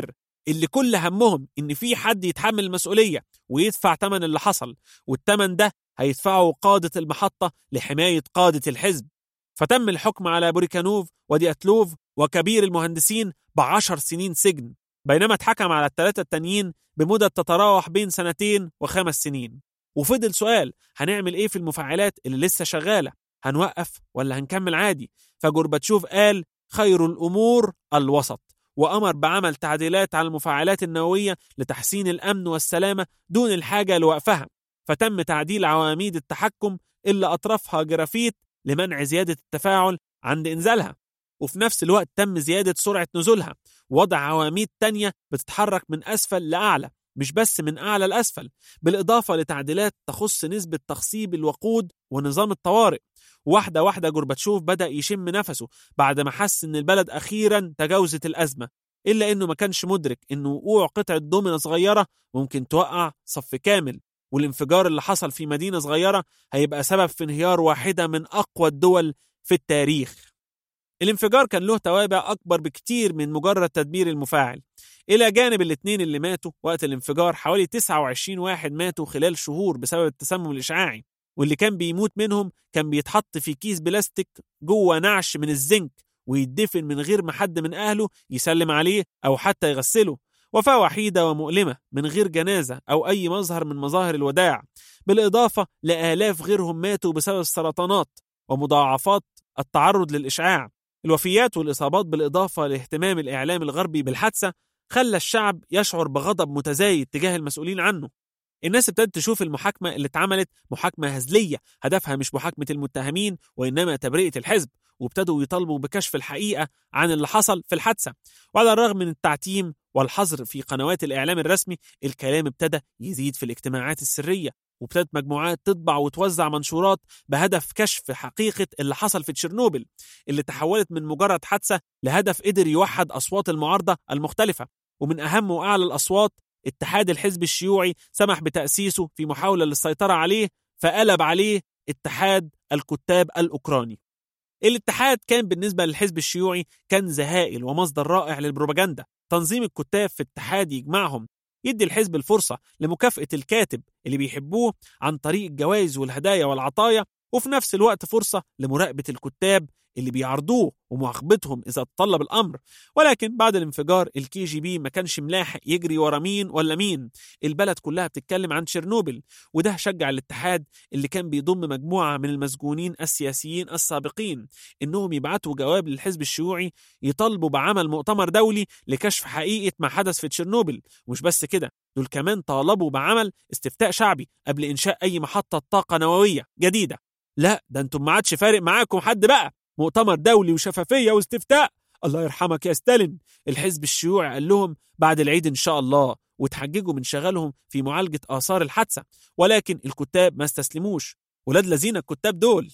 اللي كل همهم إن في حد يتحمل المسؤولية ويدفع تمن اللي حصل، والتمن ده هيدفعه قادة المحطة لحماية قادة الحزب. فتم الحكم على بوريكانوف ودياتلوف وكبير المهندسين ب10 سنين سجن، بينما اتحكم على ال3 التانيين بمدة تتراوح بين 2 و5 سنين. وفضل سؤال: هنعمل ايه في المفاعلات اللي لسه شغالة؟ هنوقف ولا هنكمل عادي؟ فجورباتشوف قال: خير الأمور الوسط، وأمر بعمل تعديلات على المفاعلات النووية لتحسين الأمن والسلامة دون الحاجة لوقفها. فتم تعديل عواميد التحكم اللي أطرافها جرافيت لمنع زيادة التفاعل عند إنزالها، وفي نفس الوقت تم زيادة سرعة نزولها، ووضع عواميد تانية بتتحرك من أسفل لأعلى مش بس من أعلى لأسفل، بالإضافة لتعديلات تخص نسبة تخصيب الوقود ونظام الطوارئ. واحدة واحدة جورباتشوف بدأ يشم نفسه بعد ما حس إن البلد أخيرا تجاوزت الأزمة، إلا إنه ما كانش مدرك إنه وقوع قطعة دومنة صغيرة ممكن توقع صف كامل، والانفجار اللي حصل في مدينة صغيرة هيبقى سبب في انهيار واحدة من أقوى الدول في التاريخ. الانفجار كان له توابع أكبر بكتير من مجرد تدمير المفاعل. إلى جانب الاثنين اللي ماتوا وقت الانفجار، حوالي 29 واحد ماتوا خلال شهور بسبب التسمم الإشعاعي، واللي كان بيموت منهم كان بيتحط في كيس بلاستيك جوه نعش من الزنك ويدفن من غير ما حد من أهله يسلم عليه أو حتى يغسله. وفاة وحيدة ومؤلمة من غير جنازة أو أي مظهر من مظاهر الوداع، بالإضافة لآلاف غيرهم ماتوا بسبب السرطانات ومضاعفات التعرض للإشعاع. الوفيات والإصابات بالإضافة لاهتمام الإعلام الغربي بالحادثة خلى الشعب يشعر بغضب متزايد تجاه المسؤولين عنه. الناس ابتدت تشوف المحاكمة اللي اتعملت محاكمة هزلية هدفها مش محاكمة المتهمين وإنما تبرئة الحزب، وابتدوا يطالبوا بكشف الحقيقة عن اللي حصل في الحادثة. وعلى الرغم من التعتيم والحظر في قنوات الإعلام الرسمي، الكلام ابتدى يزيد في الاجتماعات السرية، وابتدت مجموعات تطبع وتوزع منشورات بهدف كشف حقيقة اللي حصل في تشيرنوبل، اللي تحولت من مجرد حادثة لهدف قدر يوحد أصوات المعارضة المختلفة. ومن أهم وأعلى الأصوات اتحاد الحزب الشيوعي سمح بتأسيسه في محاولة للسيطرة عليه، فقلب عليه اتحاد الكتاب الأوكراني. الاتحاد كان بالنسبة للحزب الشيوعي كنز هائل ومصدر رائع للبروباجندا. تنظيم الكتاب في اتحاد يجمعهم، يدي الحزب الفرصة لمكافأة الكاتب اللي بيحبوه عن طريق الجوائز والهدايا والعطايا، وفي نفس الوقت فرصة لمراقبة الكتاب اللي بيعرضوه ومعاقبتهم إذا تطلب الأمر. ولكن بعد الانفجار الKGB ما كانش ملاحق يجري ورا مين ولا مين، البلد كلها بتتكلم عن تشيرنوبل، وده شجع الاتحاد اللي كان بيضم مجموعة من المسجونين السياسيين السابقين إنهم يبعتوا جواب للحزب الشيوعي يطالبوا بعمل مؤتمر دولي لكشف حقيقة ما حدث في تشيرنوبل. ومش بس كده، دول كمان طالبوا بعمل استفتاء شعبي قبل إنشاء أي محطة طاقة نووية جديدة. لا ده انتم ما عادش فارق معاكم حد بقى، مؤتمر دولي وشفافية واستفتاء، الله يرحمك يا ستالين. الحزب الشيوعي قال لهم بعد العيد إن شاء الله، وتحججوا من شغلهم في معالجة آثار الحادثة. ولكن الكتاب ما استسلموش، ولاد لذين الكتاب دول.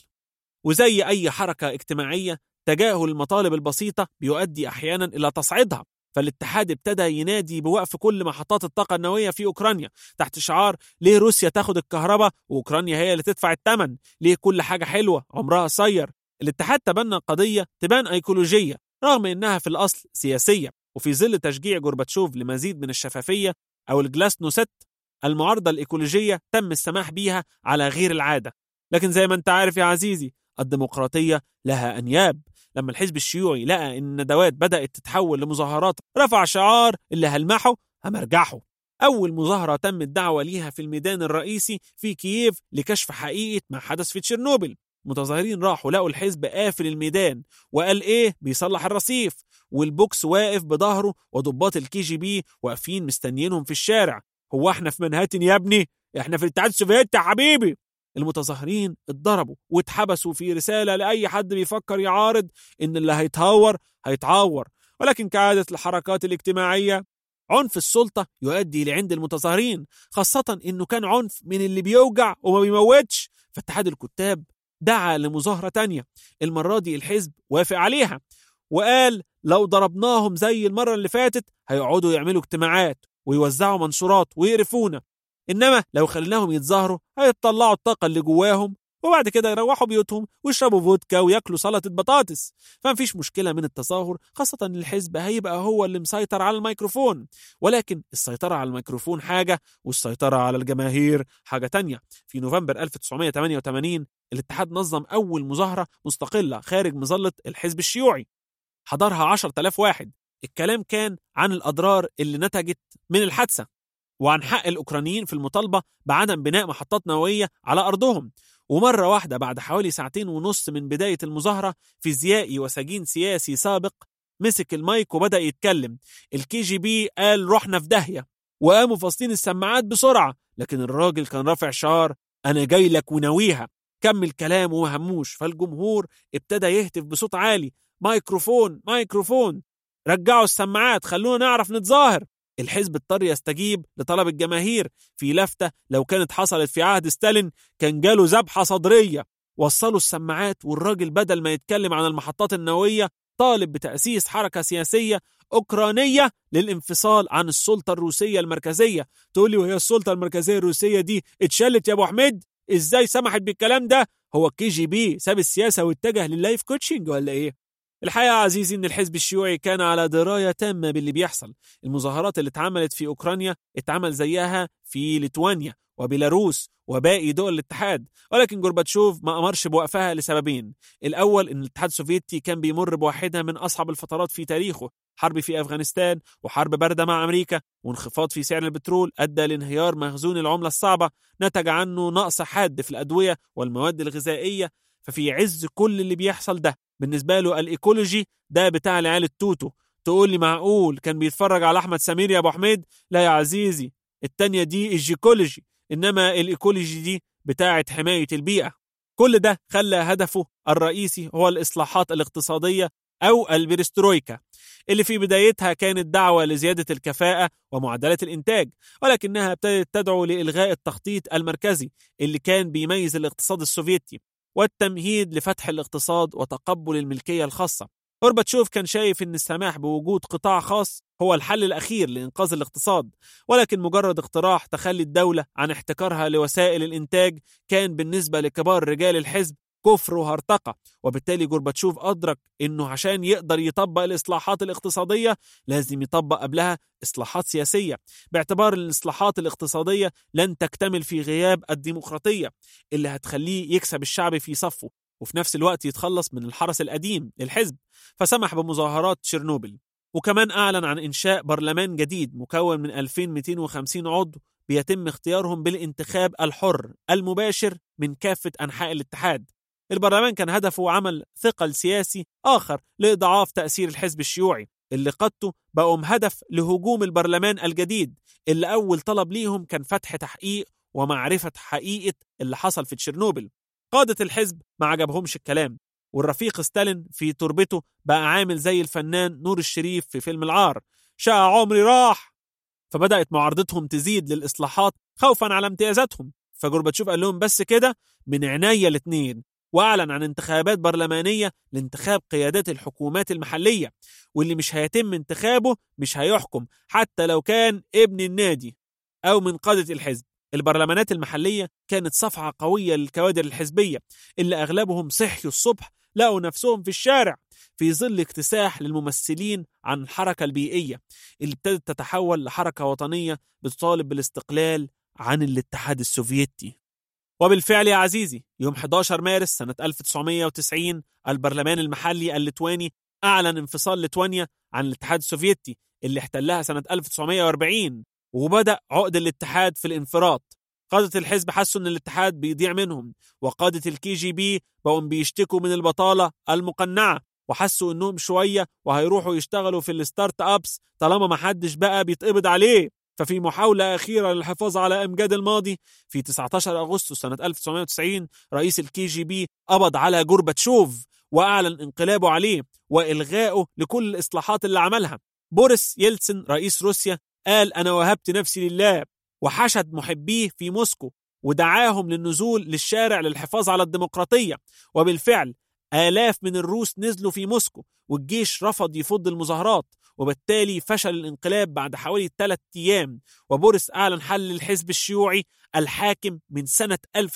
وزي أي حركة اجتماعية، تجاهل المطالب البسيطة بيؤدي أحيانا إلى تصعيدها. فالاتحاد ابتدى ينادي بوقف كل محطات الطاقة النووية في أوكرانيا تحت شعار: ليه روسيا تاخد الكهرباء وأوكرانيا هي اللي تدفع الثمن؟ ليه كل حاجة حلوة عمرها قصير؟ الاتحاد تبنى قضية تبان أيكولوجية رغم إنها في الأصل سياسية. وفي ظل تشجيع جورباتشوف لمزيد من الشفافية أو الجلاسنوست، المعارضة الإيكولوجية تم السماح بيها على غير العادة. لكن زي ما أنت عارف يا عزيزي، الديمقراطية لها أنياب. لما الحزب الشيوعي لقى إن الندوات بدأت تتحول لمظاهرات، رفع شعار: اللي هلمحه همرجحه. أول مظاهرة تم الدعوة ليها في الميدان الرئيسي في كييف لكشف حقيقة ما حدث في تشيرنوبل. متظاهرين راحوا لقوا الحزب قافل الميدان وقال إيه بيصلح الرصيف، والبوكس واقف بظهره وضباط الKGB واقفين مستنيينهم في الشارع. هو احنا في منهاتن يا ابني؟ احنا في الاتحاد السوفيتي يا حبيبي. المتظاهرين اتضربوا واتحبسوا في رسالة لأي حد بيفكر يعارض إن اللي هيتهور هيتعور. ولكن كعادة الحركات الاجتماعية، عنف السلطة يؤدي لعند المتظاهرين، خاصة إنه كان عنف من اللي بيوجع وما بيموتش. فاتحاد الكتاب دعا لمظاهرة تانية. المرة دي الحزب وافق عليها وقال: لو ضربناهم زي المرة اللي فاتت هيقعدوا يعملوا اجتماعات ويوزعوا منشورات ويقرفونا، إنما لو خليناهم يتظاهروا هيطلعوا الطاقة اللي جواهم وبعد كده يروحوا بيوتهم ويشربوا فودكا وياكلوا سلطة بطاطس. فمفيش مشكلة من التظاهر، خاصة إن الحزب هيبقى هو اللي مسيطر على الميكروفون. ولكن السيطرة على الميكروفون حاجة والسيطرة على الجماهير حاجة تانية. في نوفمبر 1988 الاتحاد نظم أول مظاهرة مستقلة خارج مظلة الحزب الشيوعي، حضرها 10,000 واحد. الكلام كان عن الأضرار اللي نتجت من الحادثة، وعن حق الأوكرانيين في المطالبة بعدم بناء محطات نووية على أرضهم. ومرة واحدة بعد حوالي 2.5 ساعة من بداية المظاهرة، فيزيائي وسجين سياسي سابق مسك المايك وبدأ يتكلم. الKGB قال رحنا في داهية، وقاموا فاصلين السماعات بسرعة، لكن الراجل كان رافع شعار أنا جاي لك وناويها. كمل كلامه ومهموش، فالجمهور ابتدى يهتف بصوت عالي مايكروفون مايكروفون، رجعوا السماعات خلونا نعرف نتظاهر. الحزب اضطر يستجيب لطلب الجماهير في لفتة لو كانت حصلت في عهد ستالين كان جاله ذبحة صدرية. وصلوا السماعات والراجل بدل ما يتكلم عن المحطات النووية طالب بتأسيس حركة سياسية أوكرانية للانفصال عن السلطة الروسية المركزية. تقولي وهي السلطة المركزية الروسية دي اتشلت يا أبو حميد؟ إزاي سمحت بالكلام ده؟ هو الKGB ساب السياسة واتجه لللايف كوتشنج ولا إيه؟ الحقيقة عزيزي إن الحزب الشيوعي كان على دراية تامة باللي بيحصل. المظاهرات اللي اتعملت في أوكرانيا اتعمل زيها في ليتوانيا وبيلاروس وباقي دول الاتحاد، ولكن جورباتشوف ما أمرش بوقفها لسببين. الأول إن الاتحاد السوفيتي كان بيمر بواحدة من أصعب الفترات في تاريخه، حرب في أفغانستان وحرب باردة مع أمريكا، وانخفاض في سعر البترول أدى لانهيار مخزون العملة الصعبة، نتج عنه نقص حاد في الأدوية والمواد الغذائية. ففي عز كل اللي بيحصل ده بالنسبة له الإيكولوجي ده بتاع العيال التوتو. تقول لي معقول كان بيتفرج على أحمد سمير يا أبو حميد؟ لا يا عزيزي، التانية دي الجيكولوجي، إنما الإيكولوجي دي بتاعة حماية البيئة. كل ده خلى هدفه الرئيسي هو الإصلاحات الاقتصادية أو البيرسترويكا، اللي في بدايتها كانت دعوة لزيادة الكفاءة ومعدلات الإنتاج، ولكنها ابتدت تدعو لإلغاء التخطيط المركزي اللي كان بيميز الاقتصاد السوفيتي، والتمهيد لفتح الاقتصاد وتقبل الملكية الخاصة. غورباتشوف كان شايف أن السماح بوجود قطاع خاص هو الحل الأخير لإنقاذ الاقتصاد، ولكن مجرد اقتراح تخلي الدولة عن احتكارها لوسائل الإنتاج كان بالنسبة لكبار رجال الحزب كفر وهرطقة. وبالتالي غورباتشوف أدرك أنه عشان يقدر يطبق الإصلاحات الاقتصادية لازم يطبق قبلها إصلاحات سياسية، باعتبار الإصلاحات الاقتصادية لن تكتمل في غياب الديمقراطية اللي هتخليه يكسب الشعب في صفه وفي نفس الوقت يتخلص من الحرس القديم للحزب. فسمح بمظاهرات تشيرنوبل، وكمان أعلن عن إنشاء برلمان جديد مكون من 2250 عضو بيتم اختيارهم بالانتخاب الحر المباشر من كافة أنحاء الاتحاد. البرلمان كان هدفه عمل ثقل سياسي آخر لإضعاف تأثير الحزب الشيوعي اللي قادته بقوا هدف لهجوم البرلمان الجديد، اللي أول طلب ليهم كان فتح تحقيق ومعرفة حقيقة اللي حصل في تشيرنوبل. قادة الحزب ما عجبهمش الكلام، والرفيق ستالين في تربته بقى عامل زي الفنان نور الشريف في فيلم العار، شقى عمري راح. فبدأت معارضتهم تزيد للإصلاحات خوفا على امتيازاتهم. فجورباتشوف قال لهم بس كده من عناية الاثنين، وأعلن عن انتخابات برلمانية لانتخاب قيادات الحكومات المحلية، واللي مش هيتم انتخابه مش هيحكم حتى لو كان ابن النادي أو من قادة الحزب. البرلمانات المحلية كانت صفعة قوية للكوادر الحزبية اللي أغلبهم صحيوا الصبح لقوا نفسهم في الشارع في ظل اكتساح للممثلين عن الحركة البيئية اللي ابتدت تتحول لحركة وطنية بتطالب بالاستقلال عن الاتحاد السوفيتي. وبالفعل يا عزيزي يوم 11 مارس سنة 1990 البرلمان المحلي الليتواني أعلن انفصال ليتوانيا عن الاتحاد السوفيتي اللي احتلها سنة 1940، وبدأ عقد الاتحاد في الانفراط. قادة الحزب حسوا أن الاتحاد بيضيع منهم، وقادة الKGB بقوا بيشتكوا من البطالة المقنعة، وحسوا أنهم شوية وهيروحوا يشتغلوا في الستارت أبس طالما ما حدش بقى بيتقبض عليه. ففي محاولة أخيرة للحفاظ على أمجاد الماضي في 19 أغسطس سنة 1990 رئيس الKGB قبض على جورباتشوف وأعلن انقلابه عليه وإلغائه لكل الإصلاحات اللي عملها. بوريس يلتسن رئيس روسيا قال أنا وهبت نفسي لله، وحشد محبيه في موسكو ودعاهم للنزول للشارع للحفاظ على الديمقراطية. وبالفعل آلاف من الروس نزلوا في موسكو، والجيش رفض يفض المظاهرات، وبالتالي فشل الانقلاب بعد حوالي 3 أيام. وبوريس أعلن حل الحزب الشيوعي الحاكم من سنة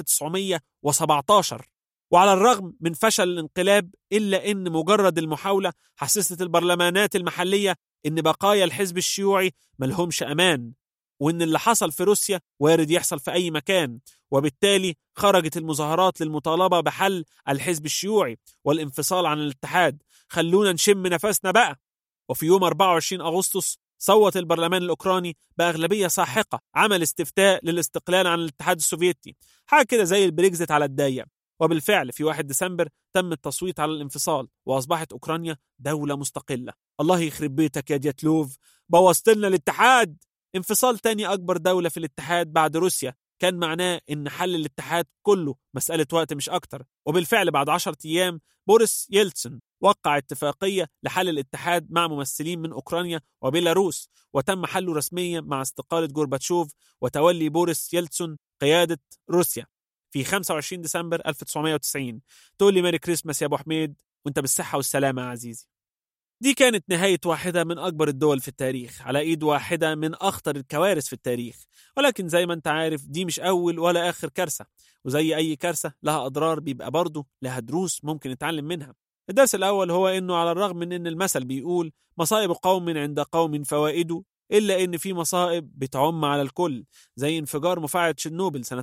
1917. وعلى الرغم من فشل الانقلاب إلا أن مجرد المحاولة حسست البرلمانات المحلية أن بقايا الحزب الشيوعي ملهمش أمان، وأن اللي حصل في روسيا وارد يحصل في أي مكان. وبالتالي خرجت المظاهرات للمطالبة بحل الحزب الشيوعي والانفصال عن الاتحاد. خلونا نشم نفسنا بقى. وفي يوم 24 أغسطس صوت البرلمان الأوكراني بأغلبية ساحقة عمل استفتاء للاستقلال عن الاتحاد السوفيتي، حاجة كده زي البريكزيت على الضيق. وبالفعل في 1 ديسمبر تم التصويت على الانفصال، وأصبحت أوكرانيا دولة مستقلة. الله يخرب بيتك يا دياتلوف، بوظتلنا الاتحاد. انفصال تاني أكبر دولة في الاتحاد بعد روسيا كان معناه إن حل الاتحاد كله مسألة وقت مش أكتر. وبالفعل بعد 10 أيام بوريس يلتسن وقع اتفاقية لحل الاتحاد مع ممثلين من أوكرانيا وبيلاروس، وتم حله رسميا مع استقالة جورباتشوف وتولي بوريس يلتسن قيادة روسيا في 25 ديسمبر 1990. تقول لي ميري كريسماس يا أبو حميد وانت بالصحة والسلامة يا عزيزي. دي كانت نهاية واحدة من أكبر الدول في التاريخ على إيد واحدة من أخطر الكوارث في التاريخ. ولكن زي ما انت عارف دي مش أول ولا آخر كارثة، وزي أي كارثة لها أضرار بيبقى برضه لها دروس ممكن نتعلم منها. الدرس الأول هو إنه على الرغم من إن المثل بيقول مصائب قوم عند قوم فوائد، إلا إن في مصائب بتعم على الكل، زي انفجار مفاعل تشيرنوبل سنة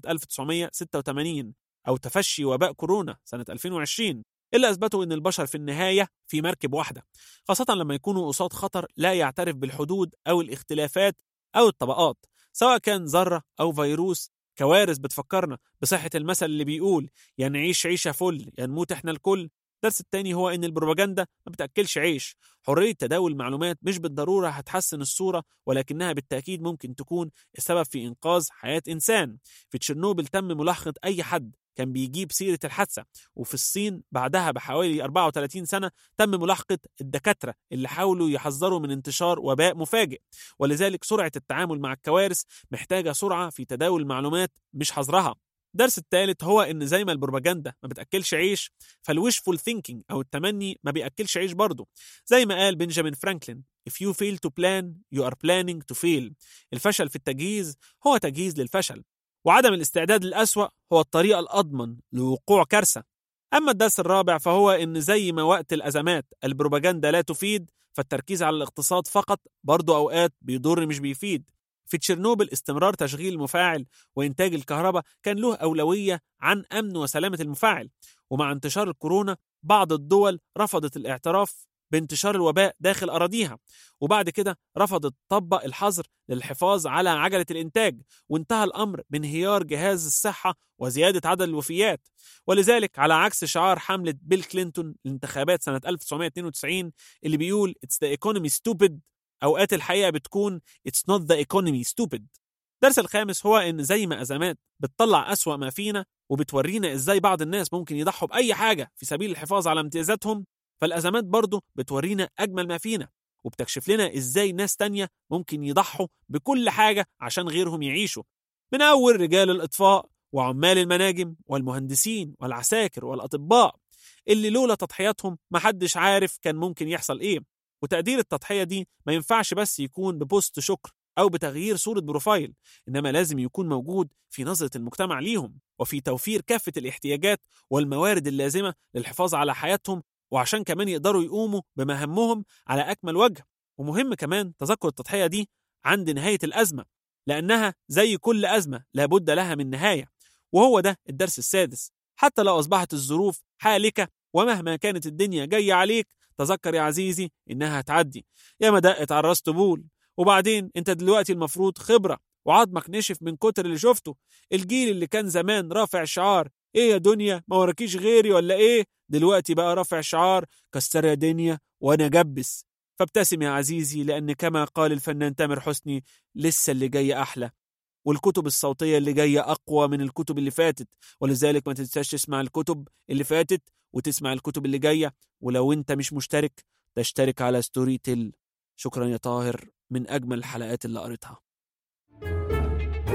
1986 أو تفشي وباء كورونا سنة 2020، إلا أثبتوا إن البشر في النهاية في مركب واحدة، خاصة لما يكونوا قصاد خطر لا يعترف بالحدود أو الاختلافات أو الطبقات، سواء كان ذرة أو فيروس. كوارث بتفكرنا بصحة المثل اللي بيقول يا نعيش عيشة فل يا نموت إحنا الكل. الدرس الثاني هو إن البروباجندا ما بتأكلش عيش. حرية تداول المعلومات مش بالضرورة هتحسن الصورة، ولكنها بالتأكيد ممكن تكون السبب في إنقاذ حياة إنسان. في تشيرنوبل تم ملاحقة أي حد كان بيجيب سيرة الحادثة، وفي الصين بعدها بحوالي 34 سنة تم ملاحقة الدكاترة اللي حاولوا يحذروا من انتشار وباء مفاجئ. ولذلك سرعة التعامل مع الكوارث محتاجة سرعة في تداول المعلومات مش حظرها. الدرس الثالث هو إن زي ما البروباجندا ما بتأكلش عيش، فالويشفول ثينكينج أو التمني ما بيأكلش عيش برضه. زي ما قال بنجامين فرانكلين If you fail to plan you are planning to fail. الفشل في التجهيز هو تجهيز للفشل، وعدم الاستعداد للأسوأ هو الطريقة الأضمن لوقوع كارثة. أما الدرس الرابع فهو إن زي ما وقت الأزمات البروباجندا لا تفيد، فالتركيز على الاقتصاد فقط برضه أوقات بيضر مش بيفيد. في تشيرنوبل استمرار تشغيل المفاعل وإنتاج الكهرباء كان له أولوية عن أمن وسلامة المفاعل. ومع انتشار الكورونا بعض الدول رفضت الاعتراف بانتشار الوباء داخل أراضيها، وبعد كده رفضت تطبق الحظر للحفاظ على عجلة الإنتاج، وانتهى الأمر بانهيار جهاز الصحة وزيادة عدد الوفيات. ولذلك على عكس شعار حملة بيل كلينتون للانتخابات سنة 1992 اللي بيقول It's the economy stupid، أوقات الحقيقة بتكون It's not the economy stupid. الدرس الخامس هو إن زي ما أزمات بتطلع أسوأ ما فينا وبتورينا إزاي بعض الناس ممكن يضحوا بأي حاجة في سبيل الحفاظ على امتيازاتهم، فالأزمات برضو بتورينا أجمل ما فينا وبتكشف لنا إزاي ناس تانية ممكن يضحوا بكل حاجة عشان غيرهم يعيشوا، من أول رجال الإطفاء وعمال المناجم والمهندسين والعساكر والأطباء اللي لولا تضحياتهم محدش عارف كان ممكن يحصل إيه. وتقدير التضحية دي ما ينفعش بس يكون ببوست شكر أو بتغيير صورة بروفايل، إنما لازم يكون موجود في نظرة المجتمع ليهم وفي توفير كافة الاحتياجات والموارد اللازمة للحفاظ على حياتهم، وعشان كمان يقدروا يقوموا بمهامهم على أكمل وجه. ومهم كمان تذكر التضحية دي عند نهاية الأزمة، لأنها زي كل أزمة لابد لها من نهاية. وهو ده الدرس السادس، حتى لو أصبحت الظروف حالكة ومهما كانت الدنيا جاية عليك، تذكر يا عزيزي إنها هتعدي. يا ما دقت على الراس طبول، وبعدين انت دلوقتي المفروض خبرة وعظمك نشف من كتر اللي شفته. الجيل اللي كان زمان رافع شعار ايه يا دنيا ما وراكيش غيري ولا ايه، دلوقتي بقى رافع شعار كسر يا دنيا وانا جبس. فابتسم يا عزيزي، لان كما قال الفنان تامر حسني لسه اللي جاي احلى، والكتب الصوتية اللي جاية أقوى من الكتب اللي فاتت، ولذلك ما تنساش تسمع الكتب اللي فاتت وتسمع الكتب اللي جاية. ولو انت مش مشترك تشترك على ستوري تيل. شكرا يا طاهر، من أجمل الحلقات اللي قريتها.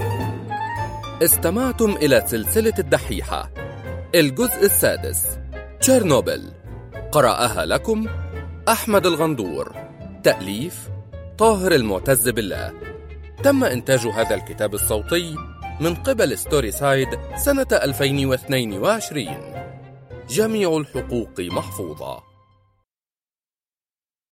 استمعتم إلى سلسلة الدحيحة الجزء السادس. تشيرنوبل. قرأها لكم أحمد الغندور. تأليف طاهر المعتز بالله. تم إنتاج هذا الكتاب الصوتي من قبل ستوري سايد سنة 2022. جميع الحقوق محفوظة.